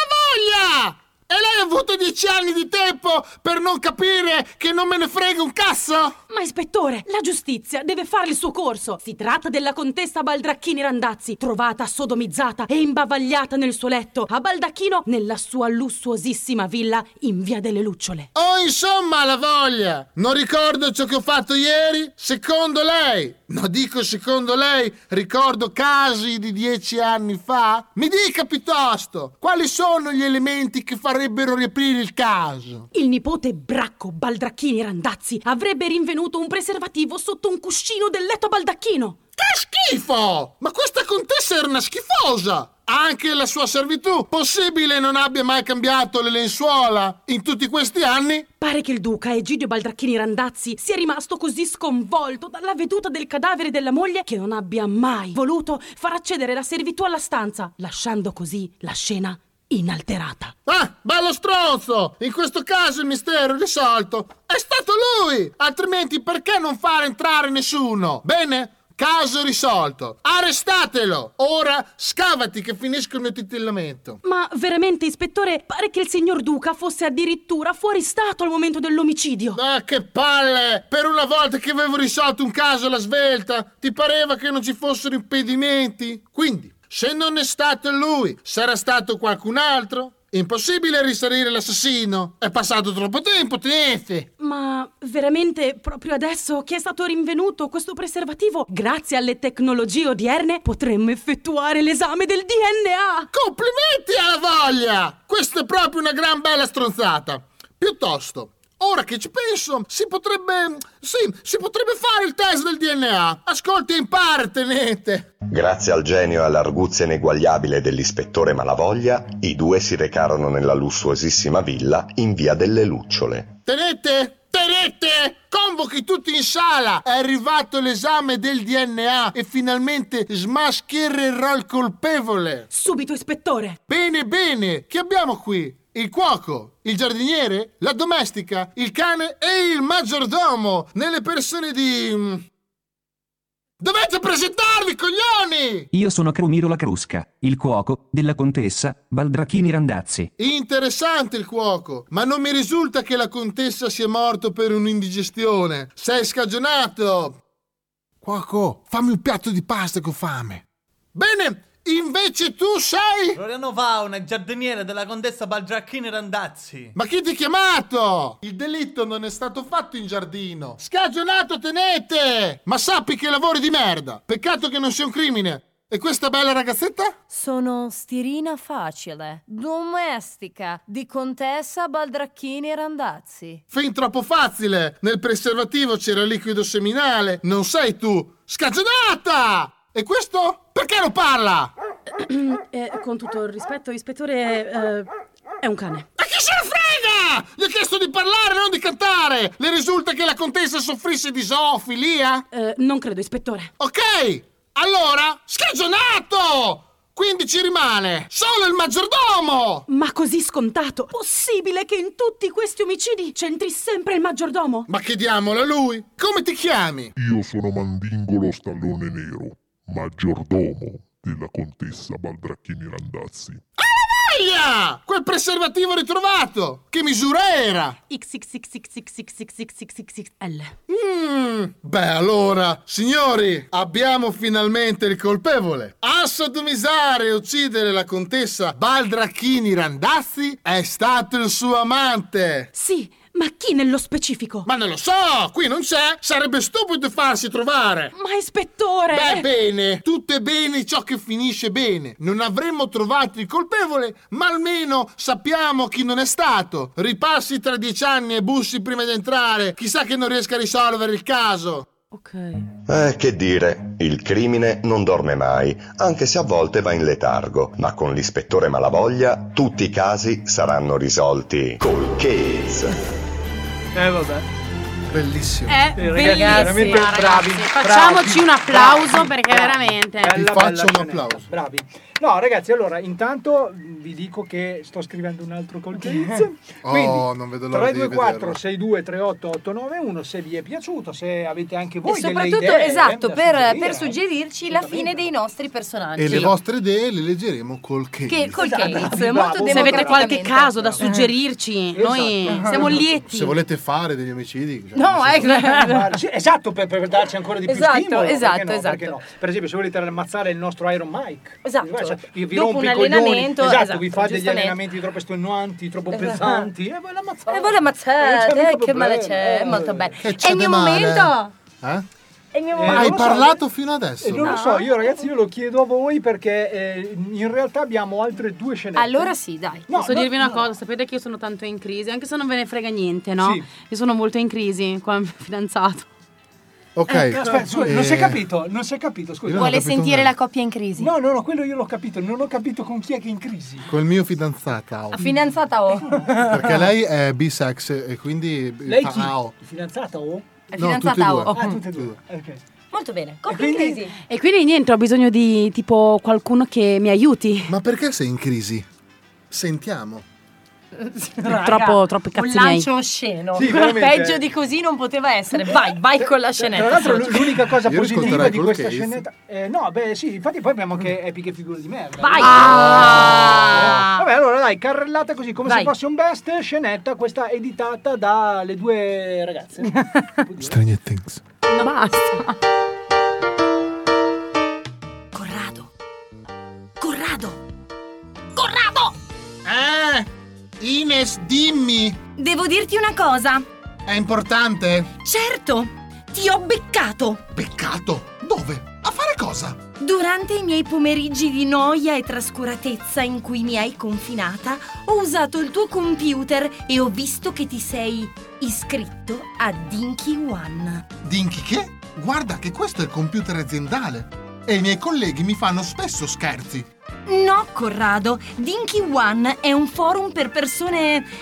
Alla voglia! E lei ha avuto 10 anni di tempo per non capire che non me ne frega un cazzo? Ma ispettore, la giustizia deve fare il suo corso. Si tratta della contessa Baldracchini Randazzi, trovata sodomizzata e imbavagliata nel suo letto a Baldacchino nella sua lussuosissima villa in Via delle Lucciole. Oh, insomma, la voglia! Non ricordo ciò che ho fatto ieri? Secondo lei? No, dico secondo lei, ricordo casi di 10 anni fa? Mi dica piuttosto, quali sono gli elementi che farebbero riaprire il caso? Il nipote Bracco Baldracchini Randazzi avrebbe rinvenuto un preservativo sotto un cuscino del letto Baldacchino. Che schifo! Ma questa contessa era una schifosa! Anche la sua servitù, possibile non abbia mai cambiato le lenzuola in tutti questi anni? Pare che il duca Egidio Baldracchini Randazzi sia rimasto così sconvolto dalla veduta del cadavere della moglie che non abbia mai voluto far accedere la servitù alla stanza, lasciando così la scena inalterata. Ah, bello stronzo! In questo caso il mistero è risolto. È stato lui! Altrimenti perché non far entrare nessuno? Bene? Caso risolto. Arrestatelo! Ora scavati che finiscono il titillamento. Ma veramente, ispettore, pare che il signor Duca fosse addirittura fuori stato al momento dell'omicidio. Ah, che palle! Per una volta che avevo risolto un caso alla svelta, ti pareva che non ci fossero impedimenti? Quindi, se non è stato lui, sarà stato qualcun altro? Impossibile risalire l'assassino. È passato troppo tempo, tenente. Ma veramente, proprio adesso che è stato rinvenuto questo preservativo, grazie alle tecnologie odierne, potremmo effettuare l'esame del DNA. Complimenti alla voglia! Questa è proprio una gran bella stronzata. Piuttosto, ora che ci penso, si potrebbe fare il test del DNA. Ascolti e impara, tenente. Grazie al genio e all'arguzia ineguagliabile dell'ispettore Malavoglia, i due si recarono nella lussuosissima villa in Via delle Lucciole. Tenente! Tenete! Convochi tutti in sala! È arrivato l'esame del DNA e finalmente smaschererò il colpevole! Subito, ispettore! Bene, bene! Chi abbiamo qui? Il cuoco, il giardiniere, la domestica, il cane e il maggiordomo nelle persone di... Dovete presentarvi, coglioni! Io sono Crumiro la Crusca, il cuoco della contessa Baldrachini Randazzi. Interessante il cuoco, ma non mi risulta che la contessa sia morta per un'indigestione. Sei scagionato! Cuoco, fammi un piatto di pasta che ho fame. Bene, invece tu sei... Floriano Vauna, il giardiniere della contessa Baldrachini Randazzi. Ma chi ti ha chiamato? Il delitto non è stato fatto in giardino. Scagionato tenete! Ma sappi che lavori di merda. Peccato che non sia un crimine. E questa bella ragazzetta? Sono Stirina Facile, domestica di contessa Baldrachini Randazzi. Fin troppo facile. Nel preservativo c'era liquido seminale. Non sei tu. Scagionata! E questo? Perché non parla? Con tutto il rispetto, ispettore, è un cane. Ma chi se ne frega? Gli ho chiesto di parlare, non di cantare. Le risulta che la contessa soffrisse di zoofilia? Non credo, ispettore. Ok, allora, scagionato! Quindi ci rimane solo il maggiordomo! Ma così scontato? Possibile che in tutti questi omicidi c'entri sempre il maggiordomo? Ma chiediamolo a lui. Come ti chiami? Io sono Mandingolo Stallone Nero, maggiordomo della contessa Baldrachini Randazzi. Aia! Quel preservativo ritrovato! Che misura era? XXXXXXXXXL. Beh, allora, signori, abbiamo finalmente il colpevole. A sodomizzare e uccidere la contessa Baldrachini Randazzi è stato il suo amante. Sì, ma chi nello specifico? Ma non lo so, qui non c'è. Sarebbe stupido farsi trovare. Ma ispettore! Beh, bene, tutto è bene ciò che finisce bene. Non avremmo trovato il colpevole, ma almeno sappiamo chi non è stato. Ripassi tra 10 anni e bussi prima di entrare. Chissà che non riesca a risolvere il caso. Ok. Che dire, il crimine non dorme mai, anche se a volte va in letargo, ma con l'ispettore Malavoglia tutti i casi saranno risolti. Cold Case. Vabbè. Bellissimo. Ragazzi, veramente bravi. Facciamoci un applauso perché veramente. Vi faccio un applauso. Bravi. No, ragazzi, allora, intanto vi dico che sto scrivendo un altro Cold Case. Quindi, non vedo l'ora di 324 62 38 891 se vi è piaciuto, se avete anche voi e delle soprattutto, idee. Esatto, per suggerirci la fine dei nostri personaggi. E le vostre idee le leggeremo col Case. Col Case, molto se avete qualche caso da suggerirci, noi siamo lieti. Se volete fare degli omicidi. No, esatto, per darci ancora di più stimolo. Esatto. No? Per esempio, se volete ammazzare il nostro Iron Mike. Esatto. Vi Dopo rompi un i coglioni. allenamento, Esatto, vi fate degli allenamenti troppo estenuanti, troppo pesanti. E voi l'ammazzate. Che male c'è, molto bello. È il mio momento. È il mio momento. Hai parlato fino adesso? Non lo so, io lo chiedo a voi perché in realtà abbiamo altre 2 scenette. Allora sì, dai. Posso dirvi una cosa? Sapete che io sono tanto in crisi, anche se non ve ne frega niente, no? Sì. Io sono molto in crisi con il mio fidanzato. Ok. Aspetta, scusa, non si è capito, scusa. Vuole sentire la coppia in crisi? No, quello io l'ho capito, non ho capito con chi è che è in crisi. Col mio fidanzato. Fidanzata o? Perché lei è bisex e quindi lei chi? Fidanzata o? È fidanzata o? Tutte e due. Ok. Molto bene, coppia in crisi. E quindi niente, ho bisogno di tipo qualcuno che mi aiuti. Ma perché sei in crisi? Sentiamo. Troppo cazzi un lancio osceno. Sì, peggio di così non poteva essere. Vai con la scenetta. Tra l'altro l'unica cosa positiva di questa scenetta infatti poi abbiamo che epiche figure di merda. Vai. Vabbè, allora dai, carrellata così come se fosse un best scenetta, questa editata dalle 2 ragazze. Stranger Things. No, basta. Corrado. Ines, dimmi. Devo dirti una cosa. È importante? Certo, ti ho beccato. Beccato? Dove? A fare cosa? Durante i miei pomeriggi di noia e trascuratezza in cui mi hai confinata, ho usato il tuo computer e ho visto che ti sei iscritto a Dinky One. Dinky che? Guarda che questo è il computer aziendale e i miei colleghi mi fanno spesso scherzi. No, Corrado, Dinky One è un forum per persone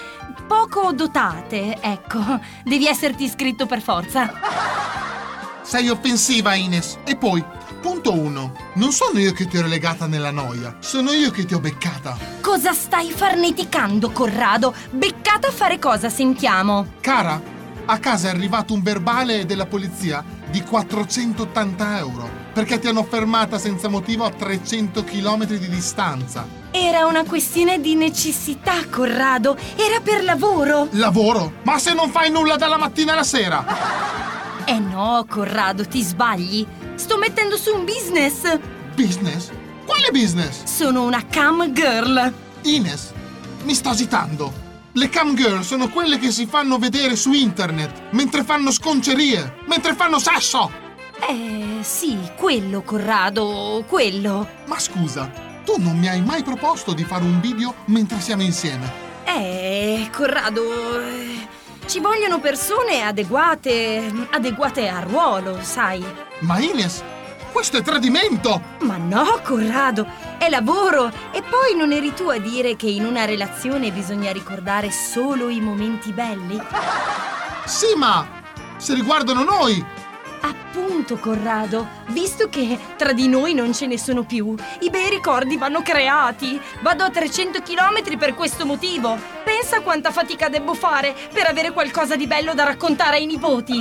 poco dotate, ecco. Devi esserti iscritto per forza. Sei offensiva, Ines. E poi, punto 1. Non sono io che ti ho relegata nella noia, sono io che ti ho beccata. Cosa stai farneticando, Corrado? Beccata a fare cosa, sentiamo? Cara, a casa è arrivato un verbale della polizia di 480 euro perché ti hanno fermata senza motivo a 300 km di distanza. Era una questione di necessità, Corrado. Era per lavoro. Lavoro? Ma se non fai nulla dalla mattina alla sera? No, Corrado, ti sbagli. Sto mettendo su un business. Business? Quale business? Sono una cam girl. Ines, mi sto agitando. Le cam girl sono quelle che si fanno vedere su internet mentre fanno sconcerie, mentre fanno sesso. Sì, quello, Corrado, quello. Ma scusa, tu non mi hai mai proposto di fare un video mentre siamo insieme? Corrado, ci vogliono persone adeguate al ruolo, sai. Ma Ines, questo è tradimento! Ma no, Corrado, è lavoro. E poi non eri tu a dire che in una relazione bisogna ricordare solo i momenti belli? Sì, ma se riguardano noi! Appunto, Corrado, visto che tra di noi non ce ne sono più, i bei ricordi vanno creati. Vado a 300 km per questo motivo. Pensa quanta fatica devo fare per avere qualcosa di bello da raccontare ai nipoti.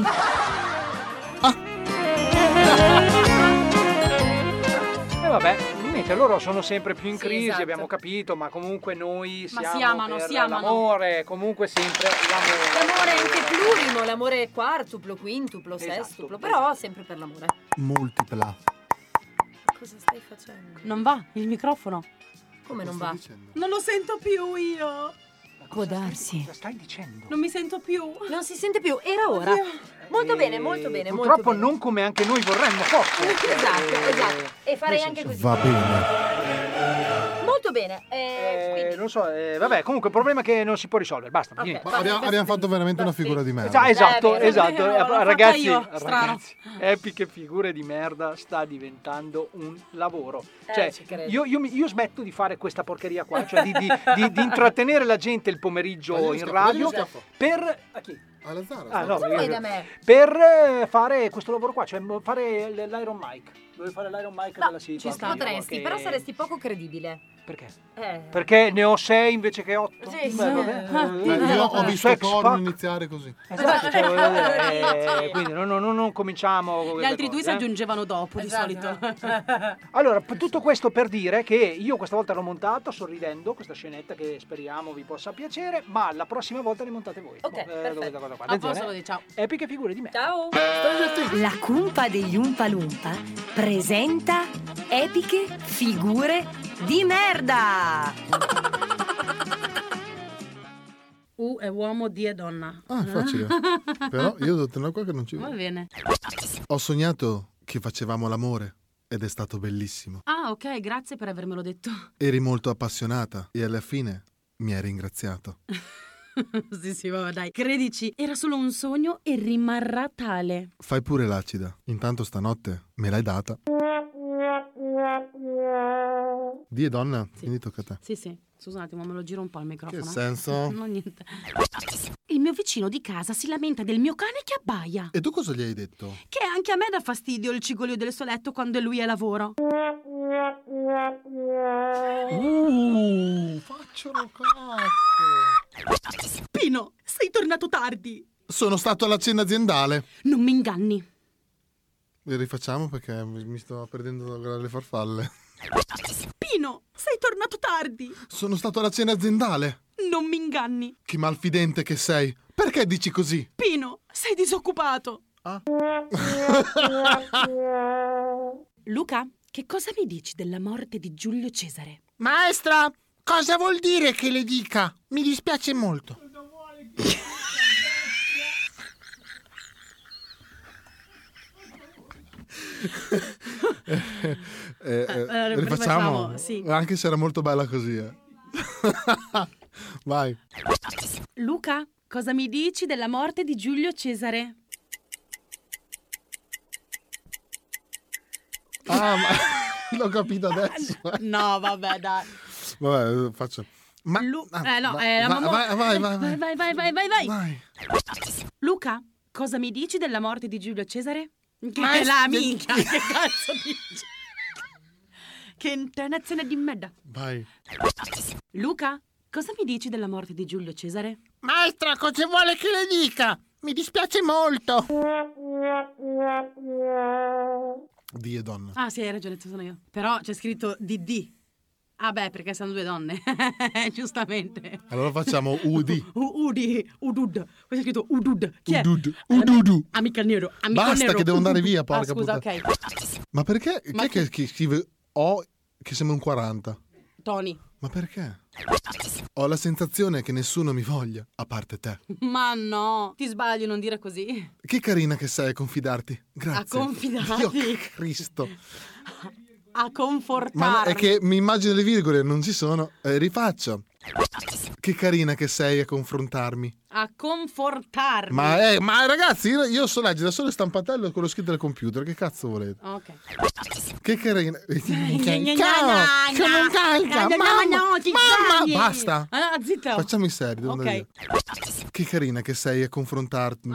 Vabbè, niente, loro sono sempre più in crisi, esatto. Abbiamo capito, ma comunque noi Ma siamo per l'amore, comunque sempre l'amore. L'amore è anche plurimo, l'amore è quartuplo, quintuplo, sestuplo, però sempre per l'amore. Multipla. Cosa stai facendo? Non va il microfono? Come non va? Non lo sento più io. Può darsi. Cosa stai dicendo? Non mi sento più. Non si sente più, era ora. Molto bene, molto bene. Purtroppo molto bene. non come anche noi vorremmo fosse. Esatto. E farei anche così. Va bene. Molto bene. Quindi. Non so, vabbè, comunque il problema è che non si può risolvere, basta. Ok, finito. Ma abbiamo fatto veramente una figura di merda. Esatto. L'ho fatta Ragazzi, io, strano. epiche figure di merda sta diventando un lavoro. Cioè, ci credo. io smetto di fare questa porcheria qua, cioè di intrattenere la gente il pomeriggio in radio per... A chi? Alla Zara. No, Cosa vuoi da me? per fare questo lavoro qua, cioè fare l'Iron Mike. Dovevi fare l'Iron Mike della City. Ci potresti, però saresti poco credibile. Perché? Perché ne ho 6 invece che 8. Sì, sì. Io ho visto porno iniziare così. Esatto, cioè, quindi non cominciamo. Gli altri due si aggiungevano dopo, Esatto. di solito. Allora, tutto questo per dire che io questa volta l'ho montato sorridendo, questa scenetta che speriamo vi possa piacere, ma la prossima volta rimontate voi. Ok, perfetto. A posto, lo dico, ciao. Epiche figure di me. Ciao. La cumpa degli Umpa Lumpa presenta epiche figure di merda. U è uomo, D è donna. Ah, facile. Però io devo tenere qua che non ci Va vedo. bene. Ho sognato che facevamo l'amore ed è stato bellissimo. Ah, ok, grazie per avermelo detto. Eri molto appassionata e alla fine mi hai ringraziato. Sì, vabbè, dai. Credici, era solo un sogno e rimarrà tale. Fai pure l'acida. Intanto stanotte me l'hai data. Die donna, quindi tocca a te. Sì. Scusa un attimo, me lo giro un po' il microfono. Che senso? No, niente. Il mio vicino di casa si lamenta del mio cane che abbaia. E tu cosa gli hai detto? Che anche a me dà fastidio il cigolio del suo letto quando lui è a lavoro. Facciano cazzo. Pino, sei tornato tardi. Sono stato alla cena aziendale. Non mi inganni. Le rifacciamo perché mi sto perdendo le farfalle. Pino, sei tornato tardi. Sono stato alla cena aziendale. Non mi inganni. Che malfidente che sei. Perché dici così? Pino, sei disoccupato. Ah. Luca, che cosa mi dici della morte di Giulio Cesare? Maestra, cosa vuol dire che le dica? Mi dispiace molto. Rifacciamo? Sì. Anche se era molto bella così. Vai. Luca, cosa mi dici della morte di Giulio Cesare? Ah, ma l'ho capito adesso. No, vabbè, dai. Vabbè, faccio. Vai. Luca, cosa mi dici della morte di Giulio Cesare? Ma Che la minchia, che cazzo dici? Che intonazione di merda. Vai. Luca, cosa mi dici della morte di Giulio Cesare? Maestra, cosa vuole che le dica? Mi dispiace molto. Dio donna. Ah sì, hai ragione, sono io. Però c'è scritto DD. Ah beh, perché sono 2 donne. Giustamente. Allora facciamo Udi. Udud. Questo è scritto Udud. Chi è? Ududu. Amica nero. Basta nero. che devo andare via, porca scusa, puttana. ok. Ma perché? Chi è che scrive O che sembra un 40? Tony. Ma perché? Ho la sensazione che nessuno mi voglia, a parte te. Ma no, ti sbagli, non dire così. Che carina che sei a confidarti. Grazie. A confidarti. Dio Cristo. A confortarmi. Ma è che mi immagino le virgole, non ci sono. Rifaccio. Che carina che sei a confrontarmi. A confortarmi. Ma ragazzi, io so leggere solo il stampatello e quello scritto al computer. Che cazzo volete? Ok. Che carina. Ciao. Mamma, basta. Zitto. Facciamo i seri. Ok. Che carina che sei a confrontarmi.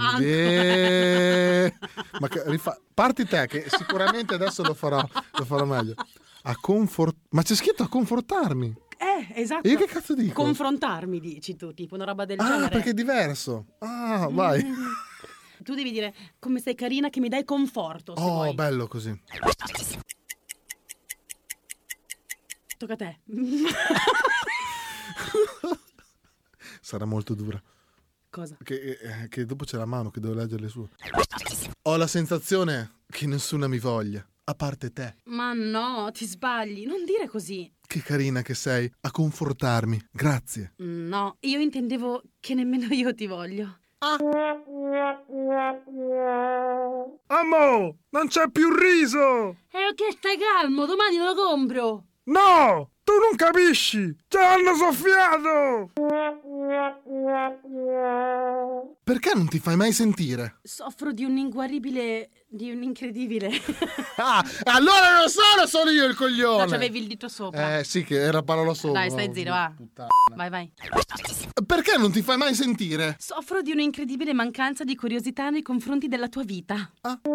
Ma parti te, che sicuramente adesso lo farò meglio. Ma c'è scritto a confortarmi. Esatto. E io che cazzo dico? Confrontarmi, dici tu, tipo una roba del genere. Perché è diverso. Vai. Tu devi dire come sei carina che mi dai conforto. Se vuoi. Bello così. Tocca a te. Sarà molto dura. Cosa? Che dopo c'è la mano che devo leggere le sue. Ho la sensazione che nessuna mi voglia, a parte te. Ma no, ti sbagli, non dire così. Che carina che sei a confortarmi. Grazie. No, io intendevo che nemmeno io ti voglio. Ammo, non c'è più riso. Che stai calmo, domani lo compro. No, tu non capisci. Ce l'hanno soffiato. Perché non ti fai mai sentire? Soffro di un inguaribile, di un incredibile. Allora non sono io il coglione. No, c'avevi il dito sopra. Sì, che era parola sopra. Dai, stai zitto, va. Vai. Perché non ti fai mai sentire? Soffro di un'incredibile mancanza di curiosità nei confronti della tua vita.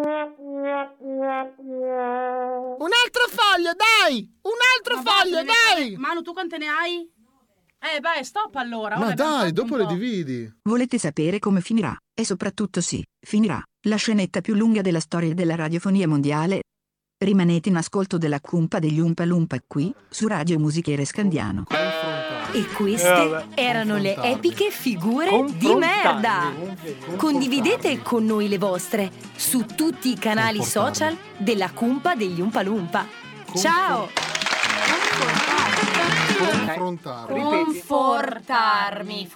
Un'altra foglia, dai! Un'altra foglia, dai! Manu, tu quante ne hai? Beh, stop allora. Ma dai, dopo le dividi. Volete sapere come finirà? E soprattutto finirà la scenetta più lunga della storia della radiofonia mondiale? Rimanete in ascolto della cumpa degli Umpa Lumpa qui, su Radio Musichiere Scandiano. E queste erano le epiche figure di merda. Condividete con noi le vostre su tutti i canali social della cumpa degli Umpa Lumpa. Ciao! Confortarmi.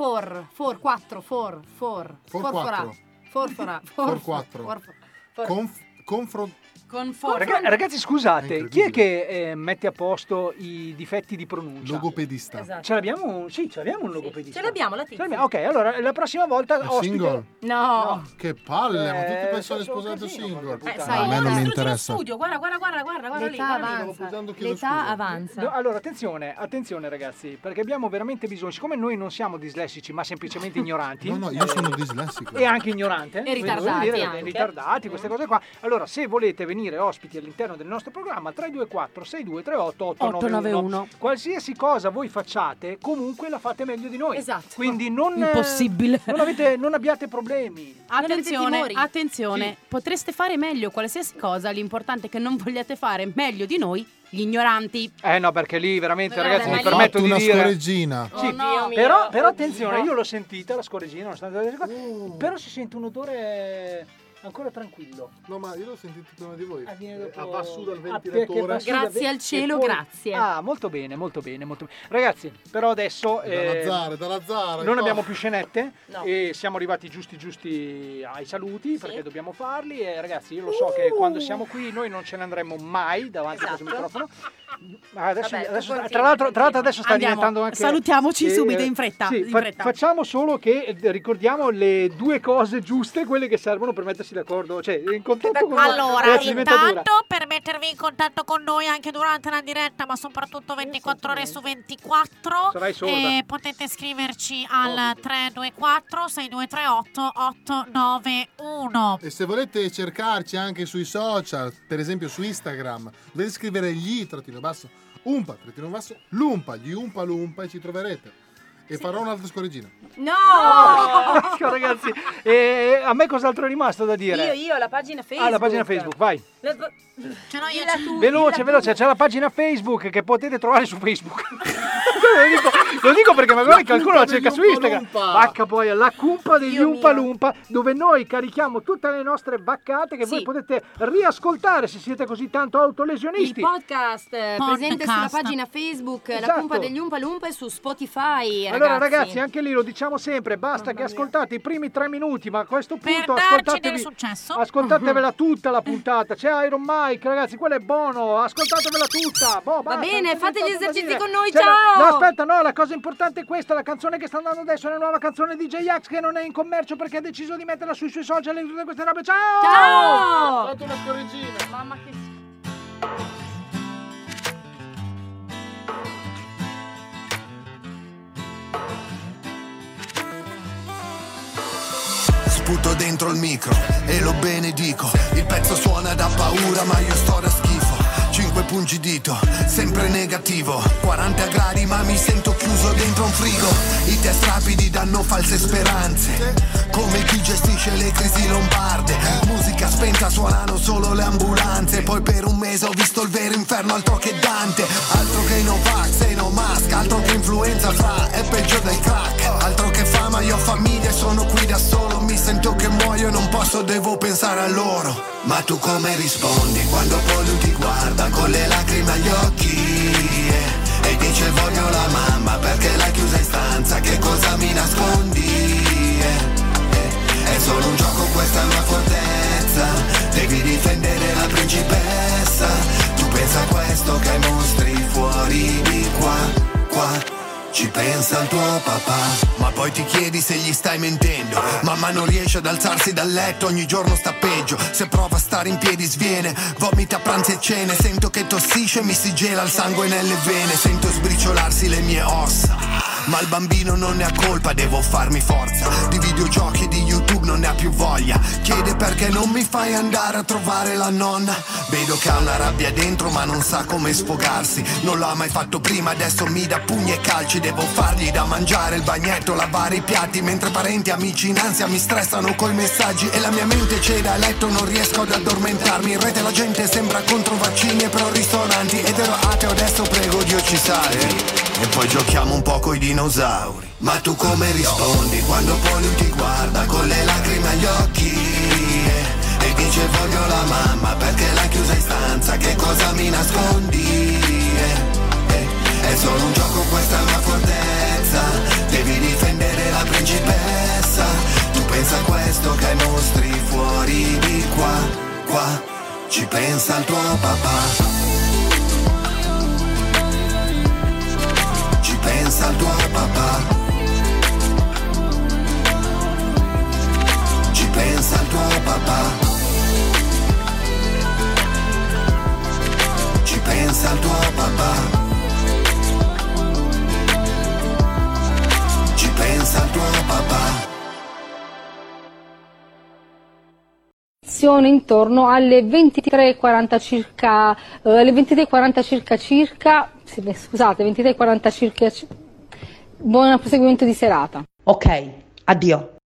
Ragazzi, scusate, chi è che mette a posto i difetti di pronuncia? Logopedista. Esatto. Ce l'abbiamo? Sì, ce l'abbiamo un logopedista. Ce l'abbiamo la tizia. Ok, allora la prossima volta single? No. Che palle, ma tutte persone sposate single. Sai, a me non mi interessa. Studio, guarda L'età avanza. Allora, attenzione ragazzi, perché abbiamo veramente bisogno, siccome noi non siamo dislessici, ma semplicemente ignoranti. No, io sono dislessico. E anche ignorante. E ritardati. Ritardati, queste cose qua. Allora, se volete venire ospiti all'interno del nostro programma, 324 6238 891. Qualsiasi cosa voi facciate, comunque la fate meglio di noi. Esatto. Quindi non impossibile. Non abbiate problemi. Attenzione, sì. Potreste fare meglio qualsiasi cosa, l'importante è che non vogliate fare meglio di noi, gli ignoranti. No, perché lì veramente, ragazzi, mi permetto di una dire scoreggina. Sì, no, però attenzione, io l'ho sentita la scoreggina, nonostante però si sente un odore ancora tranquillo. No, ma io l'ho sentito prima di voi. Va su dal ventilatore. Grazie al cielo, grazie. Molto bene. Ragazzi, però adesso dall'azzare. non abbiamo più scenette, no. E siamo arrivati giusti ai saluti, sì, perché dobbiamo farli. E ragazzi, io lo so che quando siamo qui noi non ce ne andremo mai davanti a questo microfono. Adesso, tra l'altro adesso sta diventando anche. Salutiamoci subito in fretta. Sì, facciamo solo che ricordiamo le due cose giuste, quelle che servono per mettersi messi d'accordo, cioè in contatto con allora, ragazzi, intanto per mettervi in contatto con noi anche durante la diretta, ma soprattutto 24 ore su 24, potete scriverci al 324 6238 891. E se volete cercarci anche sui social, per esempio su Instagram, dovete scrivere gli_umpa_lumpa, gli Umpa Lumpa, e ci troverete. E farò un'altra scorreggina. No! Ragazzi, a me cos'altro è rimasto da dire? Io la pagina Facebook. La pagina Facebook, vai. Ce l'ho io. Veloce, c'è la pagina Facebook che potete trovare su Facebook. Lo dico perché magari qualcuno la cerca su Instagram. Vacca poi la cumpa degli Umpa Lumpa, dove noi carichiamo tutte le nostre vaccate che voi potete riascoltare se siete così tanto autolesionisti. Il podcast presente sulla pagina Facebook, la cumpa degli Umpa Lumpa, e su Spotify. Allora ragazzi, anche lì lo diciamo sempre, basta che ascoltate i primi 3 minuti, ma a questo punto ascoltatevela tutta la puntata. C'è Iron Mike, ragazzi, quello è buono, ascoltatevela tutta. Va bene, fate gli esercizi con noi, ciao! No, aspetta, la cosa importante è questa, la canzone che sta andando adesso è la nuova canzone di J-Ax, che non è in commercio perché ha deciso di metterla sui suoi social e tutte queste robe. Ciao! Ciao! Ho fatto una scorreggina. Mamma che... Sputo dentro il micro e lo benedico. Il pezzo suona da paura ma io sto da schifo. 5 pungidito, sempre negativo. 40 gradi ma mi sento chiuso dentro un frigo. I test rapidi danno false speranze, come chi gestisce le crisi lombarde. Musica spenta, suonano solo le ambulanze. Poi per un mese ho visto il vero inferno, altro che Dante. Altro che no vax e no mask, altro che influenza fra, è peggio del crack. Altro che fama, io ho famiglia e sono qui da solo. Mi sento che muoio, non posso, devo pensare a loro. Ma tu come rispondi quando poi lui ti guarda con le lacrime agli occhi e dice voglio la mamma perché l'hai chiusa in stanza, che cosa mi nascondi? È solo un gioco, questa è una fortezza, devi difendere la principessa. Tu pensa a questo che hai mostri fuori di qua. Ci pensa il tuo papà, ma poi ti chiedi se gli stai mentendo. Mamma non riesce ad alzarsi dal letto, ogni giorno sta peggio. Se prova a stare in piedi sviene, vomita a pranzo e cene. Sento che tossisce, mi si gela il sangue nelle vene. Sento sbriciolarsi le mie ossa, ma il bambino non ne ha colpa, devo farmi forza. Di videogiochi e di YouTube non ne ha più voglia. Chiede perché non mi fai andare a trovare la nonna. Vedo che ha una rabbia dentro ma non sa come sfogarsi. Non l'ha mai fatto prima, adesso mi dà pugni e calci. Devo fargli da mangiare, il bagnetto, lavare i piatti, mentre parenti e amici in ansia mi stressano coi messaggi. E la mia mente cede a letto, non riesco ad addormentarmi. In rete la gente sembra contro vaccini e pro ristoranti. Ed ero ateo, adesso prego Dio ci salvi. E poi giochiamo un po' coi dinosauri. Ma tu come rispondi quando poi lui ti guarda con le lacrime agli occhi e dice voglio la mamma perché l'hai chiusa in stanza, che cosa mi nascondi? È solo un gioco, questa è una fortezza, devi difendere la principessa. Tu pensa a questo che hai mostri fuori di qua. Ci pensa il tuo papà, ci pensa il tuo papà, ci pensa il tuo papà, ci pensa il tuo papà, ci pensa il tuo papà. Intorno alle 23:40 circa, alle 23:40 circa, scusate, 23:40 circa. Buon proseguimento di serata. Ok, addio.